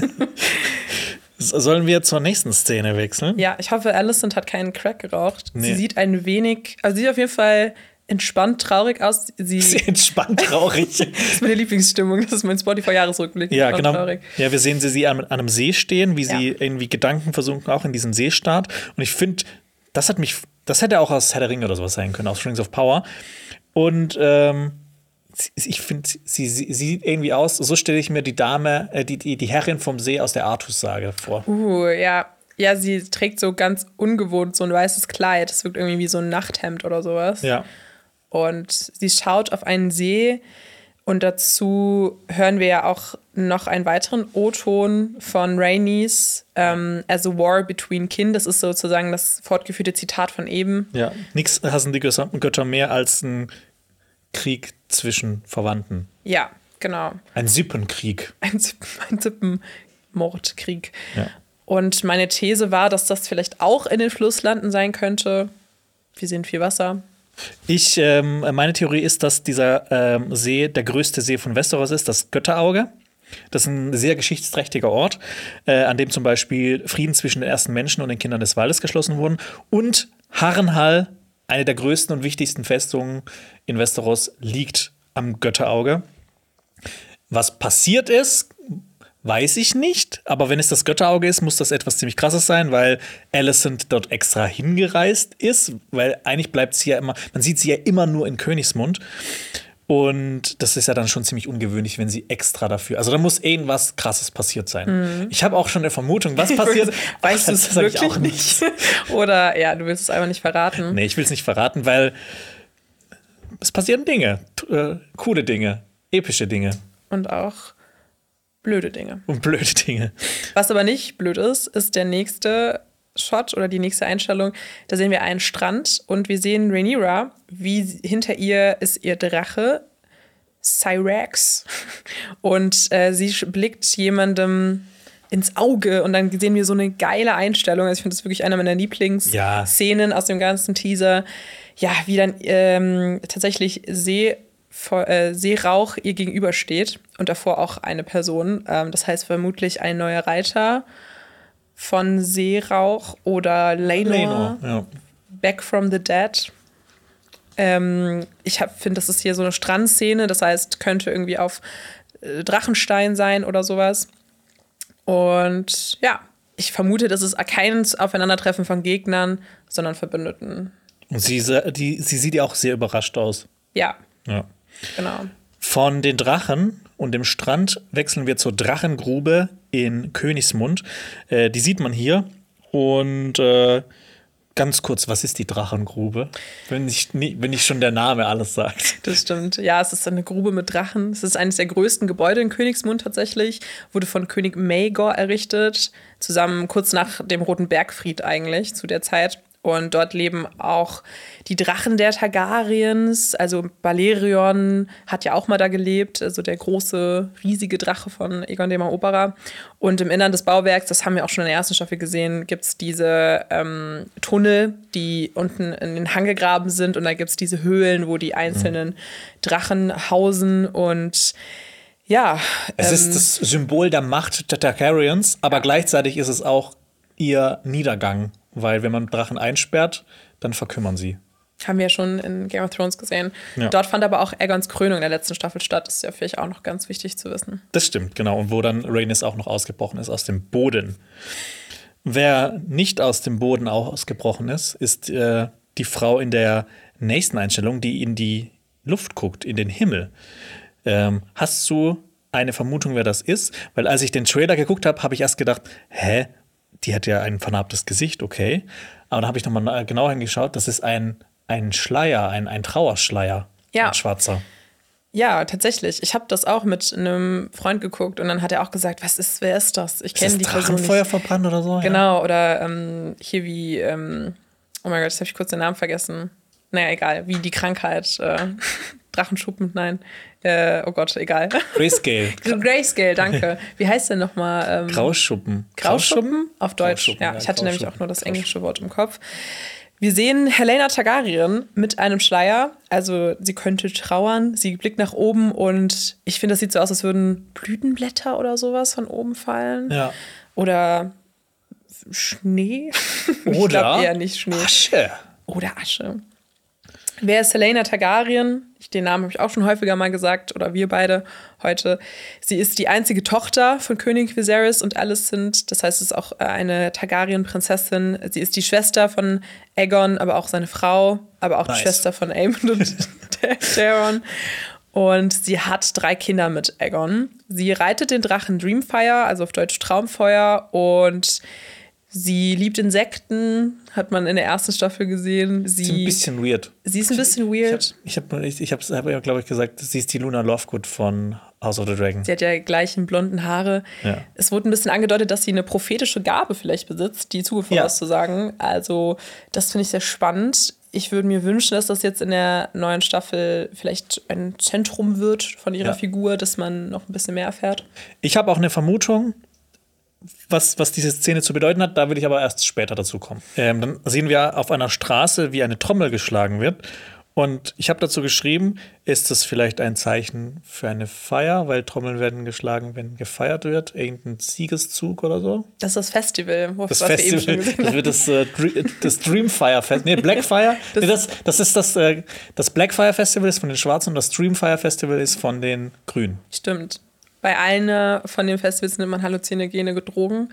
Sollen wir zur nächsten Szene wechseln? Ja, ich hoffe, Alicent hat keinen Crack geraucht. Nee. Sie sieht ein wenig, also sie sieht auf jeden Fall entspannt traurig aus. Sie, sie entspannt traurig. Das ist meine Lieblingsstimmung. Das ist mein Spotify-Jahresrückblick. Ja, genau. Traurig. Ja, wir sehen sie, sie an, an einem See stehen, wie ja. sie irgendwie Gedanken versunken auch in diesen See starrt. Und ich finde, das hat mich, das hätte auch aus Herr der Ringe oder sowas sein können, aus Rings of Power. Und ähm, ich finde, sie, sie sieht irgendwie aus, so stelle ich mir die Dame, äh, die, die, die Herrin vom See aus der Artus-Sage vor. Uh, ja. Ja, sie trägt so ganz ungewohnt so ein weißes Kleid. Das wirkt irgendwie wie so ein Nachthemd oder sowas. Ja. Und sie schaut auf einen See und dazu hören wir ja auch noch einen weiteren O-Ton von Rhaenys, ähm, As a War Between Kin. Das ist sozusagen das fortgeführte Zitat von eben. Ja, nichts hassen die Götter mehr als ein Krieg zwischen Verwandten. Ja, genau. Ein Sippenkrieg. Ein, Sippen, ein Sippenmordkrieg. Ja. Und meine These war, dass das vielleicht auch in den Flusslanden sein könnte. Wir sehen viel Wasser. Ich, ähm, meine Theorie ist, dass dieser ähm, See der größte See von Westeros ist, das Götterauge. Das ist ein sehr geschichtsträchtiger Ort, äh, an dem zum Beispiel Frieden zwischen den ersten Menschen und den Kindern des Waldes geschlossen wurden. Und Harrenhal, eine der größten und wichtigsten Festungen in Westeros, liegt am Götterauge. Was passiert ist, weiß ich nicht. Aber wenn es das Götterauge ist, muss das etwas ziemlich Krasses sein, weil Alicent dort extra hingereist ist. Weil eigentlich bleibt sie ja immer, man sieht sie ja immer nur in Königsmund. Und das ist ja dann schon ziemlich ungewöhnlich, wenn sie extra dafür. Also da muss irgendwas Krasses passiert sein. Mhm. Ich habe auch schon eine Vermutung, was passiert. Weißt du es wirklich auch nicht? Oder ja, du willst es einfach nicht verraten. Nee, ich will es nicht verraten, weil es passieren Dinge. Äh, coole Dinge, epische Dinge. Und auch blöde Dinge. Und blöde Dinge. Was aber nicht blöd ist, ist der nächste Shot oder die nächste Einstellung. Da sehen wir einen Strand und wir sehen Rhaenyra, wie hinter ihr ist ihr Drache Syrax und äh, sie blickt jemandem ins Auge und dann sehen wir so eine geile Einstellung. Also ich finde das wirklich eine meiner Lieblingsszenen ja. aus dem ganzen Teaser. Ja, wie dann ähm, tatsächlich See, äh, Seerauch ihr gegenübersteht und davor auch eine Person. Ähm, das heißt vermutlich ein neuer Reiter von Seerauch oder Laenor, ja. Back from the Dead. Ähm, ich finde, das ist hier so eine Strandszene, das heißt, könnte irgendwie auf äh, Drachenstein sein oder sowas. Und ja, ich vermute, das ist kein Aufeinandertreffen von Gegnern, sondern Verbündeten. Und sie, die, sie sieht ja auch sehr überrascht aus. Ja, ja. Genau. Von den Drachen und dem Strand wechseln wir zur Drachengrube in Königsmund. Äh, die sieht man hier. Und äh, ganz kurz, was ist die Drachengrube? Wenn nicht, wenn nicht schon der Name alles sagt. Das stimmt. Ja, es ist eine Grube mit Drachen. Es ist eines der größten Gebäude in Königsmund tatsächlich. Wurde von König Maegor errichtet. Zusammen kurz nach dem Roten Bergfried eigentlich zu der Zeit. Und dort leben auch die Drachen der Targaryens. Also Balerion hat ja auch mal da gelebt. Also der große, riesige Drache von Aegon dem Eroberer. Und im Innern des Bauwerks, das haben wir auch schon in der ersten Staffel gesehen, gibt es diese ähm, Tunnel, die unten in den Hang gegraben sind. Und da gibt es diese Höhlen, wo die einzelnen mhm. Drachen hausen. Und ja. Es ähm, ist das Symbol der Macht der Targaryens, aber gleichzeitig ist es auch ihr Niedergang. Weil wenn man Drachen einsperrt, dann verkümmern sie. Haben wir ja schon in Game of Thrones gesehen. Ja. Dort fand aber auch Aegons Krönung in der letzten Staffel statt. Das ist ja vielleicht auch noch ganz wichtig zu wissen. Das stimmt, genau. Und wo dann Rhaenys auch noch ausgebrochen ist aus dem Boden. Wer nicht aus dem Boden ausgebrochen ist, ist äh, die Frau in der nächsten Einstellung, die in die Luft guckt, in den Himmel. Ähm, hast du eine Vermutung, wer das ist? Weil als ich den Trailer geguckt habe, habe ich erst gedacht, hä? Die hat ja ein vernarbtes Gesicht, okay. Aber da habe ich noch mal genau hingeschaut. Das ist ein, ein Schleier, ein, ein Trauerschleier. Ja. Ein schwarzer. Ja, tatsächlich. Ich habe das auch mit einem Freund geguckt und dann hat er auch gesagt, was ist, wer ist das? Ich kenne die Person nicht. Drachenfeuer verbrannt oder so? Genau, ja. oder ähm, hier wie, ähm, oh mein Gott, jetzt habe ich kurz den Namen vergessen. Naja, egal, wie die Krankheit. Äh, Drachenschuppen, nein. Äh, oh Gott, egal. Grayscale. Grayscale, danke. Wie heißt denn nochmal? Ähm, Grauschuppen. Grauschuppen? Auf Deutsch. Grauschuppen, ja, ja, ich hatte nämlich Grauschuppen. auch nur das englische Wort im Kopf. Wir sehen Helaena Targaryen mit einem Schleier. Also sie könnte trauern. Sie blickt nach oben und ich finde, das sieht so aus, als würden Blütenblätter oder sowas von oben fallen. Ja. Oder Schnee. Oder ich glaube eher nicht Schnee. Asche. Oder Asche. Wer ist Helaena Targaryen? Den Namen habe ich auch schon häufiger mal gesagt, oder wir beide heute. Sie ist die einzige Tochter von König Viserys und Alicent. Das heißt, es ist auch eine Targaryen-Prinzessin. Sie ist die Schwester von Aegon, aber auch seine Frau, aber auch nice. Die Schwester von Aemond und Daeron. Und sie hat drei Kinder mit Aegon. Sie reitet den Drachen Dreamfire, also auf Deutsch Traumfeuer, und sie liebt Insekten, hat man in der ersten Staffel gesehen. Sie ist ein bisschen weird. Sie ist ein bisschen weird. Ich habe, ich, ich habe, hab ja, glaube ich, gesagt, sie ist die Luna Lovegood von House of the Dragon. Sie hat ja gleichen blonden Haare. Ja. Es wurde ein bisschen angedeutet, dass sie eine prophetische Gabe vielleicht besitzt, die Zukunft vorauszusagen. Ja. Also das finde ich sehr spannend. Ich würde mir wünschen, dass das jetzt in der neuen Staffel vielleicht ein Zentrum wird von ihrer ja. Figur, dass man noch ein bisschen mehr erfährt. Ich habe auch eine Vermutung, Was, was diese Szene zu bedeuten hat, da will ich aber erst später dazu kommen. Ähm, dann sehen wir auf einer Straße, wie eine Trommel geschlagen wird. Und ich habe dazu geschrieben, ist das vielleicht ein Zeichen für eine Feier, weil Trommeln werden geschlagen, wenn gefeiert wird, irgendein Siegeszug oder so? Das ist das Festival, wo Das was Festival, wir eben schon gesehen das wird das, äh, Dr- das Dreamfire Festival, nee, Blackfire, das, nee, das, das ist das, äh, das Blackfire Festival ist von den Schwarzen und das Dreamfire Festival ist von den Grünen. Stimmt. Bei einer von den Festivals nimmt man halluzinogene Drogen.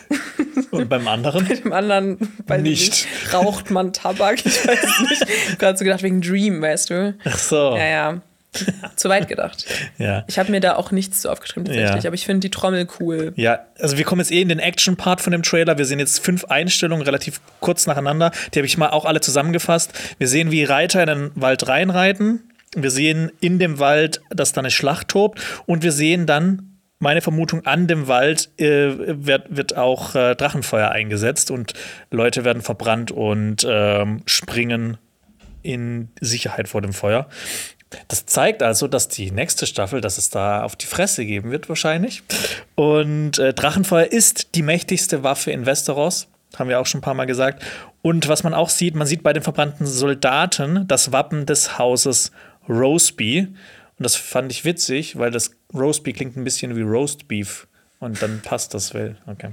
Und beim anderen? Bei dem anderen weiß Nicht. Ich nicht, raucht man Tabak. Ich weiß es nicht. Ich habe gerade so gedacht, wegen Dream, weißt du. Ach so. Ja, ja. Zu weit gedacht. Ja. Ich habe mir da auch nichts zu aufgeschrieben, tatsächlich. Ja. Aber ich finde die Trommel cool. Ja, also wir kommen jetzt eh in den Action-Part von dem Trailer. Wir sehen jetzt fünf Einstellungen relativ kurz nacheinander. Die habe ich mal auch alle zusammengefasst. Wir sehen, wie Reiter in den Wald reinreiten. Wir sehen in dem Wald, dass da eine Schlacht tobt. Und wir sehen dann, meine Vermutung, an dem Wald äh, wird, wird auch äh, Drachenfeuer eingesetzt. Und Leute werden verbrannt und ähm, springen in Sicherheit vor dem Feuer. Das zeigt also, dass die nächste Staffel, dass es da auf die Fresse geben wird wahrscheinlich. Und äh, Drachenfeuer ist die mächtigste Waffe in Westeros. Haben wir auch schon ein paar Mal gesagt. Und was man auch sieht, man sieht bei den verbrannten Soldaten das Wappen des Hauses Roseby. Und das fand ich witzig, weil das Roseby klingt ein bisschen wie Roast Beef. Und dann passt das well. Okay.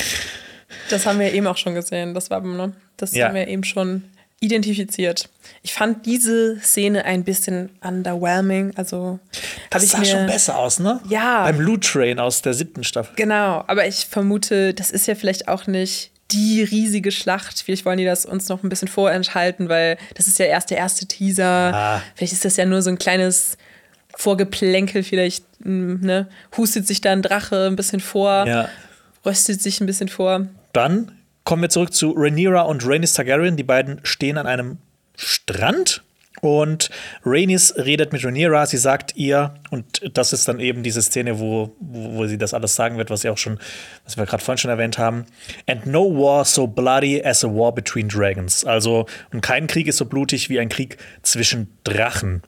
Das haben wir eben auch schon gesehen, das Wappen, ne? Das Ja. haben wir eben schon identifiziert. Ich fand diese Szene ein bisschen underwhelming. Also Das habe ich sah mir schon besser aus, ne? Ja. Beim Loot Train aus der siebten Staffel. Genau, aber ich vermute, das ist ja vielleicht auch nicht die riesige Schlacht. Vielleicht wollen die das uns noch ein bisschen vorenthalten, weil das ist ja erst der erste Teaser. Ah. Vielleicht ist das ja nur so ein kleines Vorgeplänkel. Vielleicht mh, ne, hustet sich da ein Drache ein bisschen vor, Ja. röstet sich ein bisschen vor. Dann kommen wir zurück zu Rhaenyra und Rhaenys Targaryen. Die beiden stehen an einem Strand und Rhaenys redet mit Rhaenyra. Sie sagt ihr, und das ist dann eben diese Szene, wo, wo, wo sie das alles sagen wird, was sie auch schon, was wir gerade vorhin schon erwähnt haben. And no war so bloody as a war between dragons. Also, und kein Krieg ist so blutig wie ein Krieg zwischen Drachen.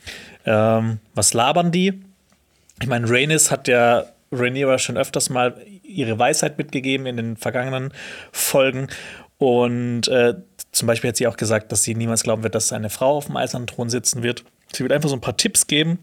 Ähm, was labern die? Ich meine, Rhaenys hat ja Rhaenyra schon öfters mal ihre Weisheit mitgegeben in den vergangenen Folgen. Und äh, zum Beispiel hat sie auch gesagt, dass sie niemals glauben wird, dass eine Frau auf dem eisernen Thron sitzen wird. Sie wird einfach so ein paar Tipps geben.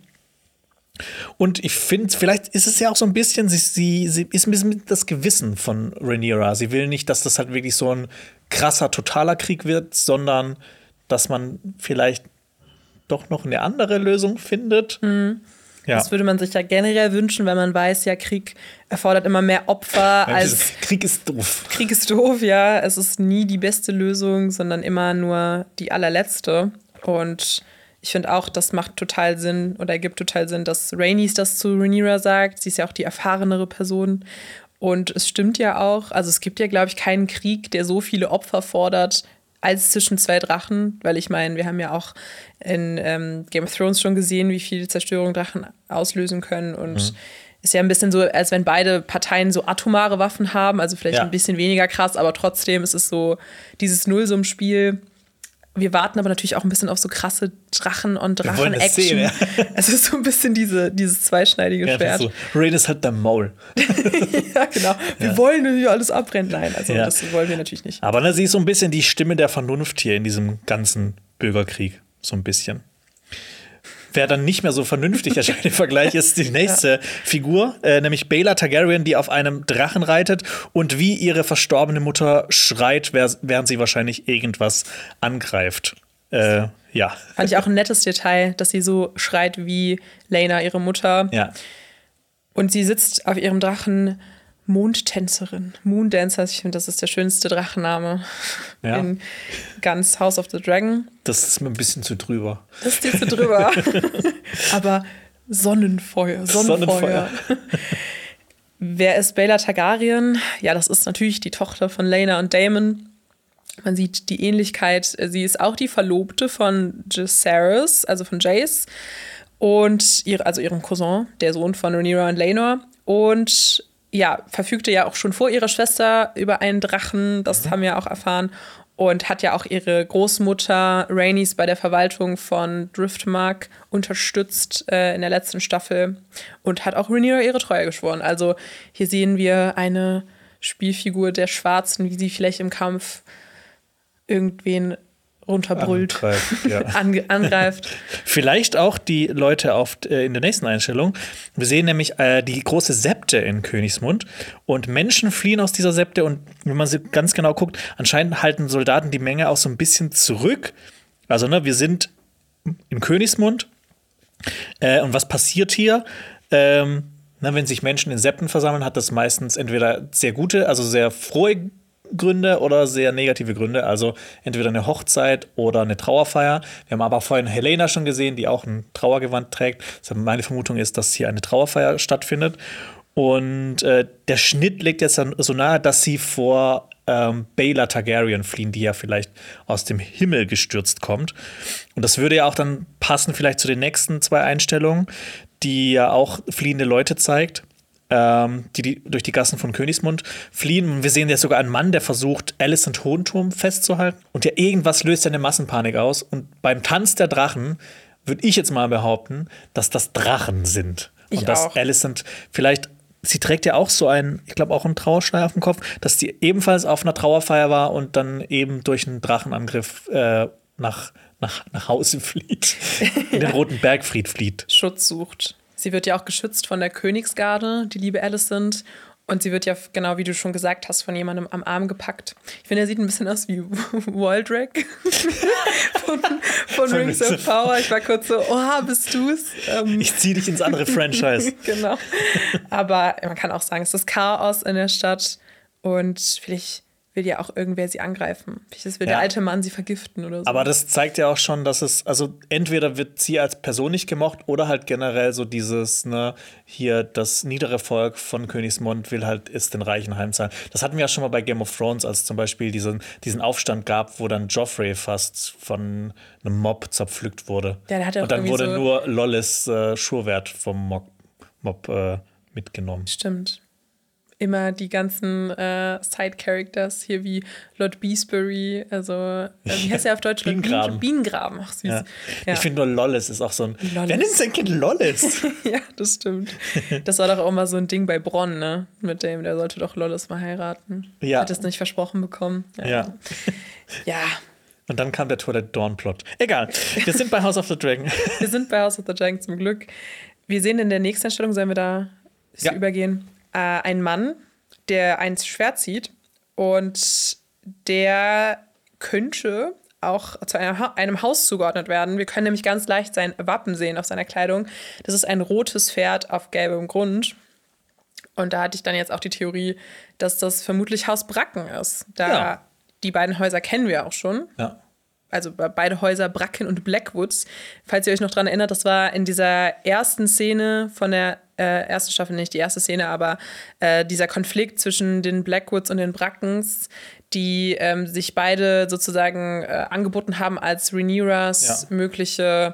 Und ich finde, vielleicht ist es ja auch so ein bisschen, sie, sie, sie ist ein bisschen das Gewissen von Rhaenyra. Sie will nicht, dass das halt wirklich so ein krasser, totaler Krieg wird, sondern dass man vielleicht doch noch eine andere Lösung findet. Mhm. Ja. Das würde man sich ja generell wünschen, weil man weiß, ja, Krieg erfordert immer mehr Opfer als Krieg ist doof. Krieg ist doof, ja. Es ist nie die beste Lösung, sondern immer nur die allerletzte. Und ich finde auch, das macht total Sinn oder ergibt total Sinn, dass Rhaenys das zu Rhaenyra sagt. Sie ist ja auch die erfahrenere Person. Und es stimmt ja auch, also es gibt ja, glaube ich, keinen Krieg, der so viele Opfer fordert, als zwischen zwei Drachen, weil ich meine, wir haben ja auch in ähm, Game of Thrones schon gesehen, wie viel Zerstörung Drachen auslösen können und mhm. ist ja ein bisschen so, als wenn beide Parteien so atomare Waffen haben, also vielleicht ja. ein bisschen weniger krass, aber trotzdem ist es so dieses Nullsummenspiel. Wir warten aber natürlich auch ein bisschen auf so krasse Drachen- und Drachen-Action. Ja. Es ist so ein bisschen diese, dieses zweischneidige ja, Schwert. So. Rain ist halt der Maul. Ja, genau. Wir ja. wollen hier alles abbrennen. Nein, also ja. das wollen wir natürlich nicht. Aber ne, sie ist so ein bisschen die Stimme der Vernunft hier in diesem ganzen Bürgerkrieg. So ein bisschen. Wer dann nicht mehr so vernünftig erscheint im Vergleich, ist die nächste ja. Figur, äh, nämlich Baela Targaryen, die auf einem Drachen reitet und wie ihre verstorbene Mutter schreit, während sie wahrscheinlich irgendwas angreift. Äh, ja. Fand ich auch ein nettes Detail, dass sie so schreit wie Laena, ihre Mutter. Ja. Und sie sitzt auf ihrem Drachen Mondtänzerin. Moondancer, ich finde, das ist der schönste Drachenname ja. in ganz House of the Dragon. Das ist mir ein bisschen zu drüber. Das ist dir zu drüber. Aber Sonnenfeuer, Sonnenfeuer. Sonnenfeuer. Wer ist Baela Targaryen? Ja, das ist natürlich die Tochter von Laena und Daemon. Man sieht die Ähnlichkeit. Sie ist auch die Verlobte von Jacaerys, also von Jace. Und ihre, also ihrem Cousin, der Sohn von Rhaenyra und Laenor. Und ja, verfügte ja auch schon vor ihrer Schwester über einen Drachen, das mhm. haben wir auch erfahren. Und hat ja auch ihre Großmutter Rhaenys bei der Verwaltung von Driftmark unterstützt äh, in der letzten Staffel. Und hat auch Rhaenyra ihre Treue geschworen. Also hier sehen wir eine Spielfigur der Schwarzen, wie sie vielleicht im Kampf irgendwen runterbrüllt, Angreift, ja. ange- angreift. Vielleicht auch die Leute auf, äh, in der nächsten Einstellung. Wir sehen nämlich äh, die große Septe in Königsmund und Menschen fliehen aus dieser Septe und wenn man sie ganz genau guckt, anscheinend halten Soldaten die Menge auch so ein bisschen zurück. Also, ne, wir sind in Königsmund äh, und was passiert hier? Ähm, na, wenn sich Menschen in Septen versammeln, hat das meistens entweder sehr gute, also sehr frohe Gründe oder sehr negative Gründe. Also entweder eine Hochzeit oder eine Trauerfeier. Wir haben aber vorhin Helena schon gesehen, die auch ein Trauergewand trägt. Also meine Vermutung ist, dass hier eine Trauerfeier stattfindet. Und äh, der Schnitt legt jetzt dann so nahe, dass sie vor ähm, Baela Targaryen fliehen, die ja vielleicht aus dem Himmel gestürzt kommt. Und das würde ja auch dann passen vielleicht zu den nächsten zwei Einstellungen, die ja auch fliehende Leute zeigt. Die, die durch die Gassen von Königsmund fliehen. Und wir sehen ja sogar einen Mann, der versucht, Alicent Hohenturm festzuhalten. Und ja, irgendwas löst ja eine Massenpanik aus. Und beim Tanz der Drachen würde ich jetzt mal behaupten, dass das Drachen sind. Ich und dass auch. Alicent vielleicht, sie trägt ja auch so einen, ich glaube auch einen Trauerschleier auf dem Kopf, dass sie ebenfalls auf einer Trauerfeier war und dann eben durch einen Drachenangriff äh, nach, nach, nach Hause flieht. In den Roten Bergfried flieht. Schutz sucht. Sie wird ja auch geschützt von der Königsgarde, die liebe Alicent. Und sie wird ja, genau wie du schon gesagt hast, von jemandem am Arm gepackt. Ich finde, er sieht ein bisschen aus wie Waldrek von, von Rings of Power. Ich war kurz so, oha, bist du's? Ähm, Ich zieh dich ins andere Franchise. genau. Aber man kann auch sagen, es ist Chaos in der Stadt. Und vielleicht will ja auch irgendwer sie angreifen. Vielleicht will Ja. der alte Mann sie vergiften oder so. Aber das zeigt ja auch schon, dass es, also entweder wird sie als Person nicht gemocht oder halt generell so dieses, ne, hier das niedere Volk von Königsmund will halt, ist den Reichen heimzahlen. Das hatten wir ja schon mal bei Game of Thrones, als es zum Beispiel diesen, diesen Aufstand gab, wo dann Joffrey fast von einem Mob zerpflückt wurde. Ja, der hat ja auch Und dann irgendwie wurde so- nur Lollis äh, Schurwert vom Mob, Mob äh, mitgenommen. Stimmt. Immer die ganzen äh, Side-Characters hier wie Lord Beesbury, also äh, wie heißt der auf Deutsch? Lord Bienengraben. Bien- Bienengraben, ach süß. Ja. Ja. Ich finde nur Lollis ist auch so ein. Lollis. Wer nennt sein Kind Lollis? ja, das stimmt. Das war doch auch immer so ein Ding bei Bronn, ne? Mit dem, der sollte doch Lollis mal heiraten. Ja. Hat das nicht versprochen bekommen. Ja. Ja, Und dann kam der Tour der Dawn-Plot. Egal. Wir sind bei House of the Dragon. wir sind bei House of the Dragon zum Glück. Wir sehen in der nächsten Einstellung, sollen wir da Ja. übergehen, äh, einen Mann, der ein Schwert zieht und der könnte auch zu einem, Ha- einem Haus zugeordnet werden. Wir können nämlich ganz leicht sein Wappen sehen auf seiner Kleidung. Das ist ein rotes Pferd auf gelbem Grund. Und da hatte ich dann jetzt auch die Theorie, dass das vermutlich Haus Bracken ist. Da Ja. die beiden Häuser kennen wir auch schon. Ja. Also be- beide Häuser, Bracken und Blackwoods. Falls ihr euch noch dran erinnert, das war in dieser ersten Szene von der äh, ersten Staffel, nicht die erste Szene, aber äh, dieser Konflikt zwischen den Blackwoods und den Brackens, die ähm, sich beide sozusagen äh, angeboten haben als Rhaenyras Ja. mögliche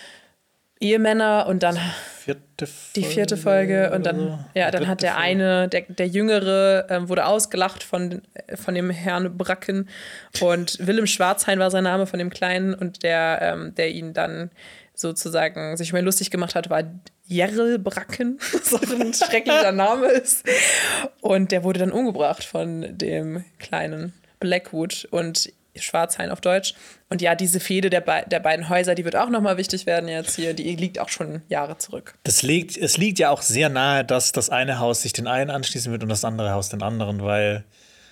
Ehemänner und dann Vierte die vierte Folge und dann, ja, dann hat der eine, der, der Jüngere, ähm, wurde ausgelacht von, äh, von dem Herrn Bracken und Willem Schwarzhain war sein Name von dem Kleinen und der, ähm, der ihn dann sozusagen sich mal lustig gemacht hat, war Jerl Bracken, was auch ein schrecklicher Name ist. Und der wurde dann umgebracht von dem kleinen Blackwood und Schwarzhain auf Deutsch. Und ja, diese Fehde der, Be- der beiden Häuser, die wird auch nochmal wichtig werden jetzt hier. Die liegt auch schon Jahre zurück. Das liegt, es liegt ja auch sehr nahe, dass das eine Haus sich den einen anschließen wird und das andere Haus den anderen, weil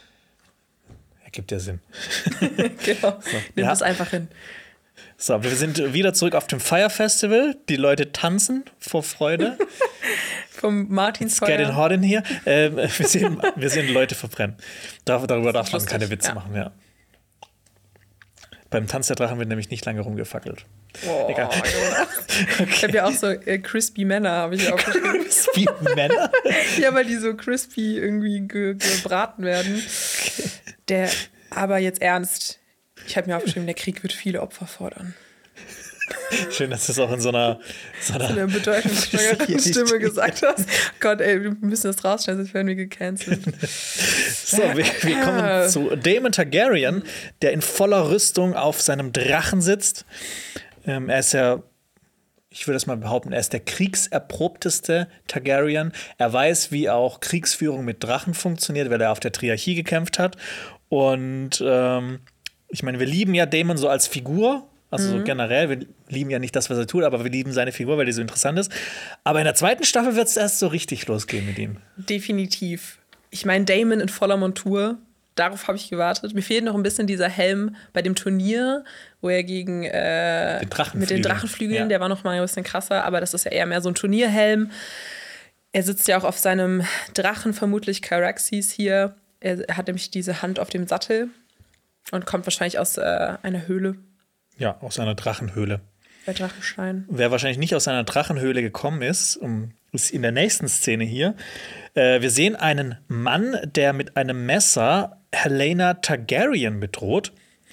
ergibt ja Sinn. Genau. Nimm ja. das einfach hin. So, wir sind wieder zurück auf dem Fire Festival. Die Leute tanzen vor Freude. Vom Getting Martinsfeuer. hot in hier. Äh, wir, sehen, wir sehen Leute verbrennen. Dar darüber darf man lustig, keine Witze ja. machen, ja. Beim Tanz der Drachen wird nämlich nicht lange rumgefackelt. Oh, Egal. Jonas. Ich habe ja auch so äh, crispy Männer, habe ich auch geschrieben. Wie Männer? Ja, weil die so crispy irgendwie ge gebraten werden. Der, aber jetzt ernst. Ich habe mir aufgeschrieben, der Krieg wird viele Opfer fordern. Schön, dass du es auch in so einer, so einer In der bedeutungsschwangeren Stimme gesagt hast. Gott, ey, wir müssen das rausschneiden, sonst werden wir gecancelt. So, wir, wir kommen zu Daemon Targaryen, der in voller Rüstung auf seinem Drachen sitzt. Ähm, er ist ja, ich würde es mal behaupten, er ist der kriegserprobteste Targaryen. Er weiß, wie auch Kriegsführung mit Drachen funktioniert, weil er auf der Triarchie gekämpft hat. Und ähm, Ich meine, wir lieben ja Daemon so als Figur. Also so generell, wir lieben ja nicht das, was er tut, aber wir lieben seine Figur, weil die so interessant ist. Aber in der zweiten Staffel wird es erst so richtig losgehen mit ihm. Definitiv. Ich meine, Daemon in voller Montur, darauf habe ich gewartet. Mir fehlt noch ein bisschen dieser Helm bei dem Turnier, wo er gegen äh, den mit den Drachenflügeln, ja. der war noch mal ein bisschen krasser, aber das ist ja eher mehr so ein Turnierhelm. Er sitzt ja auch auf seinem Drachen, vermutlich Caraxes hier. Er hat nämlich diese Hand auf dem Sattel und kommt wahrscheinlich aus äh, einer Höhle. Ja, aus einer Drachenhöhle. Bei Drachenstein. Wer wahrscheinlich nicht aus seiner Drachenhöhle gekommen ist, um, ist in der nächsten Szene hier. Äh, wir sehen einen Mann, der mit einem Messer Helaena Targaryen bedroht.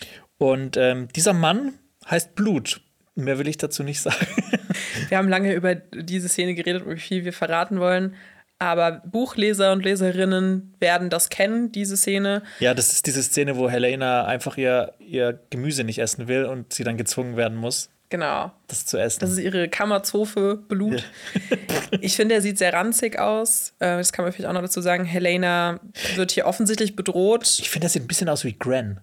Und ähm, dieser Mann heißt Blut. Mehr will ich dazu nicht sagen. Wir haben lange über diese Szene geredet, wie viel wir verraten wollen. Aber Buchleser und Leserinnen werden das kennen, diese Szene. Ja, das ist diese Szene, wo Helaena einfach ihr, ihr Gemüse nicht essen will und sie dann gezwungen werden muss, Genau. das zu essen. Das ist ihre Kammerzofe Blut. Ja. Ich finde, er sieht sehr ranzig aus. Das kann man vielleicht auch noch dazu sagen. Helaena wird hier offensichtlich bedroht. Ich finde, das sieht ein bisschen aus wie Gren.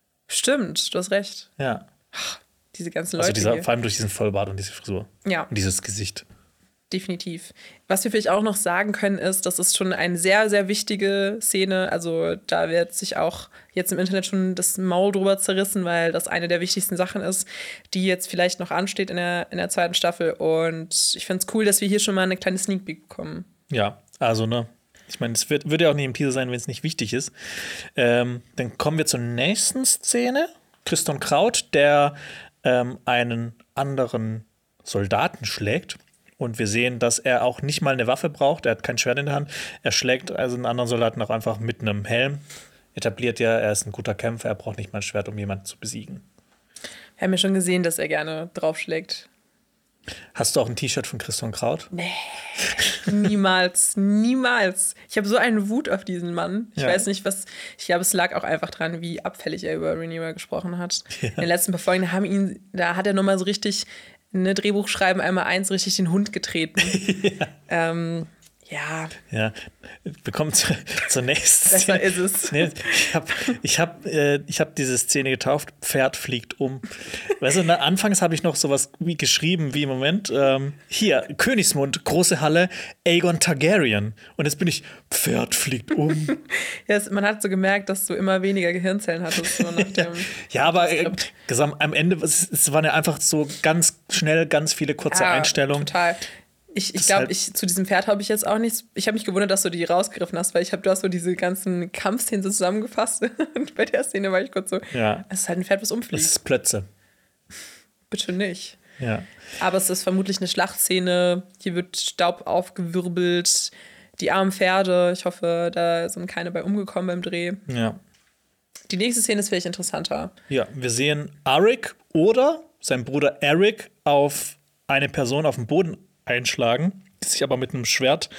Stimmt, du hast recht. Ja. Diese ganzen Leute. Also dieser, hier. vor allem durch diesen Vollbart und diese Frisur. Ja. Und dieses Gesicht. Definitiv. Was wir vielleicht auch noch sagen können, ist, das ist schon eine sehr, sehr wichtige Szene. Also da wird sich auch jetzt im Internet schon das Maul drüber zerrissen, weil das eine der wichtigsten Sachen ist, die jetzt vielleicht noch ansteht in der, in der zweiten Staffel. Und ich finde es cool, dass wir hier schon mal eine kleine Sneak Peek bekommen. Ja, also ne. Ich meine, es wird, wird ja auch nicht im Teaser sein, wenn es nicht wichtig ist. Ähm, dann kommen wir zur nächsten Szene. Christon Kraut, der ähm, einen anderen Soldaten schlägt. Und wir sehen, dass er auch nicht mal eine Waffe braucht. Er hat kein Schwert in der Hand. Er schlägt also einen anderen Soldaten auch einfach mit einem Helm. Etabliert ja, er ist ein guter Kämpfer. Er braucht nicht mal ein Schwert, um jemanden zu besiegen. Wir haben ja schon gesehen, dass er gerne draufschlägt. Hast du auch ein T-Shirt von Christon Kraut? Nee, niemals, niemals. Ich habe so eine Wut auf diesen Mann. Ich Ja. weiß nicht, was. Ich glaube, es lag auch einfach dran, wie abfällig er über Rhaenyra gesprochen hat. Ja. In den letzten paar Folgen haben ihn, da hat er nochmal so richtig, ne, Drehbuchschreiben einmal eins richtig den Hund getreten. ja. Ähm, ja. Ja, wir kommen zu, zur nächsten Besser Szene. ist es. Nee, ich habe ich hab, äh, ich hab diese Szene getauft, Pferd fliegt um. Weißt du, ne, anfangs habe ich noch sowas wie geschrieben, wie im Moment, ähm, hier, Königsmund, große Halle, Aegon Targaryen. Und jetzt bin ich, Pferd fliegt um. Ja, es, man hat so gemerkt, dass du immer weniger Gehirnzellen hattest. So nach dem Ja, aber äh, gesamt, am Ende, es, es waren ja einfach so ganz schnell, ganz viele kurze Ja, Einstellungen. Total. Ich, ich Deshalb- glaube, ich, zu diesem Pferd habe ich jetzt auch nichts. Ich habe mich gewundert, dass du die rausgegriffen hast, weil ich habe, du hast so diese ganzen Kampfszenen so zusammengefasst. Und bei der Szene war ich kurz so, Ja. es ist halt ein Pferd, was Das umfliegt. ist Plötze. Bitte nicht. Ja. Aber es ist vermutlich eine Schlachtszene. Hier wird Staub aufgewirbelt. Die armen Pferde. Ich hoffe, da sind keine bei umgekommen beim Dreh. Ja. Die nächste Szene ist vielleicht interessanter. Ja, wir sehen Arik oder sein Bruder Eric auf eine Person auf dem Boden einschlagen, die sich aber mit einem Schwert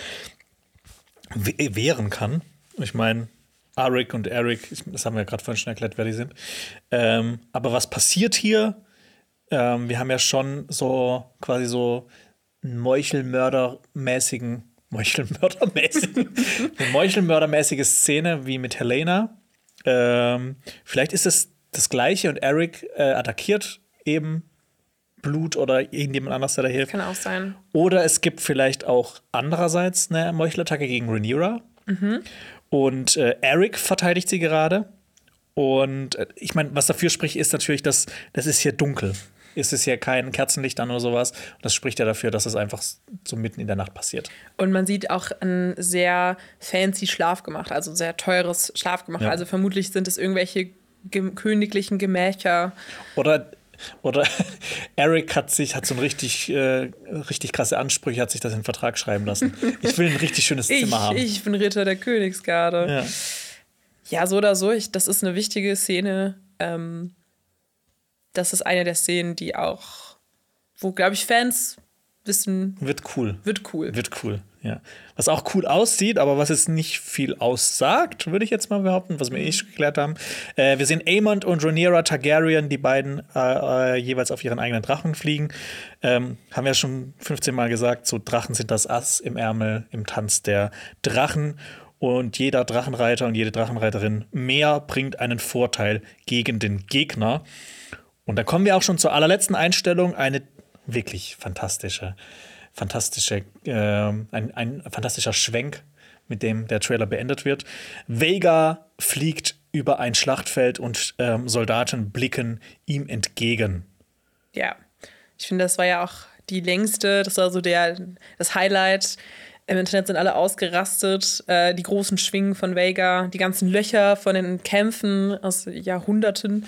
we- wehren kann. Ich meine, Arik und Eric, ich, das haben wir ja gerade vorhin schon erklärt, wer die sind. Ähm, aber was passiert hier? Ähm, wir haben ja schon so quasi so einen Meuchelmördermäßigen, Meuchelmördermäßigen, eine Meuchelmördermäßige Szene wie mit Helaena. Ähm, vielleicht ist es das Gleiche und Eric äh, attackiert eben Blut oder irgendjemand anders, der da hilft. Kann auch sein. Oder es gibt vielleicht auch andererseits eine Meuchelattacke gegen Rhaenyra. Und äh, Eric verteidigt sie gerade. Und äh, ich meine, was dafür spricht, ist natürlich, dass das ist hier dunkel. Es ist hier kein Kerzenlicht an oder sowas. Und das spricht ja dafür, dass es einfach so mitten in der Nacht passiert. Und man sieht auch ein sehr fancy Schlafgemach, also ein sehr teures Schlafgemach. Ja. Also vermutlich sind es irgendwelche ge- königlichen Gemächer. Oder, oder Eric hat sich hat so ein richtig, äh, richtig krasse Ansprüche, hat sich das in den Vertrag schreiben lassen. Ich will ein richtig schönes Ich, Zimmer haben. ich bin Ritter der Königsgarde. Ja. Ja, so oder so. Ich, das ist eine wichtige Szene. Ähm, das ist eine der Szenen, die auch, wo, glaube ich, Fans wissen, Wird cool. wird cool. Wird cool, ja. Was auch cool aussieht, aber was jetzt nicht viel aussagt, würde ich jetzt mal behaupten, was wir eh schon geklärt haben. Äh, wir sehen Aemond und Rhaenyra Targaryen, die beiden äh, äh, jeweils auf ihren eigenen Drachen fliegen. Ähm, haben wir ja schon fünfzehn Mal gesagt, so Drachen sind das Ass im Ärmel im Tanz der Drachen. und jeder Drachenreiter und jede Drachenreiterin mehr bringt einen Vorteil gegen den Gegner. Und da kommen wir auch schon zur allerletzten Einstellung, eine wirklich fantastische, fantastische, äh, ein, ein fantastischer Schwenk, mit dem der Trailer beendet wird. Vhagar fliegt über ein Schlachtfeld und ähm, Soldaten blicken ihm entgegen. Ja, ich finde, das war ja auch die längste, das war so der, das Highlight. Im Internet sind alle ausgerastet, äh, die großen Schwingen von Vhagar, die ganzen Löcher von den Kämpfen aus Jahrhunderten.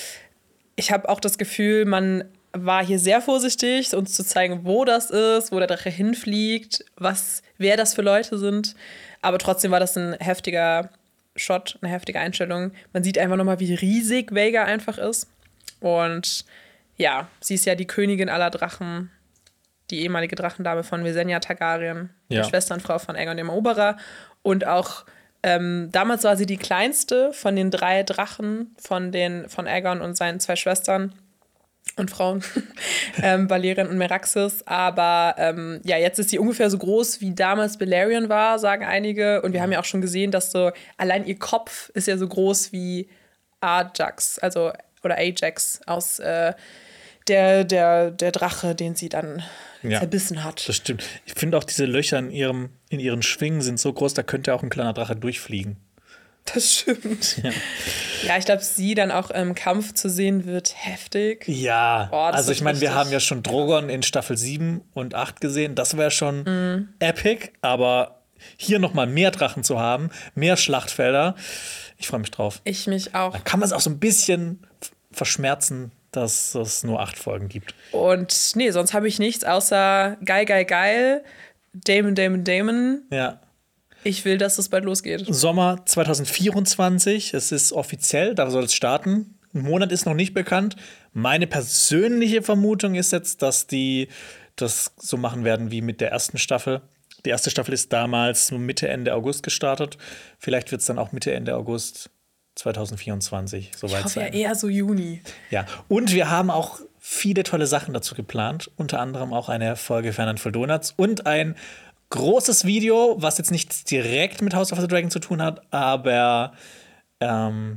Ich habe auch das Gefühl, man war hier sehr vorsichtig, uns zu zeigen, wo das ist, wo der Drache hinfliegt, was, wer das für Leute sind. Aber trotzdem war das ein heftiger Shot, eine heftige Einstellung. Man sieht einfach nochmal, wie riesig Vhagar einfach ist. Und ja, sie ist ja die Königin aller Drachen, die ehemalige Drachendame von Visenya Targaryen, Ja. die Schwesternfrau von Aegon dem Eroberer. Und auch ähm, damals war sie die kleinste von den drei Drachen von, den, von Aegon und seinen zwei Schwestern und Frauen, ähm, Balerion und Meraxes. Aber ähm, ja, jetzt ist sie ungefähr so groß, wie damals Balerion war, sagen einige. Und wir haben ja auch schon gesehen, dass so allein ihr Kopf ist ja so groß wie Ajax, also oder Ajax aus äh, der, der, der Drache, den sie dann Ja. zerbissen hat. Das stimmt. Ich finde auch, diese Löcher in, ihrem, in ihren Schwingen sind so groß, da könnte auch ein kleiner Drache durchfliegen. Das stimmt. Ja, ja, ich glaube, sie dann auch im Kampf zu sehen wird heftig. Ja, Boah, das also wird ich meine, wir richtig- haben ja schon Drogon in Staffel sieben und acht gesehen. Das wäre schon epic, aber hier noch mal mehr Drachen zu haben, mehr Schlachtfelder, ich freue mich drauf. Ich mich auch. Kann man es auch so ein bisschen f- verschmerzen, dass es nur acht Folgen gibt. Und nee, sonst habe ich nichts außer geil, geil, geil. Damon, Damon, Damon. Ja. Ich will, dass es bald losgeht. Sommer zwanzig vierundzwanzig, es ist offiziell, da soll es starten. Ein Monat ist noch nicht bekannt. Meine persönliche Vermutung ist jetzt, dass die das so machen werden wie mit der ersten Staffel. Die erste Staffel ist damals so Mitte, Ende August gestartet. Vielleicht wird es dann auch Mitte, Ende August zwanzig vierundzwanzig Ich soweit hoffe ja sein. eher so Juni. Ja, und wir haben auch viele tolle Sachen dazu geplant. Unter anderem auch eine Folge Fernand voll Donuts und ein großes Video, was jetzt nichts direkt mit House of the Dragon zu tun hat, aber ähm,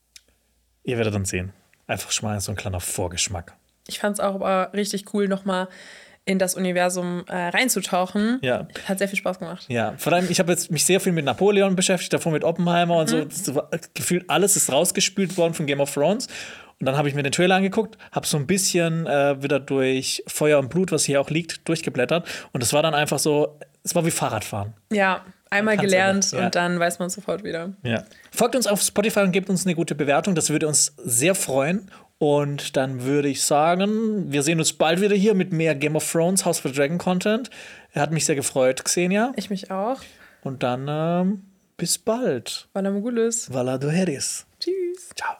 ihr werdet dann sehen. Einfach schon mal so ein kleiner Vorgeschmack. Ich fand es auch aber richtig cool, nochmal in das Universum äh, reinzutauchen. Ja. Hat sehr viel Spaß gemacht. Ja, vor allem, ich habe jetzt mich sehr viel mit Napoleon beschäftigt, davor mit Oppenheimer und so. Das war, gefühlt alles ist rausgespült worden von Game of Thrones. Und dann habe ich mir den Trailer angeguckt, habe so ein bisschen äh, wieder durch Feuer und Blut, was hier auch liegt, durchgeblättert. Und es war dann einfach so, es war wie Fahrradfahren. Ja, einmal kann's gelernt aber, ja. und dann weiß man sofort wieder. Ja. Folgt uns auf Spotify und gebt uns eine gute Bewertung. Das würde uns sehr freuen. Und dann würde ich sagen, wir sehen uns bald wieder hier mit mehr Game of Thrones, House of the Dragon Content. Er hat mich sehr gefreut, Xenia. Ich mich auch. Und dann ähm, bis bald. Valar Morghulis. Valar Dohaeris. Tschüss. Ciao.